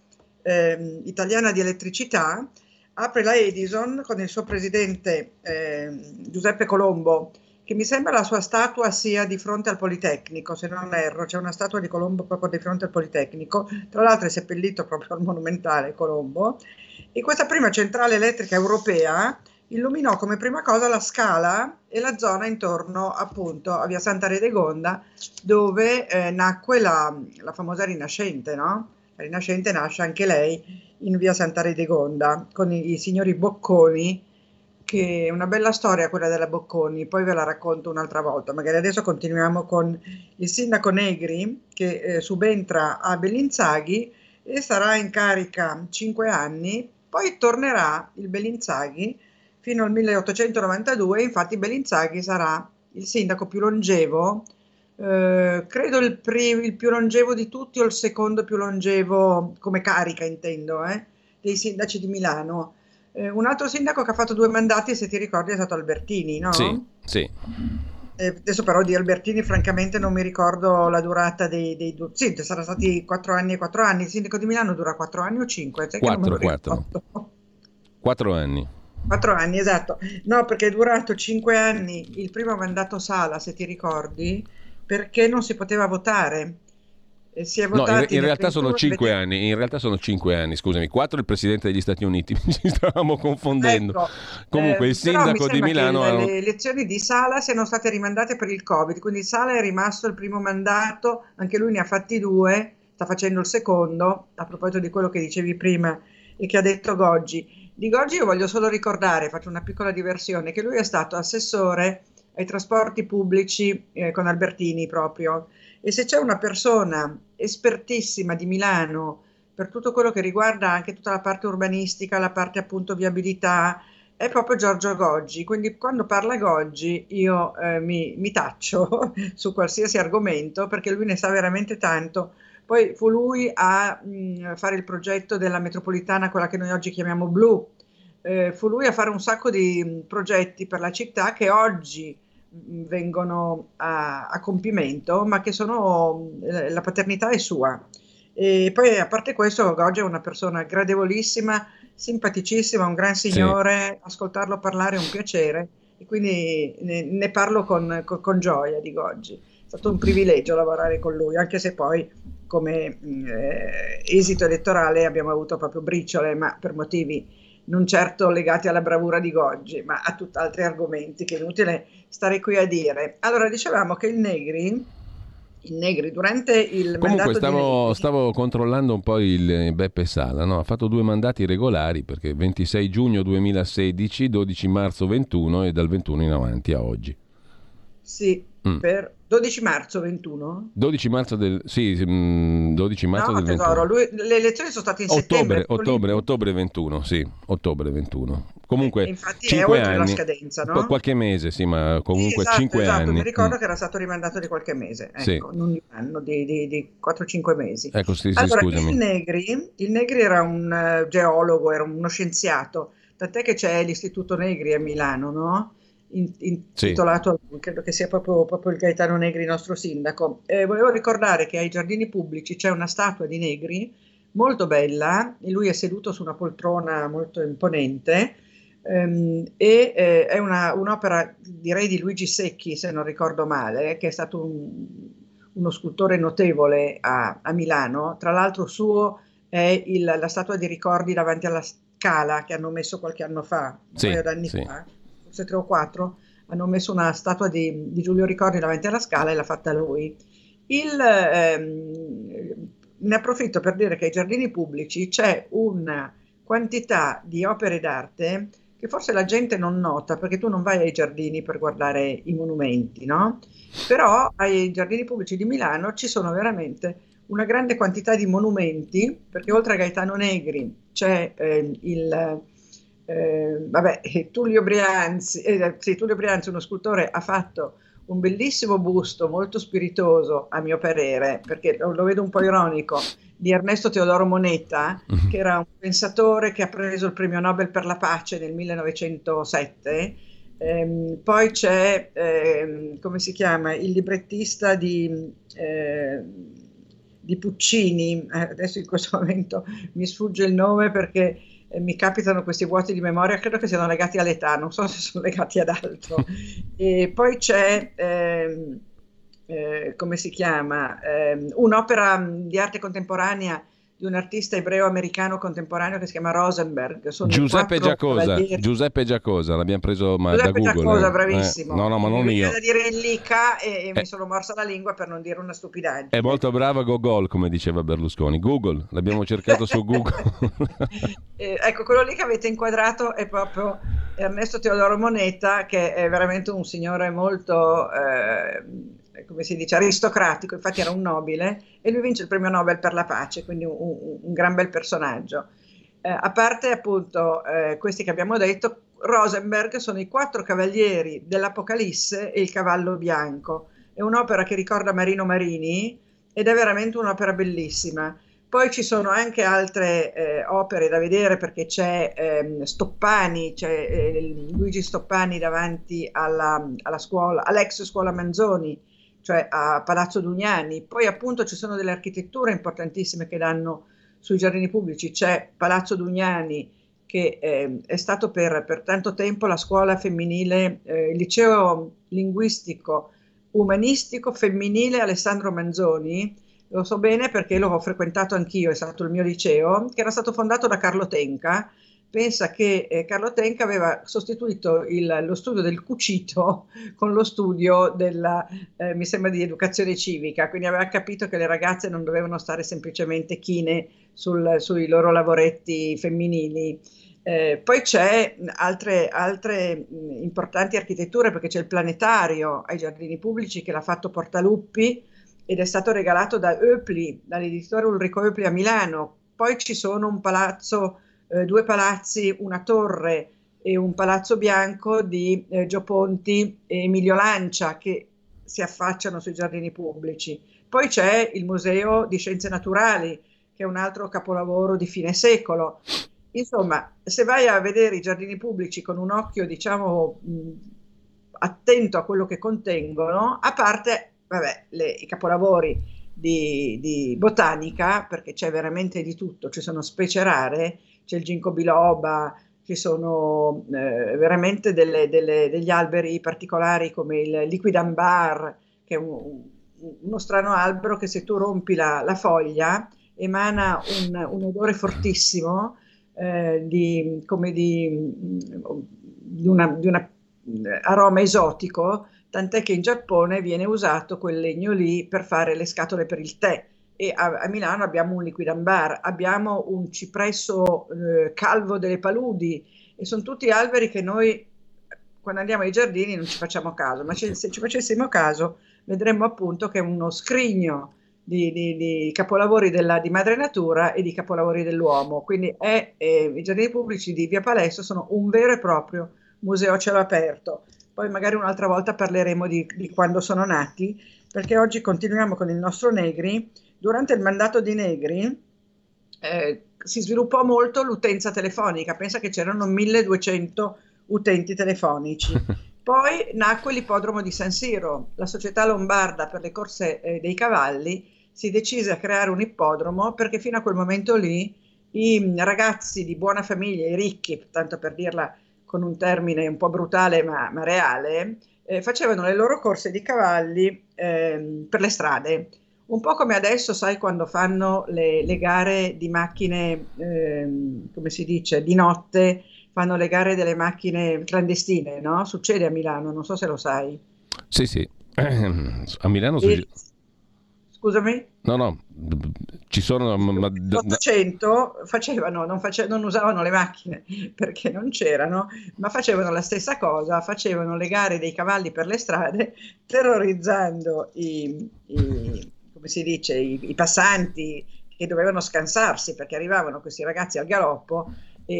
eh, Italiana di Elettricità. Apre la Edison con il suo presidente eh, Giuseppe Colombo, che mi sembra la sua statua sia di fronte al Politecnico, se non erro, c'è una statua di Colombo proprio di fronte al Politecnico, tra l'altro è seppellito proprio al Monumentale Colombo, e questa prima centrale elettrica europea illuminò come prima cosa la Scala e la zona intorno appunto a via Santa Radegonda, dove eh, nacque la, la famosa Rinascente, no? La Rinascente nasce anche lei in via Santa Radegonda con i, i signori Bocconi, che è una bella storia quella della Bocconi, poi ve la racconto un'altra volta. Magari adesso continuiamo con il sindaco Negri che eh, subentra a Bellinzaghi e sarà in carica cinque anni, poi tornerà il Bellinzaghi fino al milleottocentonovantadue. Infatti Bellinzaghi sarà il sindaco più longevo, eh, credo il, pri- il più longevo di tutti o il secondo più longevo come carica, intendo, eh, dei sindaci di Milano. Eh, un altro sindaco che ha fatto due mandati, se ti ricordi, è stato Albertini, no? Sì, sì. Eh, adesso però di Albertini francamente non mi ricordo la durata dei, dei due. Sì, saranno stati quattro anni e quattro anni. Il sindaco di Milano dura quattro anni o cinque? Sai che non me lo Quattro, ricordo. quattro. Quattro anni. Quattro anni, esatto. No, perché è durato cinque anni il primo mandato Sala, se ti ricordi, perché non si poteva votare. E si è No, in, votati in nel realtà sono ventuno, cinque vedi- anni, in realtà sono cinque anni, scusami, quattro il presidente degli Stati Uniti, ci stavamo confondendo. Ecco, Comunque eh, il però mi sindaco di sembra Milano che ha- le, le elezioni di Sala siano state rimandate per il Covid, quindi Sala è rimasto il primo mandato, anche lui ne ha fatti due, sta facendo il secondo, a proposito di quello che dicevi prima e che ha detto Goggi. Di Goggi io voglio solo ricordare, faccio una piccola diversione, che lui è stato assessore ai trasporti pubblici eh, con Albertini proprio, e se c'è una persona espertissima di Milano per tutto quello che riguarda anche tutta la parte urbanistica, la parte appunto viabilità, è proprio Giorgio Goggi, quindi quando parla Goggi io eh, mi, mi taccio su qualsiasi argomento perché lui ne sa veramente tanto. Poi fu lui a mh, fare il progetto della metropolitana, quella che noi oggi chiamiamo blu, eh, fu lui a fare un sacco di mh, progetti per la città che oggi mh, vengono a, a compimento, ma che sono, mh, la paternità è sua. E poi a parte questo Goggi è una persona gradevolissima, simpaticissima, un gran signore, sì. Ascoltarlo parlare è un piacere e quindi ne, ne parlo con, con, con gioia di Goggi. È stato un privilegio lavorare con lui, anche se poi come eh, esito elettorale abbiamo avuto proprio briciole, ma per motivi non certo legati alla bravura di Goggi, ma a tutt'altri argomenti che è inutile stare qui a dire. Allora, dicevamo che il Negri Il Negri durante il Comunque mandato stavo, di stavo controllando un po' il Beppe Sala, no? Ha fatto due mandati regolari perché ventisei giugno duemilasedici, dodici marzo ventuno e dal ventuno in avanti a oggi. Sì, mm. per dodici marzo ventuno? dodici marzo del sì, dodici marzo no, del tesoro, ventuno. Lui, le elezioni sono state in ottobre, settembre. ottobre, ottobre ventuno, sì, ottobre ventuno. Comunque, e infatti cinque è oltre anni, la scadenza, no? Qualche mese, sì, ma comunque sì, esatto, cinque esatto. anni. Mi ricordo mm. che era stato rimandato di qualche mese, ecco, Sì. non di un anno, di, di, di quattro cinque mesi. Ecco, sì, sì, allora, scusami. il Negri, il Negri era un uh, geologo, era uno scienziato, tant'è che c'è l'Istituto Negri a Milano, no? In, intitolato a lui, credo che sia proprio, proprio il Gaetano Negri, nostro sindaco. Eh, volevo ricordare che ai Giardini Pubblici c'è una statua di Negri molto bella, e lui è seduto su una poltrona molto imponente, ehm, e eh, è una, un'opera, direi, di Luigi Secchi, se non ricordo male, che è stato un, uno scultore notevole a, a Milano. Tra l'altro suo è il, la statua di ricordi davanti alla Scala che hanno messo qualche anno fa, un sì, paio d'anni sì. fa, forse tre o quattro, hanno messo una statua di, di Giulio Ricordi davanti alla Scala e l'ha fatta lui. Il, ehm, ne approfitto per dire che ai Giardini Pubblici c'è una quantità di opere d'arte che forse la gente non nota, perché tu non vai ai giardini per guardare i monumenti, no? Però ai Giardini Pubblici di Milano ci sono veramente una grande quantità di monumenti, perché oltre a Gaetano Negri c'è eh, il... Eh, vabbè, Tullio Brianzi, eh, sì, Tullio Brianzi, uno scultore, ha fatto un bellissimo busto molto spiritoso, a mio parere, perché lo, lo vedo un po' ironico, di Ernesto Teodoro Moneta, che era un pensatore che ha preso il premio Nobel per la pace nel millenovecentosette. Eh, poi c'è, eh, come si chiama, il librettista di, eh, di Puccini, eh, adesso in questo momento mi sfugge il nome perché eh, mi capitano questi vuoti di memoria, credo che siano legati all'età, non so se sono legati ad altro. E poi c'è, eh, eh, come si chiama, eh, un'opera di arte contemporanea di un artista ebreo-americano contemporaneo che si chiama Rosenberg. Sono Giuseppe Giacosa, cavalieri. Giuseppe Giacosa, l'abbiamo preso ma Giuseppe da Google. Giacosa, eh. bravissimo. Eh, no, no, ma non mi io. Mi viene da dire in Lica e, e eh. mi sono morsa la lingua per non dire una stupidaggine. È molto brava Gogol, come diceva Berlusconi. Google, l'abbiamo cercato su Google. eh, ecco, quello lì che avete inquadrato è proprio Ernesto Teodoro Moneta, che è veramente un signore molto... Eh, come si dice, aristocratico, infatti era un nobile e lui vince il premio Nobel per la pace, quindi un, un, un gran bel personaggio. Eh, a parte appunto eh, questi che abbiamo detto, Rosenberg sono i quattro cavalieri dell'Apocalisse e il cavallo bianco. È un'opera che ricorda Marino Marini ed è veramente un'opera bellissima. Poi ci sono anche altre eh, opere da vedere, perché c'è eh, Stoppani, c'è eh, Luigi Stoppani davanti alla, alla scuola, all'ex scuola Manzoni, cioè a Palazzo Dugnani. Poi appunto ci sono delle architetture importantissime che danno sui Giardini Pubblici. C'è Palazzo Dugnani, che eh, è stato per, per tanto tempo la scuola femminile, eh, il liceo linguistico umanistico femminile Alessandro Manzoni. Lo so bene perché l'ho frequentato anch'io, è stato il mio liceo, che era stato fondato da Carlo Tenca. Pensa che eh, Carlo Tenca aveva sostituito il, lo studio del cucito con lo studio della, eh, mi sembra, di educazione civica, quindi aveva capito che le ragazze non dovevano stare semplicemente chine sul, sui loro lavoretti femminili. Eh, poi c'è altre, altre mh, importanti architetture, perché c'è il planetario ai Giardini Pubblici che l'ha fatto Portaluppi ed è stato regalato da Oepli, dall'editore Ulrico Oepli a Milano. Poi ci sono un palazzo... Eh, due palazzi, una torre e un Palazzo Bianco di eh, Gio Ponti e Emilio Lancia, che si affacciano sui giardini pubblici. Poi c'è il Museo di Scienze Naturali, che è un altro capolavoro di fine secolo. Insomma, se vai a vedere i giardini pubblici con un occhio, diciamo, mh, attento a quello che contengono, a parte, vabbè, le, i capolavori di, di botanica, perché c'è veramente di tutto, ci sono specie rare, c'è il ginkgo biloba, ci sono eh, veramente delle, delle, degli alberi particolari come il liquidambar, che è un, uno strano albero che se tu rompi la, la foglia emana un, un odore fortissimo, eh, di, come di, di, una, di una aroma esotico, tant'è che in Giappone viene usato quel legno lì per fare le scatole per il tè. E a, a Milano abbiamo un liquidambar, abbiamo un cipresso eh, calvo delle paludi, e sono tutti alberi che noi quando andiamo ai giardini non ci facciamo caso, ma ci, se ci facessimo caso vedremmo appunto che è uno scrigno di, di, di capolavori della, di madre natura e di capolavori dell'uomo. Quindi è, eh, i giardini pubblici di Via Palestro sono un vero e proprio museo a cielo aperto. Poi magari un'altra volta parleremo di, di quando sono nati, perché oggi continuiamo con il nostro Negri. Durante il mandato di Negri eh, si sviluppò molto l'utenza telefonica, pensa che c'erano milleduecento utenti telefonici. Poi nacque l'ippodromo di San Siro, la società lombarda per le corse eh, dei cavalli si decise a creare un ippodromo perché fino a quel momento lì i ragazzi di buona famiglia, i ricchi, tanto per dirla con un termine un po' brutale ma, ma reale, eh, facevano le loro corse di cavalli eh, per le strade. Un po' come adesso, sai, quando fanno le, le gare di macchine, ehm, come si dice, di notte, fanno le gare delle macchine clandestine, no? Succede a Milano, non so se lo sai. Sì, sì. A Milano... E, scusami? No, no, ci sono... L'Ottocento facevano, non, face, non usavano le macchine perché non c'erano, ma facevano la stessa cosa, facevano le gare dei cavalli per le strade, terrorizzando i... i come si dice, i, i passanti che dovevano scansarsi perché arrivavano questi ragazzi al galoppo e,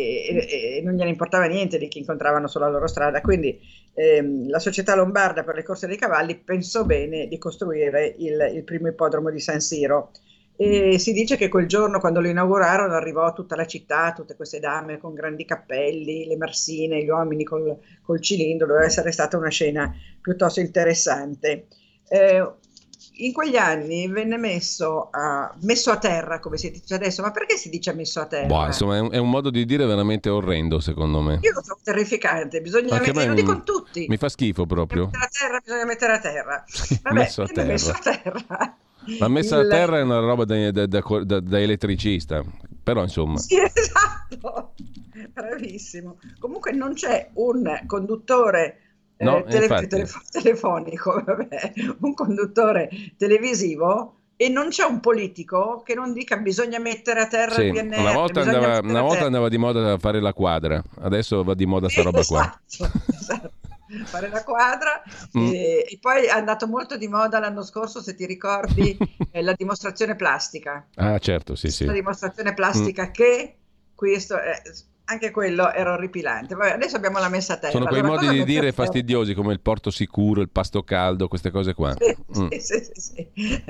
e, e non gliene importava niente di chi incontravano sulla loro strada. Quindi ehm, la società lombarda per le corse dei cavalli pensò bene di costruire il, il primo ippodromo di San Siro, e si dice che quel giorno, quando lo inaugurarono, arrivò tutta la città, tutte queste dame con grandi cappelli, le marsine, gli uomini col, col cilindro. Doveva essere stata una scena piuttosto interessante. Eh, In quegli anni venne messo a, messo a terra, come si dice adesso, ma perché si dice messo a terra? Boh, insomma, è un, è un modo di dire veramente orrendo, secondo me. Io lo trovo terrificante, bisogna Anche mettere, lo dicono tutti. Mi fa schifo proprio. Mettere a terra, bisogna mettere a terra. Vabbè, messo a terra. messo a terra. La messa Il... a terra è una roba da, da, da, da, da elettricista, però insomma... Sì, esatto, bravissimo. Comunque non c'è un conduttore... No, eh, tele- telef- telefonico, vabbè, un conduttore televisivo, e non c'è un politico che non dica bisogna mettere a terra sì, il P N R. Una volta, andava, una volta andava di moda a fare la quadra, adesso va di moda sta roba qua. Esatto, esatto. Fare la quadra mm. e, e poi è andato molto di moda l'anno scorso, se ti ricordi, eh, la dimostrazione plastica. Ah certo, sì, sì. La dimostrazione plastica mm. che questo è... Anche quello era orripilante. Vabbè, adesso abbiamo la messa a terra. Sono quei allora, modi di dire piace... fastidiosi, come il porto sicuro, il pasto caldo, queste cose qua. Sì, mm. sì, sì, sì, sì.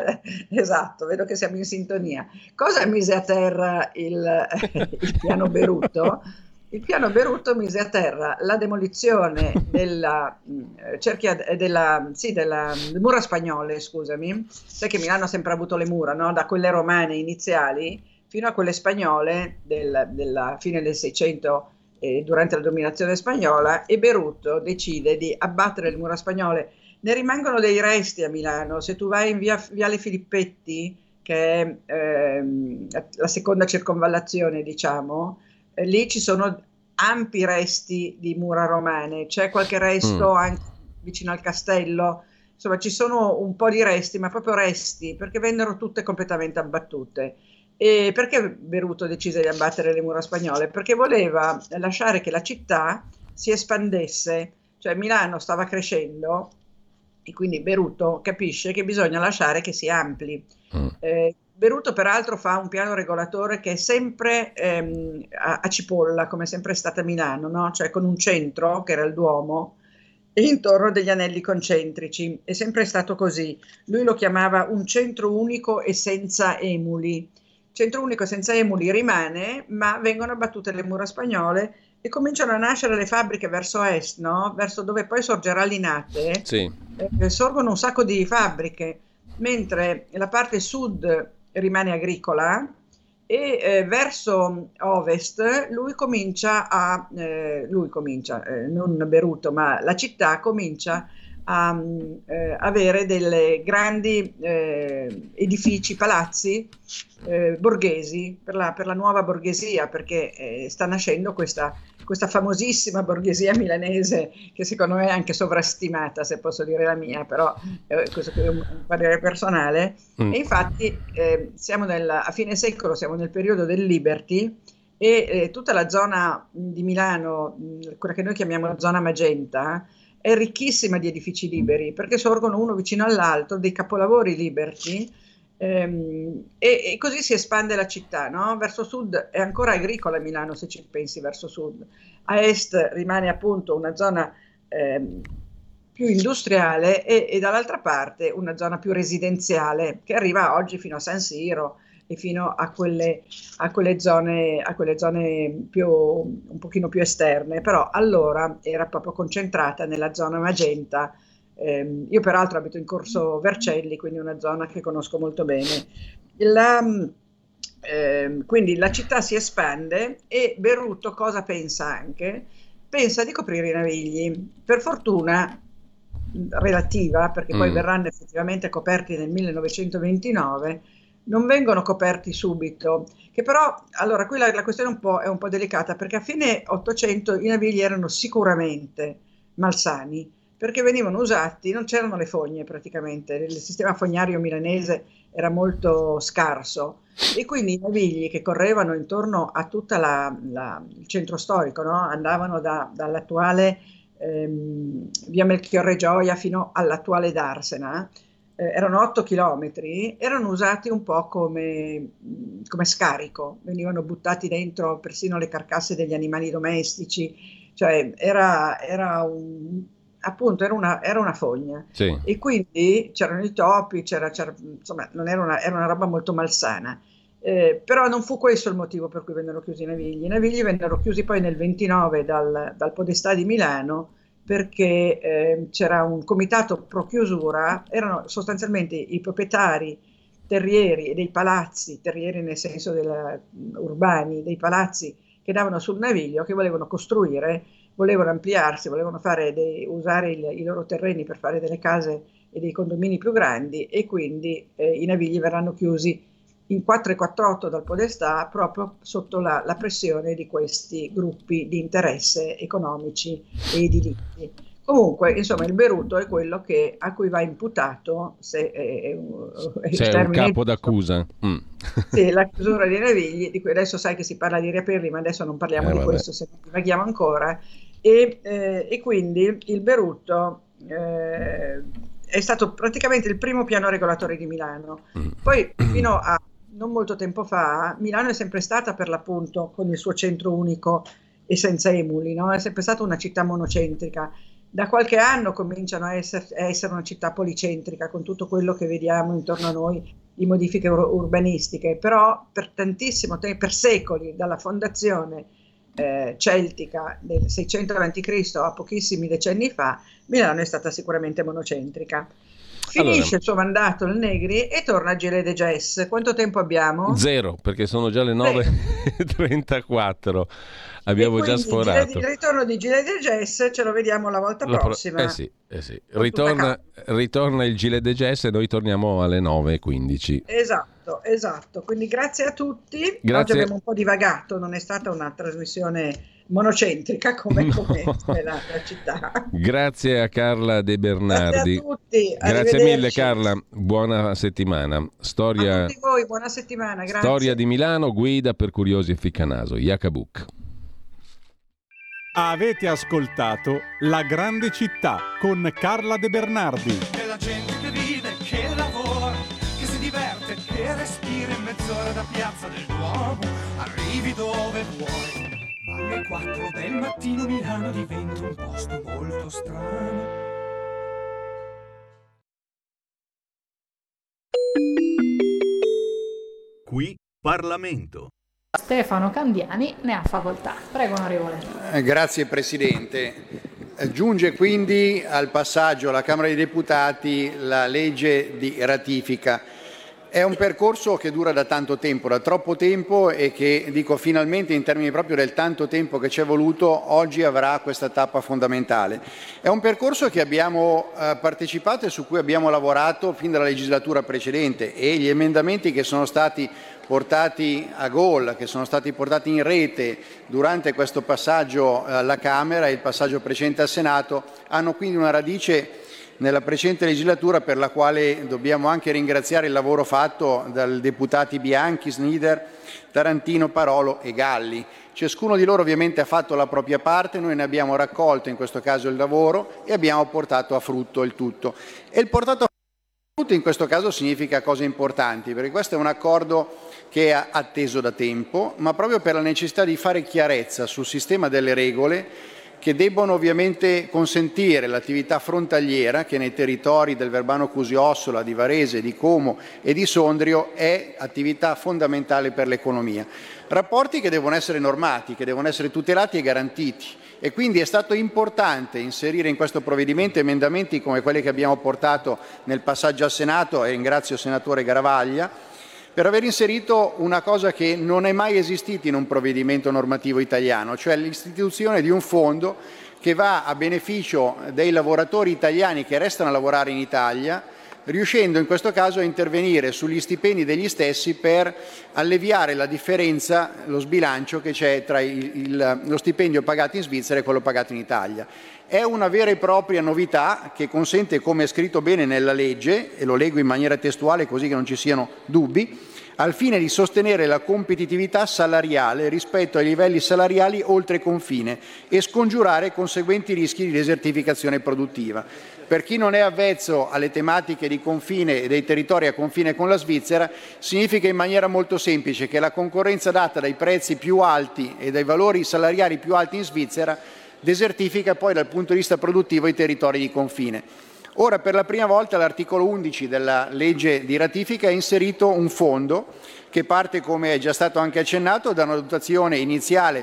Esatto, vedo che siamo in sintonia. Cosa mise a terra il, il piano Beruto? Il piano Beruto mise a terra la demolizione della cerchia della, sì, della mura spagnole, scusami. Sai che Milano ha sempre avuto le mura, no? Da quelle romane iniziali fino a quelle spagnole del, della fine del Seicento, eh, durante la dominazione spagnola, e Beruto decide di abbattere le mura spagnole. Ne rimangono dei resti a Milano. Se tu vai in via Viale Filippetti, che è ehm, la seconda circonvallazione, diciamo, eh, lì ci sono ampi resti di mura romane, c'è qualche resto mm. anche vicino al castello. Insomma, ci sono un po' di resti, ma proprio resti, perché vennero tutte completamente abbattute. E perché Beruto decise di abbattere le mura spagnole? Perché voleva lasciare che la città si espandesse, cioè Milano stava crescendo e quindi Beruto capisce che bisogna lasciare che si ampli. Mm. Eh, Beruto peraltro fa un piano regolatore che è sempre ehm, a, a cipolla, come è sempre stata Milano, no? Cioè con un centro, che era il Duomo, e intorno degli anelli concentrici. È sempre stato così. Lui lo chiamava un centro unico e senza emuli. Centro unico e senza emuli rimane, ma vengono abbattute le mura spagnole e cominciano a nascere le fabbriche verso est, no? Verso dove poi sorgerà Linate. Sì. Eh, sorgono un sacco di fabbriche, mentre la parte sud rimane agricola e eh, verso ovest lui comincia a, eh, lui comincia, eh, non Beruto, ma la città comincia a eh, avere delle grandi eh, edifici, palazzi eh, borghesi per la, per la nuova borghesia, perché eh, sta nascendo questa, questa famosissima borghesia milanese che secondo me è anche sovrastimata, se posso dire la mia, però eh, questo è un parere personale. Mm. E infatti eh, siamo nel, a fine secolo, siamo nel periodo del Liberty e eh, tutta la zona di Milano, quella che noi chiamiamo zona magenta, è ricchissima di edifici liberi, perché sorgono uno vicino all'altro dei capolavori Liberty, ehm, e, e così si espande la città, no? Verso sud è ancora agricola Milano, se ci pensi, verso sud. A est rimane appunto una zona ehm, più industriale e, e dall'altra parte una zona più residenziale, che arriva oggi fino a San Siro e fino a quelle, a quelle zone, a quelle zone più, un pochino più esterne, però allora era proprio concentrata nella zona magenta. Eh, io peraltro abito in Corso Vercelli, quindi una zona che conosco molto bene. La, eh, quindi la città si espande e Beruto cosa pensa anche? Pensa di coprire i Navigli. Per fortuna relativa, perché poi mm. verranno effettivamente coperti nel millenovecentoventinove, non vengono coperti subito, che però, allora qui la, la questione è un po', è un po' delicata, perché a fine Ottocento i Navigli erano sicuramente malsani, perché venivano usati, non c'erano le fogne praticamente, il sistema fognario milanese era molto scarso e quindi i Navigli che correvano intorno a tutto il centro storico, no? Andavano da, dall'attuale ehm, via Melchiorre Gioia fino all'attuale Darsena, Eh, erano otto chilometri, erano usati un po' come, come scarico, venivano buttati dentro persino le carcasse degli animali domestici, cioè era, era un, appunto era una, era una fogna. Sì. E quindi c'erano i topi, c'era, c'era, insomma non era una, era una roba molto malsana. Eh, però non fu questo il motivo per cui vennero chiusi i Navigli. I Navigli vennero chiusi poi nel ventinove dal, dal Podestà di Milano, perché eh, c'era un comitato pro chiusura, erano sostanzialmente i proprietari terrieri e dei palazzi, terrieri nel senso della, urbani, dei palazzi che davano sul Naviglio, che volevano costruire, volevano ampliarsi, volevano fare dei, usare il, i loro terreni per fare delle case e dei condomini più grandi, e quindi eh, i Navigli verranno chiusi in quattro e quarantotto dal Podestà, proprio sotto la, la pressione di questi gruppi di interesse economici e edilizi. Comunque, insomma, il Beruto è quello che, a cui va imputato, se è, è c'è un capo d'accusa. Mm. Sì, la chiusura dei Navigli, di cui adesso sai che si parla di riaprirli, ma adesso non parliamo eh, di vabbè. questo, se non divaghiamo ancora. E, eh, e quindi il Beruto eh, è stato praticamente il primo piano regolatore di Milano. Mm. Poi, fino a non molto tempo fa, Milano è sempre stata per l'appunto con il suo centro unico e senza emuli, no? È sempre stata una città monocentrica. Da qualche anno cominciano a essere, a essere una città policentrica, con tutto quello che vediamo intorno a noi di modifiche ur- urbanistiche, però per tantissimo tempo, per secoli, dalla fondazione eh, celtica del seicento avanti Cristo a pochissimi decenni fa, Milano è stata sicuramente monocentrica. Finisce allora il suo mandato il Negri e torna a Gilles de Gess. Quanto tempo abbiamo? Zero, perché sono già le nove e trentaquattro. Abbiamo già sforato. Il ritorno di Gilles de Gess ce lo vediamo la volta la prossima. Pro- eh sì, eh sì. Ritorna, ritorna il Gilles de Gess e noi torniamo alle nove e quindici. Esatto, esatto. Quindi grazie a tutti. Grazie. Oggi abbiamo un po' divagato, non è stata una trasmissione monocentrica come, no. come la, la città. Grazie a Carla De Bernardi. Grazie a tutti. Grazie mille Carla, buona settimana. Storia, a tutti voi, buona settimana. Grazie. Storia di Milano, guida per curiosi e ficcanaso. Yakabuk. Avete ascoltato La Grande Città con Carla De Bernardi. Che la gente che vive, che lavora, che si diverte, che respiri in mezz'ora da Piazza del Duomo, arrivi dove vuoi. Ma alle quattro del mattino Milano diventa un posto molto strano. Qui Parlamento. Stefano Candiani ne ha facoltà. Prego, onorevole. Eh, grazie Presidente. Eh, giunge quindi al passaggio alla Camera dei Deputati la legge di ratifica. È un percorso che dura da tanto tempo, da troppo tempo, e che, dico finalmente in termini proprio del tanto tempo che ci è voluto, oggi avrà questa tappa fondamentale. È un percorso che abbiamo eh, partecipato e su cui abbiamo lavorato fin dalla legislatura precedente, e gli emendamenti che sono stati portati a gol, che sono stati portati in rete durante questo passaggio alla Camera e il passaggio precedente al Senato hanno quindi una radice nella precedente legislatura, per la quale dobbiamo anche ringraziare il lavoro fatto dai deputati Bianchi, Snider, Tarantino, Parolo e Galli. Ciascuno di loro ovviamente ha fatto la propria parte, noi ne abbiamo raccolto in questo caso il lavoro e abbiamo portato a frutto il tutto. E il portato a frutto in questo caso significa cose importanti, perché questo è un accordo che è atteso da tempo, ma proprio per la necessità di fare chiarezza sul sistema delle regole che debbono ovviamente consentire l'attività frontaliera, che nei territori del Verbano Cusio-Ossola, di Varese, di Como e di Sondrio è attività fondamentale per l'economia. Rapporti che devono essere normati, che devono essere tutelati e garantiti, e quindi è stato importante inserire in questo provvedimento emendamenti come quelli che abbiamo portato nel passaggio al Senato, e ringrazio il senatore Garavaglia per aver inserito una cosa che non è mai esistita in un provvedimento normativo italiano, cioè l'istituzione di un fondo che va a beneficio dei lavoratori italiani che restano a lavorare in Italia, riuscendo in questo caso a intervenire sugli stipendi degli stessi per alleviare la differenza, lo sbilancio che c'è tra il, il, lo stipendio pagato in Svizzera e quello pagato in Italia. È una vera e propria novità che consente, come è scritto bene nella legge, e lo leggo in maniera testuale così che non ci siano dubbi, al fine di sostenere la competitività salariale rispetto ai livelli salariali oltre confine e scongiurare conseguenti rischi di desertificazione produttiva. Per chi non è avvezzo alle tematiche di confine e dei territori a confine con la Svizzera, significa in maniera molto semplice che la concorrenza data dai prezzi più alti e dai valori salariali più alti in Svizzera desertifica poi dal punto di vista produttivo i territori di confine. Ora, per la prima volta, l'articolo undici della legge di ratifica ha inserito un fondo che parte, come è già stato anche accennato, da una dotazione iniziale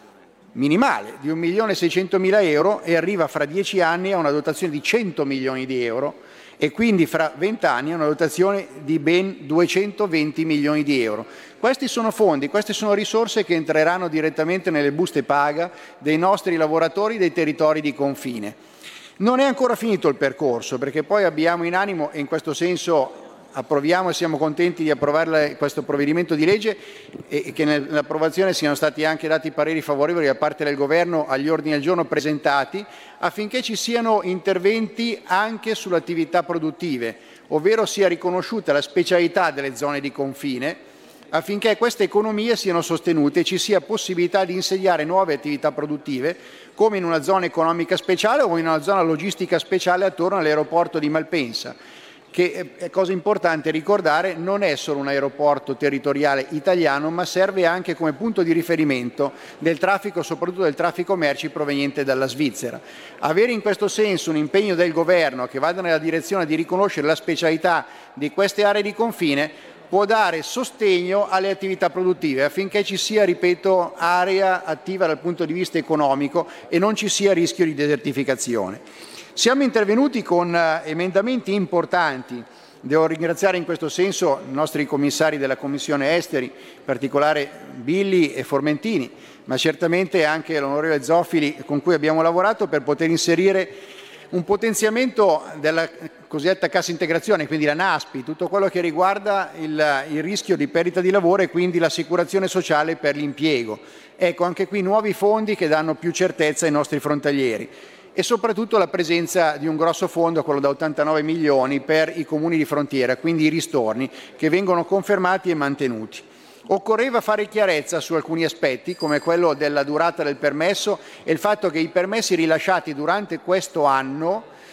minimale di un milione seicentomila euro e arriva fra dieci anni a una dotazione di cento milioni di euro e quindi fra venti anni a una dotazione di ben duecentoventi milioni di euro. Questi sono fondi, queste sono risorse che entreranno direttamente nelle buste paga dei nostri lavoratori dei territori di confine. Non è ancora finito il percorso, perché poi abbiamo in animo, e in questo senso approviamo e siamo contenti di approvare questo provvedimento di legge e che nell'approvazione siano stati anche dati pareri favorevoli da parte del Governo agli ordini del giorno presentati, affinché ci siano interventi anche sulle attività produttive, ovvero sia riconosciuta la specialità delle zone di confine, affinché queste economie siano sostenute e ci sia possibilità di insediare nuove attività produttive, come in una zona economica speciale o in una zona logistica speciale attorno all'aeroporto di Malpensa, che è cosa importante ricordare, non è solo un aeroporto territoriale italiano, ma serve anche come punto di riferimento del traffico, soprattutto del traffico merci proveniente dalla Svizzera. Avere in questo senso un impegno del Governo che vada nella direzione di riconoscere la specialità di queste aree di confine può dare sostegno alle attività produttive affinché ci sia, ripeto, area attiva dal punto di vista economico e non ci sia rischio di desertificazione. Siamo intervenuti con emendamenti importanti. Devo ringraziare in questo senso i nostri commissari della Commissione Esteri, in particolare Billi e Formentini, ma certamente anche l'onorevole Zoffili, con cui abbiamo lavorato per poter inserire un potenziamento della cosiddetta cassa integrazione, quindi la NASPI, tutto quello che riguarda il, il rischio di perdita di lavoro e quindi l'assicurazione sociale per l'impiego. Ecco, anche qui nuovi fondi che danno più certezza ai nostri frontalieri e soprattutto la presenza di un grosso fondo, quello da ottantanove milioni, per i comuni di frontiera, quindi i ristorni, che vengono confermati e mantenuti. Occorreva fare chiarezza su alcuni aspetti, come quello della durata del permesso e il fatto che i permessi rilasciati durante questo anno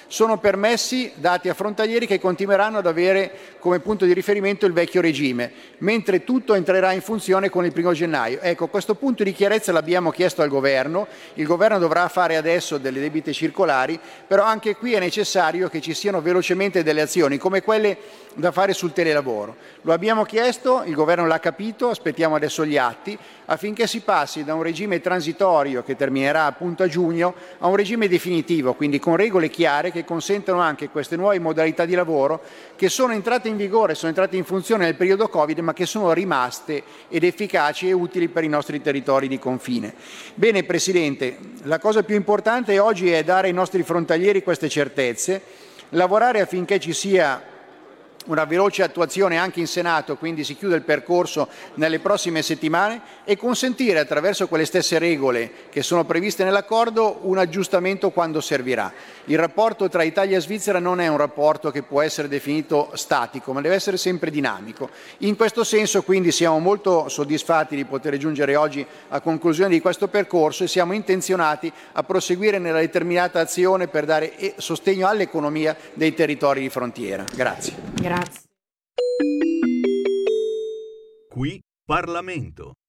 sono permessi dati a frontalieri che continueranno ad avere come punto di riferimento il vecchio regime, mentre tutto entrerà in funzione con il primo gennaio. Ecco, questo punto di chiarezza l'abbiamo chiesto al governo, il governo dovrà fare adesso delle debite circolari, però anche qui è necessario che ci siano velocemente delle azioni come quelle da fare sul telelavoro. Lo abbiamo chiesto, il governo l'ha capito, aspettiamo adesso gli atti affinché si passi da un regime transitorio che terminerà appunto a giugno a un regime definitivo, quindi con regole chiare che consentano anche queste nuove modalità di lavoro che sono entrate in vigore, sono entrate in funzione nel periodo Covid, ma che sono rimaste ed efficaci e utili per i nostri territori di confine. Bene, Presidente, la cosa più importante oggi è dare ai nostri frontalieri queste certezze, lavorare affinché ci sia una veloce attuazione anche in Senato, quindi si chiude il percorso nelle prossime settimane, e consentire attraverso quelle stesse regole che sono previste nell'accordo un aggiustamento quando servirà. Il rapporto tra Italia e Svizzera non è un rapporto che può essere definito statico, ma deve essere sempre dinamico. In questo senso quindi siamo molto soddisfatti di poter giungere oggi a conclusione di questo percorso e siamo intenzionati a proseguire nella determinata azione per dare sostegno all'economia dei territori di frontiera. Grazie. Grazie. Qui Parlamento.